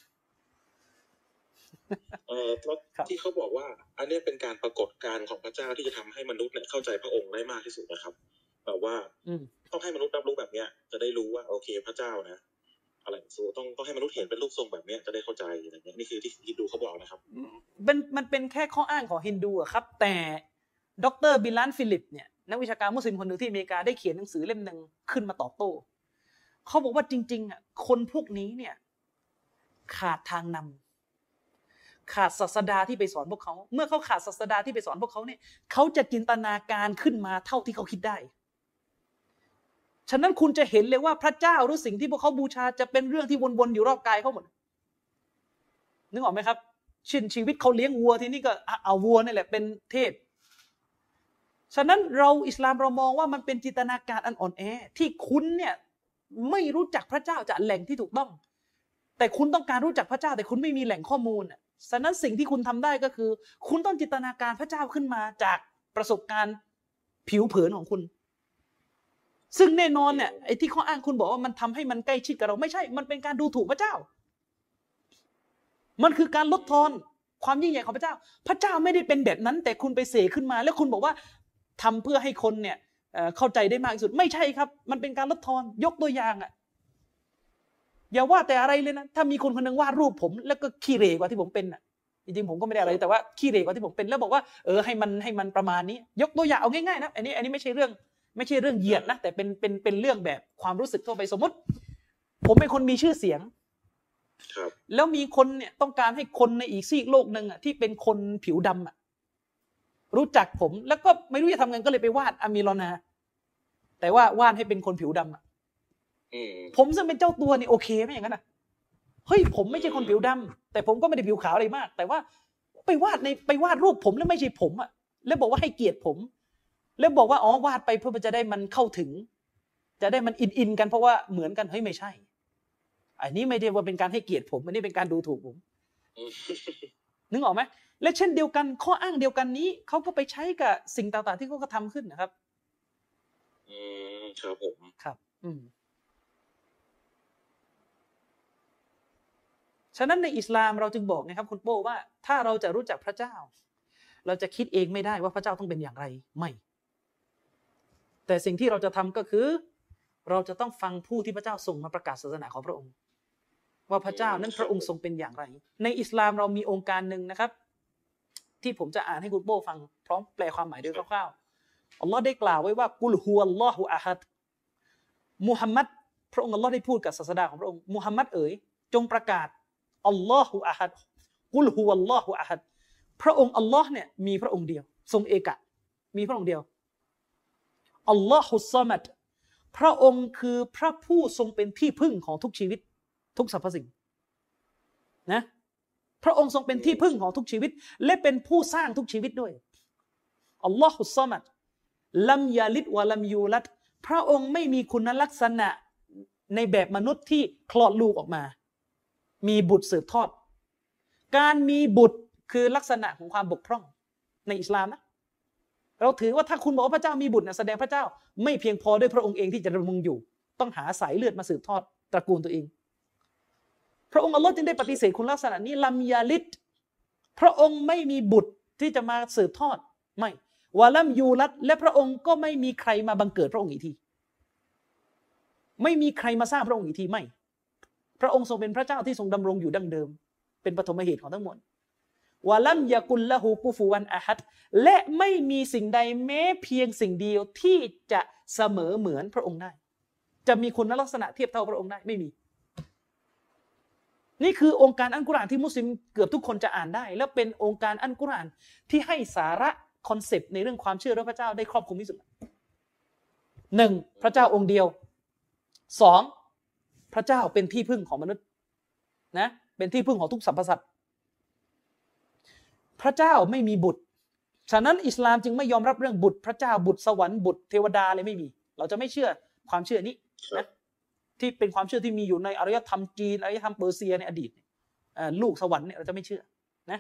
ที่เขาบอกว่าอันนี้เป็นการปรากฏการณ์ของพระเจ้าที่จะทำให้มนุษย์เนี่ยเข้าใจพระองค์ได้มากที่สุดนะครับแบบว่าต้องให้มนุษย์รับรู้แบบเนี้ยจะได้รู้ว่าโอเคพระเจ้านะอะไรต้องให้มนุษย์เห็นเป็นรูปทรงแบบเนี้ยจะได้เข้าใจอะไรเงี้ยนี่คือที่ฮินดูเขาบอกนะครับมันเป็นแค่ข้ออ้างของฮินดูอะครับแต่ดร.บิลลันฟิลิปเนี่ยนักวิชาการมุสลิมคนหนึ่งที่อเมริกาได้เขียนหนังสือเล่มนึงขึ้นมาตอบโต้เขาบอกว่าจริงๆอ่ะคนพวกนี้เนี่ยขาดทางนำขาดศาสดาที่ไปสอนพวกเขาเมื่อเขาขาดศาสดาที่ไปสอนพวกเขาเนี่ยเขาจะจินตนาการขึ้นมาเท่าที่เขาคิดได้ฉะนั้นคุณจะเห็นเลยว่าพระเจ้าหรือสิ่งที่พวกเขาบูชาจะเป็นเรื่องที่วนๆอยู่รอบกายเขาหมดนึกออกไหมครับชิ้นชีวิตเขาเลี้ยงวัวทีนี้ก็เอาวัวนี่แหละเป็นเทพฉะนั้นเราอิสลามเรามองว่ามันเป็นจินตนาการอันอ่อนแอที่คุณเนี่ยไม่รู้จักพระเจ้าจากแหล่งที่ถูกต้องแต่คุณต้องการรู้จักพระเจ้าแต่คุณไม่มีแหล่งข้อมูลฉะนั้นสิ่งที่คุณทำได้ก็คือคุณต้องจินตนาการพระเจ้าขึ้นมาจากประสบการณ์ผิวเผินของคุณซึ่งแน่นอนเนี่ยไอ้ที่ข้ออ้างคุณบอกว่ามันทำให้มันใกล้ชิดกับเราไม่ใช่มันเป็นการดูถูกพระเจ้ามันคือการลดทอนความยิ่งใหญ่ของพระเจ้าพระเจ้าไม่ได้เป็นแบบนั้นแต่คุณไปเสกขึ้นมาแล้วคุณบอกว่าทำเพื่อให้คนเนี่ยเข้าใจได้มากที่สุดไม่ใช่ครับมันเป็นการลดทอนยกตัวอย่างอย่าว่าแต่อะไรเลยนะถ้ามีคนคนนึงวาดรูปผมแล้วก็ขี้เหร่กว่าที่ผมเป็นจริงๆผมก็ไม่ได้อะไรแต่ว่าขี้เหร่กว่าที่ผมเป็นแล้วบอกว่าให้มันประมาณนี้ยกตัวอย่างเอาง่ายๆนะอันนี้ไม่ใช่เรื่องเหยียดนะแต่เป็นเรื่องแบบความรู้สึกทั่วไปสมมติผมเป็นคนมีชื่อเสียงแล้วมีคนเนี่ยต้องการให้คนในอีกซีกโลกนึงที่เป็นคนผิวดำรู้จักผมแล้วก็ไม่รู้จะทำไงก็เลยไปวาดอามีรอนาแต่ว่าวาดให้เป็นคนผิวดำผมซึ่งเป็นเจ้าตัวนี่โอเคไหมอย่างนั้นเฮ้ยผมไม่ใช่คนผิวดำแต่ผมก็ไม่ได้ผิวขาวอะไรมากแต่ว่าไปวาดรูปผมแล้วไม่ใช่ผมแล้วบอกว่าให้เกียรติผมแล้วบอกว่าวาดไปเพื่อมันจะได้มันเข้าถึงจะได้มันอินกันเพราะว่าเหมือนกันเฮ้ยไม่ใช่อันนี้ไม่ได้ว่าเป็นการให้เกียรติผมอันนี้เป็นการดูถูกผมนึกออกไหมและเช่นเดียวกันข้ออ้างเดียวกันนี้เขาก็ไปใช้กับสิ่งต่างๆที่เขาก็ทำขึ้นนะครับครับผมครับฉะนั้นในอิสลามเราจึงบอกไงครับคุณโป้ว่าถ้าเราจะรู้จักพระเจ้าเราจะคิดเองไม่ได้ว่าพระเจ้าต้องเป็นอย่างไรไม่แต่สิ่งที่เราจะทำก็คือเราจะต้องฟังผู้ที่พระเจ้าส่งมาประกาศศาสนาของพระองค์ว่าพระเจ้านั้นพระองค์ทรงเป็นอย่างไรในอิสลามเรามีองค์การหนึ่งนะครับที่ผมจะอ่านให้คุณโป้ฟังพร้อมแปลความหมายด้วยคร่าวๆอัลลอฮ์ได้กล่าวไว้ว่ากุลฮุวัลลอฮุอะฮัดมุฮัมมัดพระองค์อัลลอฮ์ได้พูดกับศาสดาของพระองค์มุฮัมมัดจงประกาศอัลลอฮุอะฮัดกุลฮุวัลลอฮุอะฮัดพระองค์อัลลอฮ์เนี่ยมีพระองค์เดียวทรงเอกะมีพระองค์เดียวอัลลอฮุซอมัดพระองค์คือพระผู้ทรงเป็นที่พึ่งของทุกชีวิตทุกสรรพสิ่งนะพระองค์ทรงเป็นที่พึ่งของทุกชีวิตและเป็นผู้สร้างทุกชีวิตด้วยอัลลอฮุซอมัดลัมยาลิดวะลัมยูลัดพระองค์ไม่มีคุณลักษณะในแบบมนุษย์ที่คลอดลูกออกมามีบุตรสืบทอดการมีบุตรคือลักษณะของความบกพร่องในอิสลามนะเราถือว่าถ้าคุณบอกว่าพระเจ้ามีบุตรแสดงพระเจ้าไม่เพียงพอด้วยพระองค์เองที่จะดำรงอยู่ต้องหาสายเลือดมาสืบทอดตระกูลตัวเองพระองค์อัลลอฮ์จึงได้ปฏิเสธคุณลักษณะนี้ลัมยาลิดพระองค์ไม่มีบุตรที่จะมาสืบทอดไม่วะลัมยูลัดและพระองค์ก็ไม่มีใครมาบังเกิดพระองค์อีกทีไม่มีใครมาสร้างพระองค์อีกทีไม่พระองค์ทรงเป็นพระเจ้าที่ทรงดำรงอยู่ดั้งเดิมเป็นปฐมเหตุของทั้งหมดวะลัมยะกุลละฮูกุฟุวันอะฮัดและไม่มีสิ่งใดแม้เพียงสิ่งเดียวที่จะเสมอเหมือนพระองค์ได้จะมีคุณลักษณะเทียบเท่าพระองค์ได้ไม่มีนี่คือองค์การอัลกุรอานที่มุสลิมเกือบทุกคนจะอ่านได้แล้วเป็นองค์การอัลกุรอานที่ให้สาระคอนเซปต์ในเรื่องความเชื่อเรื่องพระเจ้าได้ครอบคลุมที่สุด 1. พระเจ้าองค์เดียว 2. พระเจ้าเป็นที่พึ่งของมนุษย์นะเป็นที่พึ่งของทุกสรรพสัตว์พระเจ้าไม่มีบุตรฉะนั้นอิสลามจึงไม่ยอมรับเรื่องบุตรพระเจ้าบุตรสวรรค์บุตรเทวดาเลยไม่มีเราจะไม่เชื่อความเชื่อนี้นะที่เป็นความเชื่อที่มีอยู่ในอารยธรรมจีนอารยธรรมเปอร์เซียในอดีตลูกสวรรค์เนี่ยเราจะไม่เชื่อนะ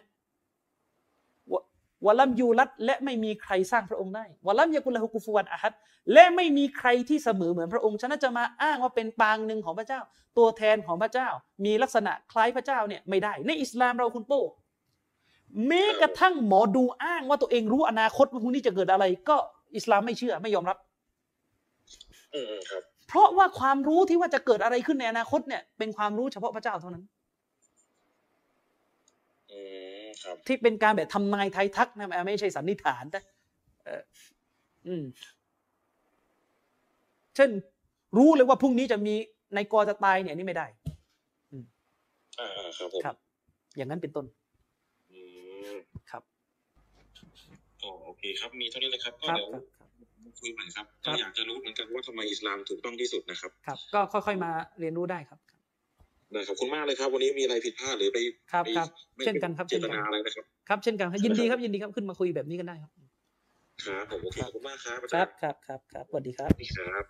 วะลัมยูลัดและไม่มีใครสร้างพระองค์ได้วะลัมยะกุลละฮูกุฟุวันอะฮัดและไม่มีใครที่เสมอเหมือนพระองค์ฉะนั้นจะมาอ้างว่าเป็นปางหนึ่งของพระเจ้าตัวแทนของพระเจ้ามีลักษณะคล้ายพระเจ้าเนี่ยไม่ได้ในอิสลามเราคุณโป้แม้กระทั่งหมอดูอ้างว่าตัวเองรู้อนาคตว่าพรุ่งนี้จะเกิดอะไรก็อิสลามไม่เชื่อไม่ยอมรับครับเพราะว่าความรู้ที่ว่าจะเกิดอะไรขึ้นในอนาคตเนี่ยเป็นความรู้เฉพาะพระเจ้าเท่านั้นที่เป็นการแบบทำนายทายทักนะไม่ใช่สันนิษฐานนะเช่นรู้เลยว่าพรุ่งนี้จะมีนายกจะตายเนี่ยนี่ไม่ได้ครับผมครับอย่างนั้นเป็นต้นครับโอเคครับมีเท่านี้เลยครับก็เดี๋ยวคุยใหม่ครับก็อยากจะรู้เหมือนกันว่าทำไมอิสลามถูกต้องที่สุดนะครับครับก็ค่อยๆมาเรียนรู้ได้ครับได้ขอบคุณมากเลยครับวันนี้มีอะไรผิดพลาดหรือไปครับเช่นกันครับเจตนาอะไรนะครับครับเช่นกันยินดีครับขึ้นมาคุยแบบนี้กันได้ครับครับผมโอเคขอบคุณมากครับครับสวัสดีครับครับ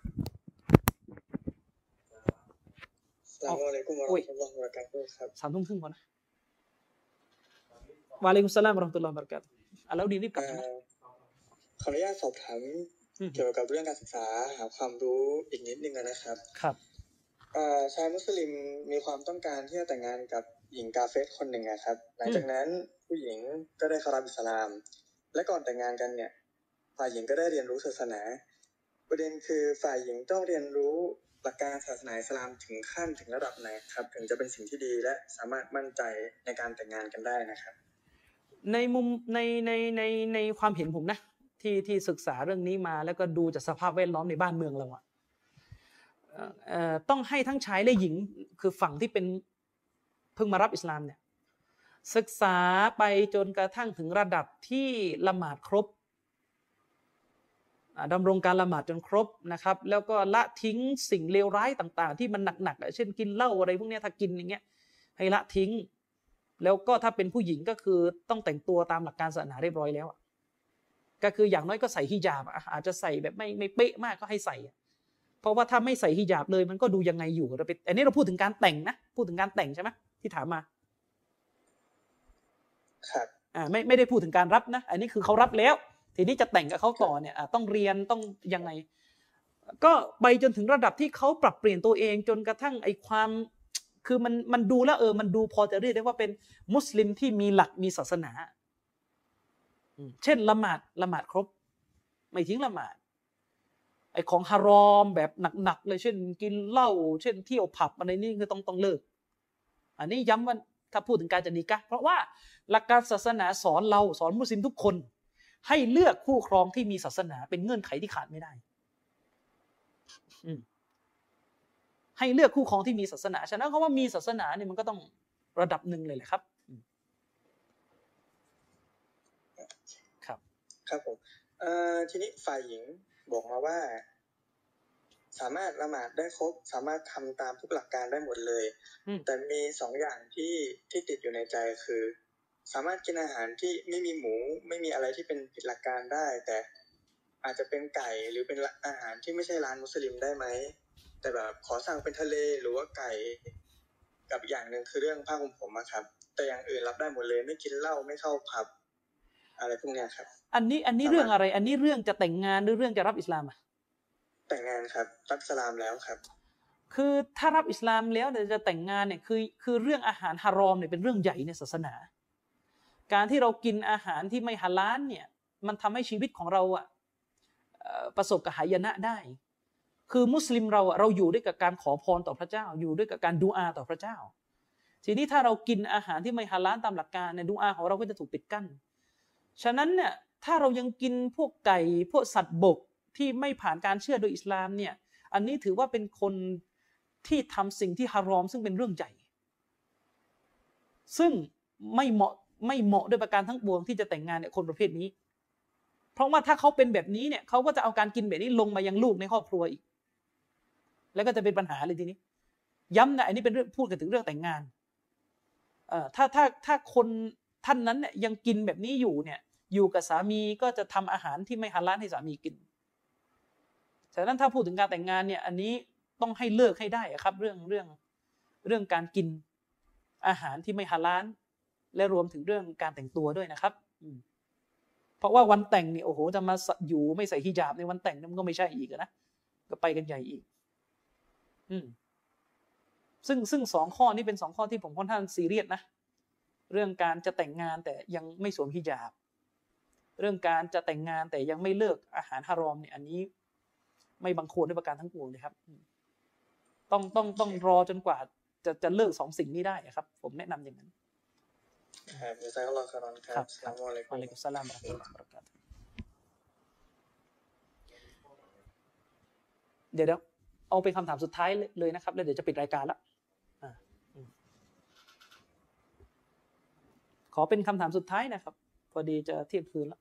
อัสลามุอะลัยกุมวะเราะห์มะตุลลอฮิวะบะเราะกาตุฮ์ครับ 3:30 น.ก่อนนะวะอะลัยกุมสสลามวะเราะห์มะตุลลอฮิวะบะเราะกาตุฮ์แล้วดีรีบกลับนะขออนุญาตสอบถามเกี่ยวกับเรื่องการศึกษาหาความรู้อีกนิดนึงนะครับครับชายมุสลิมมีความต้องการที่จะแต่งงานกับหญิงกาเฟสคนหนึ่งครับหลังจากนั้นผู้หญิงก็ได้เข้ารับอิสลามและก่อนแต่งงานกันเนี่ยฝ่ายหญิงก็ได้เรียนรู้ศาสนาประเด็นคือฝ่ายหญิงต้องเรียนรู้หลักการศาสนาอิสลามถึงขั้นถึงระดับไหนครับถึงจะเป็นสิ่งที่ดีและสามารถมั่นใจในการแต่งงานกันได้นะครับในมุมในความเห็นผมนะที่ศึกษาเรื่องนี้มาแล้วก็ดูจากสภาพแวดล้อมในบ้านเมืองเราต้องให้ทั้งชายและหญิงคือฝั่งที่เป็นเพิ่งมารับอิสลามเนี่ยศึกษาไปจนกระทั่งถึงระดับที่ละหมาดครบดำรงการละหมาดจนครบนะครับแล้วก็ละทิ้งสิ่งเลวร้ายต่างๆที่มันหนักๆเช่นกินเหล้าอะไรพวกนี้ถ้ากินอย่างเงี้ยให้ละทิ้งแล้วก็ถ้าเป็นผู้หญิงก็คือต้องแต่งตัวตามหลักการศาสนาเรียบร้อยแล้วก็คืออย่างน้อยก็ใส่ฮิญาบอาจจะใส่แบบไม่เป๊ะมากก็ให้ใส่เพราะว่าถ้าไม่ใส่ฮิญาบเลยมันก็ดูยังไงอยู่อันนี้เราพูดถึงการแต่งนะพูดถึงการแต่งใช่ไหมที่ถามมาครับไม่ได้พูดถึงการรับนะอันนี้คือเขารับแล้วทีนี้จะแต่งกับเขาต่อเนี่ยต้องเรียนต้องยังไงก็ไปจนถึงระดับที่เขาปรับเปลี่ยนตัวเองจนกระทั่งไอ้ความคือมันดูแล้วมันดูพอจะเรียกได้ว่าเป็นมุสลิมที่มีหลักมีศาสนาเช่นละหมาดครบไม่ทิ้งละหมาดไอ้ของฮารอมแบบหนักๆเลยเช่นกินเหล้าเช่นเที่ยวผับอะไรนี่คือต้องเลิกอันนี้ย้ำว่าถ้าพูดถึงการจะนิกะห์เพราะว่าหลักการศาสนาสอนมุสลิมทุกคนให้เลือกคู่ครองที่มีศาสนาเป็นเงื่อนไขที่ขาดไม่ได้ให้เลือกคู่ครองที่มีศาสนาฉะนั้นคำว่ามีศาสนาเนี่ยมันก็ต้องระดับหนึ่งเลยแหละครับครับผมทีนี้ฝ่ายหญิงบอกมาว่าสามารถละหมาดได้ครบสามารถทำตามทุกหลักการได้หมดเลยแต่มี2 อย่างที่ติดอยู่ในใจคือสามารถกินอาหารที่ไม่มีหมูไม่มีอะไรที่เป็นผิดหลักการได้แต่อาจจะเป็นไก่หรือเป็นอาหารที่ไม่ใช่ร้านมุสลิมได้ไหมแต่แบบขอสั่งเป็นทะเลหรือว่าไก่กับอย่างนึงคือเรื่องผ้าห่มผมครับแต่อย่างอื่นรับได้หมดเลยไม่กินเหล้าไม่เข้าผับอะไรพวกนี้ครับอันนี้เรื่องอะไรอันนี้เรื่องจะแต่งงานหรือเรื่องจะรับอิสลามแต่งงานครับรับอิสลามแล้วครับคือถ้ารับอิสลามแล้วแต่จะแต่งงานเนี่ยคือเรื่องอาหารฮารอมเนี่ยเป็นเรื่องใหญ่ในศาสนาการที่เรากินอาหารที่ไม่ฮาลาลเนี่ยมันทำให้ชีวิตของเราประสบกับหายนะได้คือมุสลิมเราอยู่ด้วยกับการขอพรต่อพระเจ้าอยู่ด้วยกับการดูอาต่อพระเจ้าทีนี้ถ้าเรากินอาหารที่ไม่ฮาลาลตามหลักการเนี่ยดูอาของเราก็จะถูกปิดกั้นฉะนั้นเนี่ยถ้าเรายังกินพวกไก่พวกสัตว์บกที่ไม่ผ่านการเชื่อโดยอิสลามเนี่ยอันนี้ถือว่าเป็นคนที่ทำสิ่งที่ฮารอมซึ่งเป็นเรื่องใหญ่ซึ่งไม่เหมาะด้วยประการทั้งปวงที่จะแต่งงานเนี่ยคนประเภทนี้เพราะว่าถ้าเขาเป็นแบบนี้เนี่ยเขาก็จะเอาการกินแบบนี้ลงมายังลูกในครอบครัวอีกแล้วก็จะเป็นปัญหาเลยทีนี้ย้ำนะอันนี้เป็นเรื่องพูดกันถึงเรื่องแต่งงานถ้าคนท่านนั้นเนี่ยยังกินแบบนี้อยู่เนี่ยอยู่กับสามีก็จะทำอาหารที่ไม่ฮาลาลให้สามีกินฉะนั้นถ้าพูดถึงการแต่งงานเนี่ยอันนี้ต้องให้เลิกให้ได้ครับเรื่องการกินอาหารที่ไม่ฮาลาลและรวมถึงเรื่องการแต่งตัวด้วยนะครับเพราะว่าวันแต่งนี่โอ้โหจะมาอยู่ไม่ใส่ฮิญาบในวันแต่งมันก็ไม่ใช่อีกนะก็ไปกันใหญ่อีกซึ่ง2ข้อนี้เป็น2ข้อที่ผมค่อนข้างซีเรียสนะเรื่องการจะแต่งงานแต่ยังไม่สวมฮิญาบเรื่องการจะแต่งงานแต่ยังไม่เลิกอาหารฮารอมเนี่ยอันนี้ไม่บังควรด้วยประการทั้งปวงเลยครับต้องรอจนกว่าจะเลิก2สิ่งนี้ได้ครับผมแนะนำอย่างนั้นครับจะใช้อัลลอฮฺครับอัสสลามุอะลัยกุมวะอะลัยกุมสสลามวะเราะห์มะตุลลอฮิวะบะเราะกาตุฮ์เดี๋ยวเอาเป็นคำถามสุดท้ายเลยนะครับแล้วเดี๋ยวจะปิดรายการละขอเป็นคำถามสุดท้ายนะครับพอดีจะเที่ยงคืนแล้ว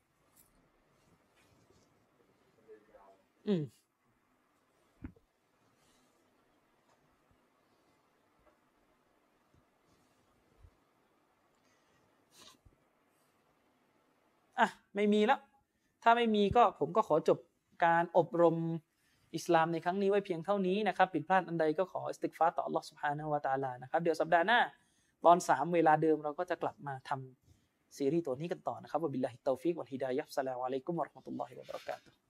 ไม่มีแล้วถ้าไม่มีก็ผมก็ขอจบการอบรมอิสลามในครั้งนี้ไว้เพียงเท่านี้นะครับผิดพลาดอันใดก็ขออิสติฆฟารต่ออัลเลาะห์ซุบฮานะฮูวะตะอาลานะครับเดี๋ยวสัปดาห์หน้าตอน 3 เวลาเดิมเราก็จะกลับมาทำซีรีส์ตัวนี้กันต่อนะครับวะบิลลาฮิตตอฟิกวัลฮิดายะฮ์อัสสลามุอะลัยกุมวะเราะห์มะตุลลอฮิวะบะเราะกาตุฮ์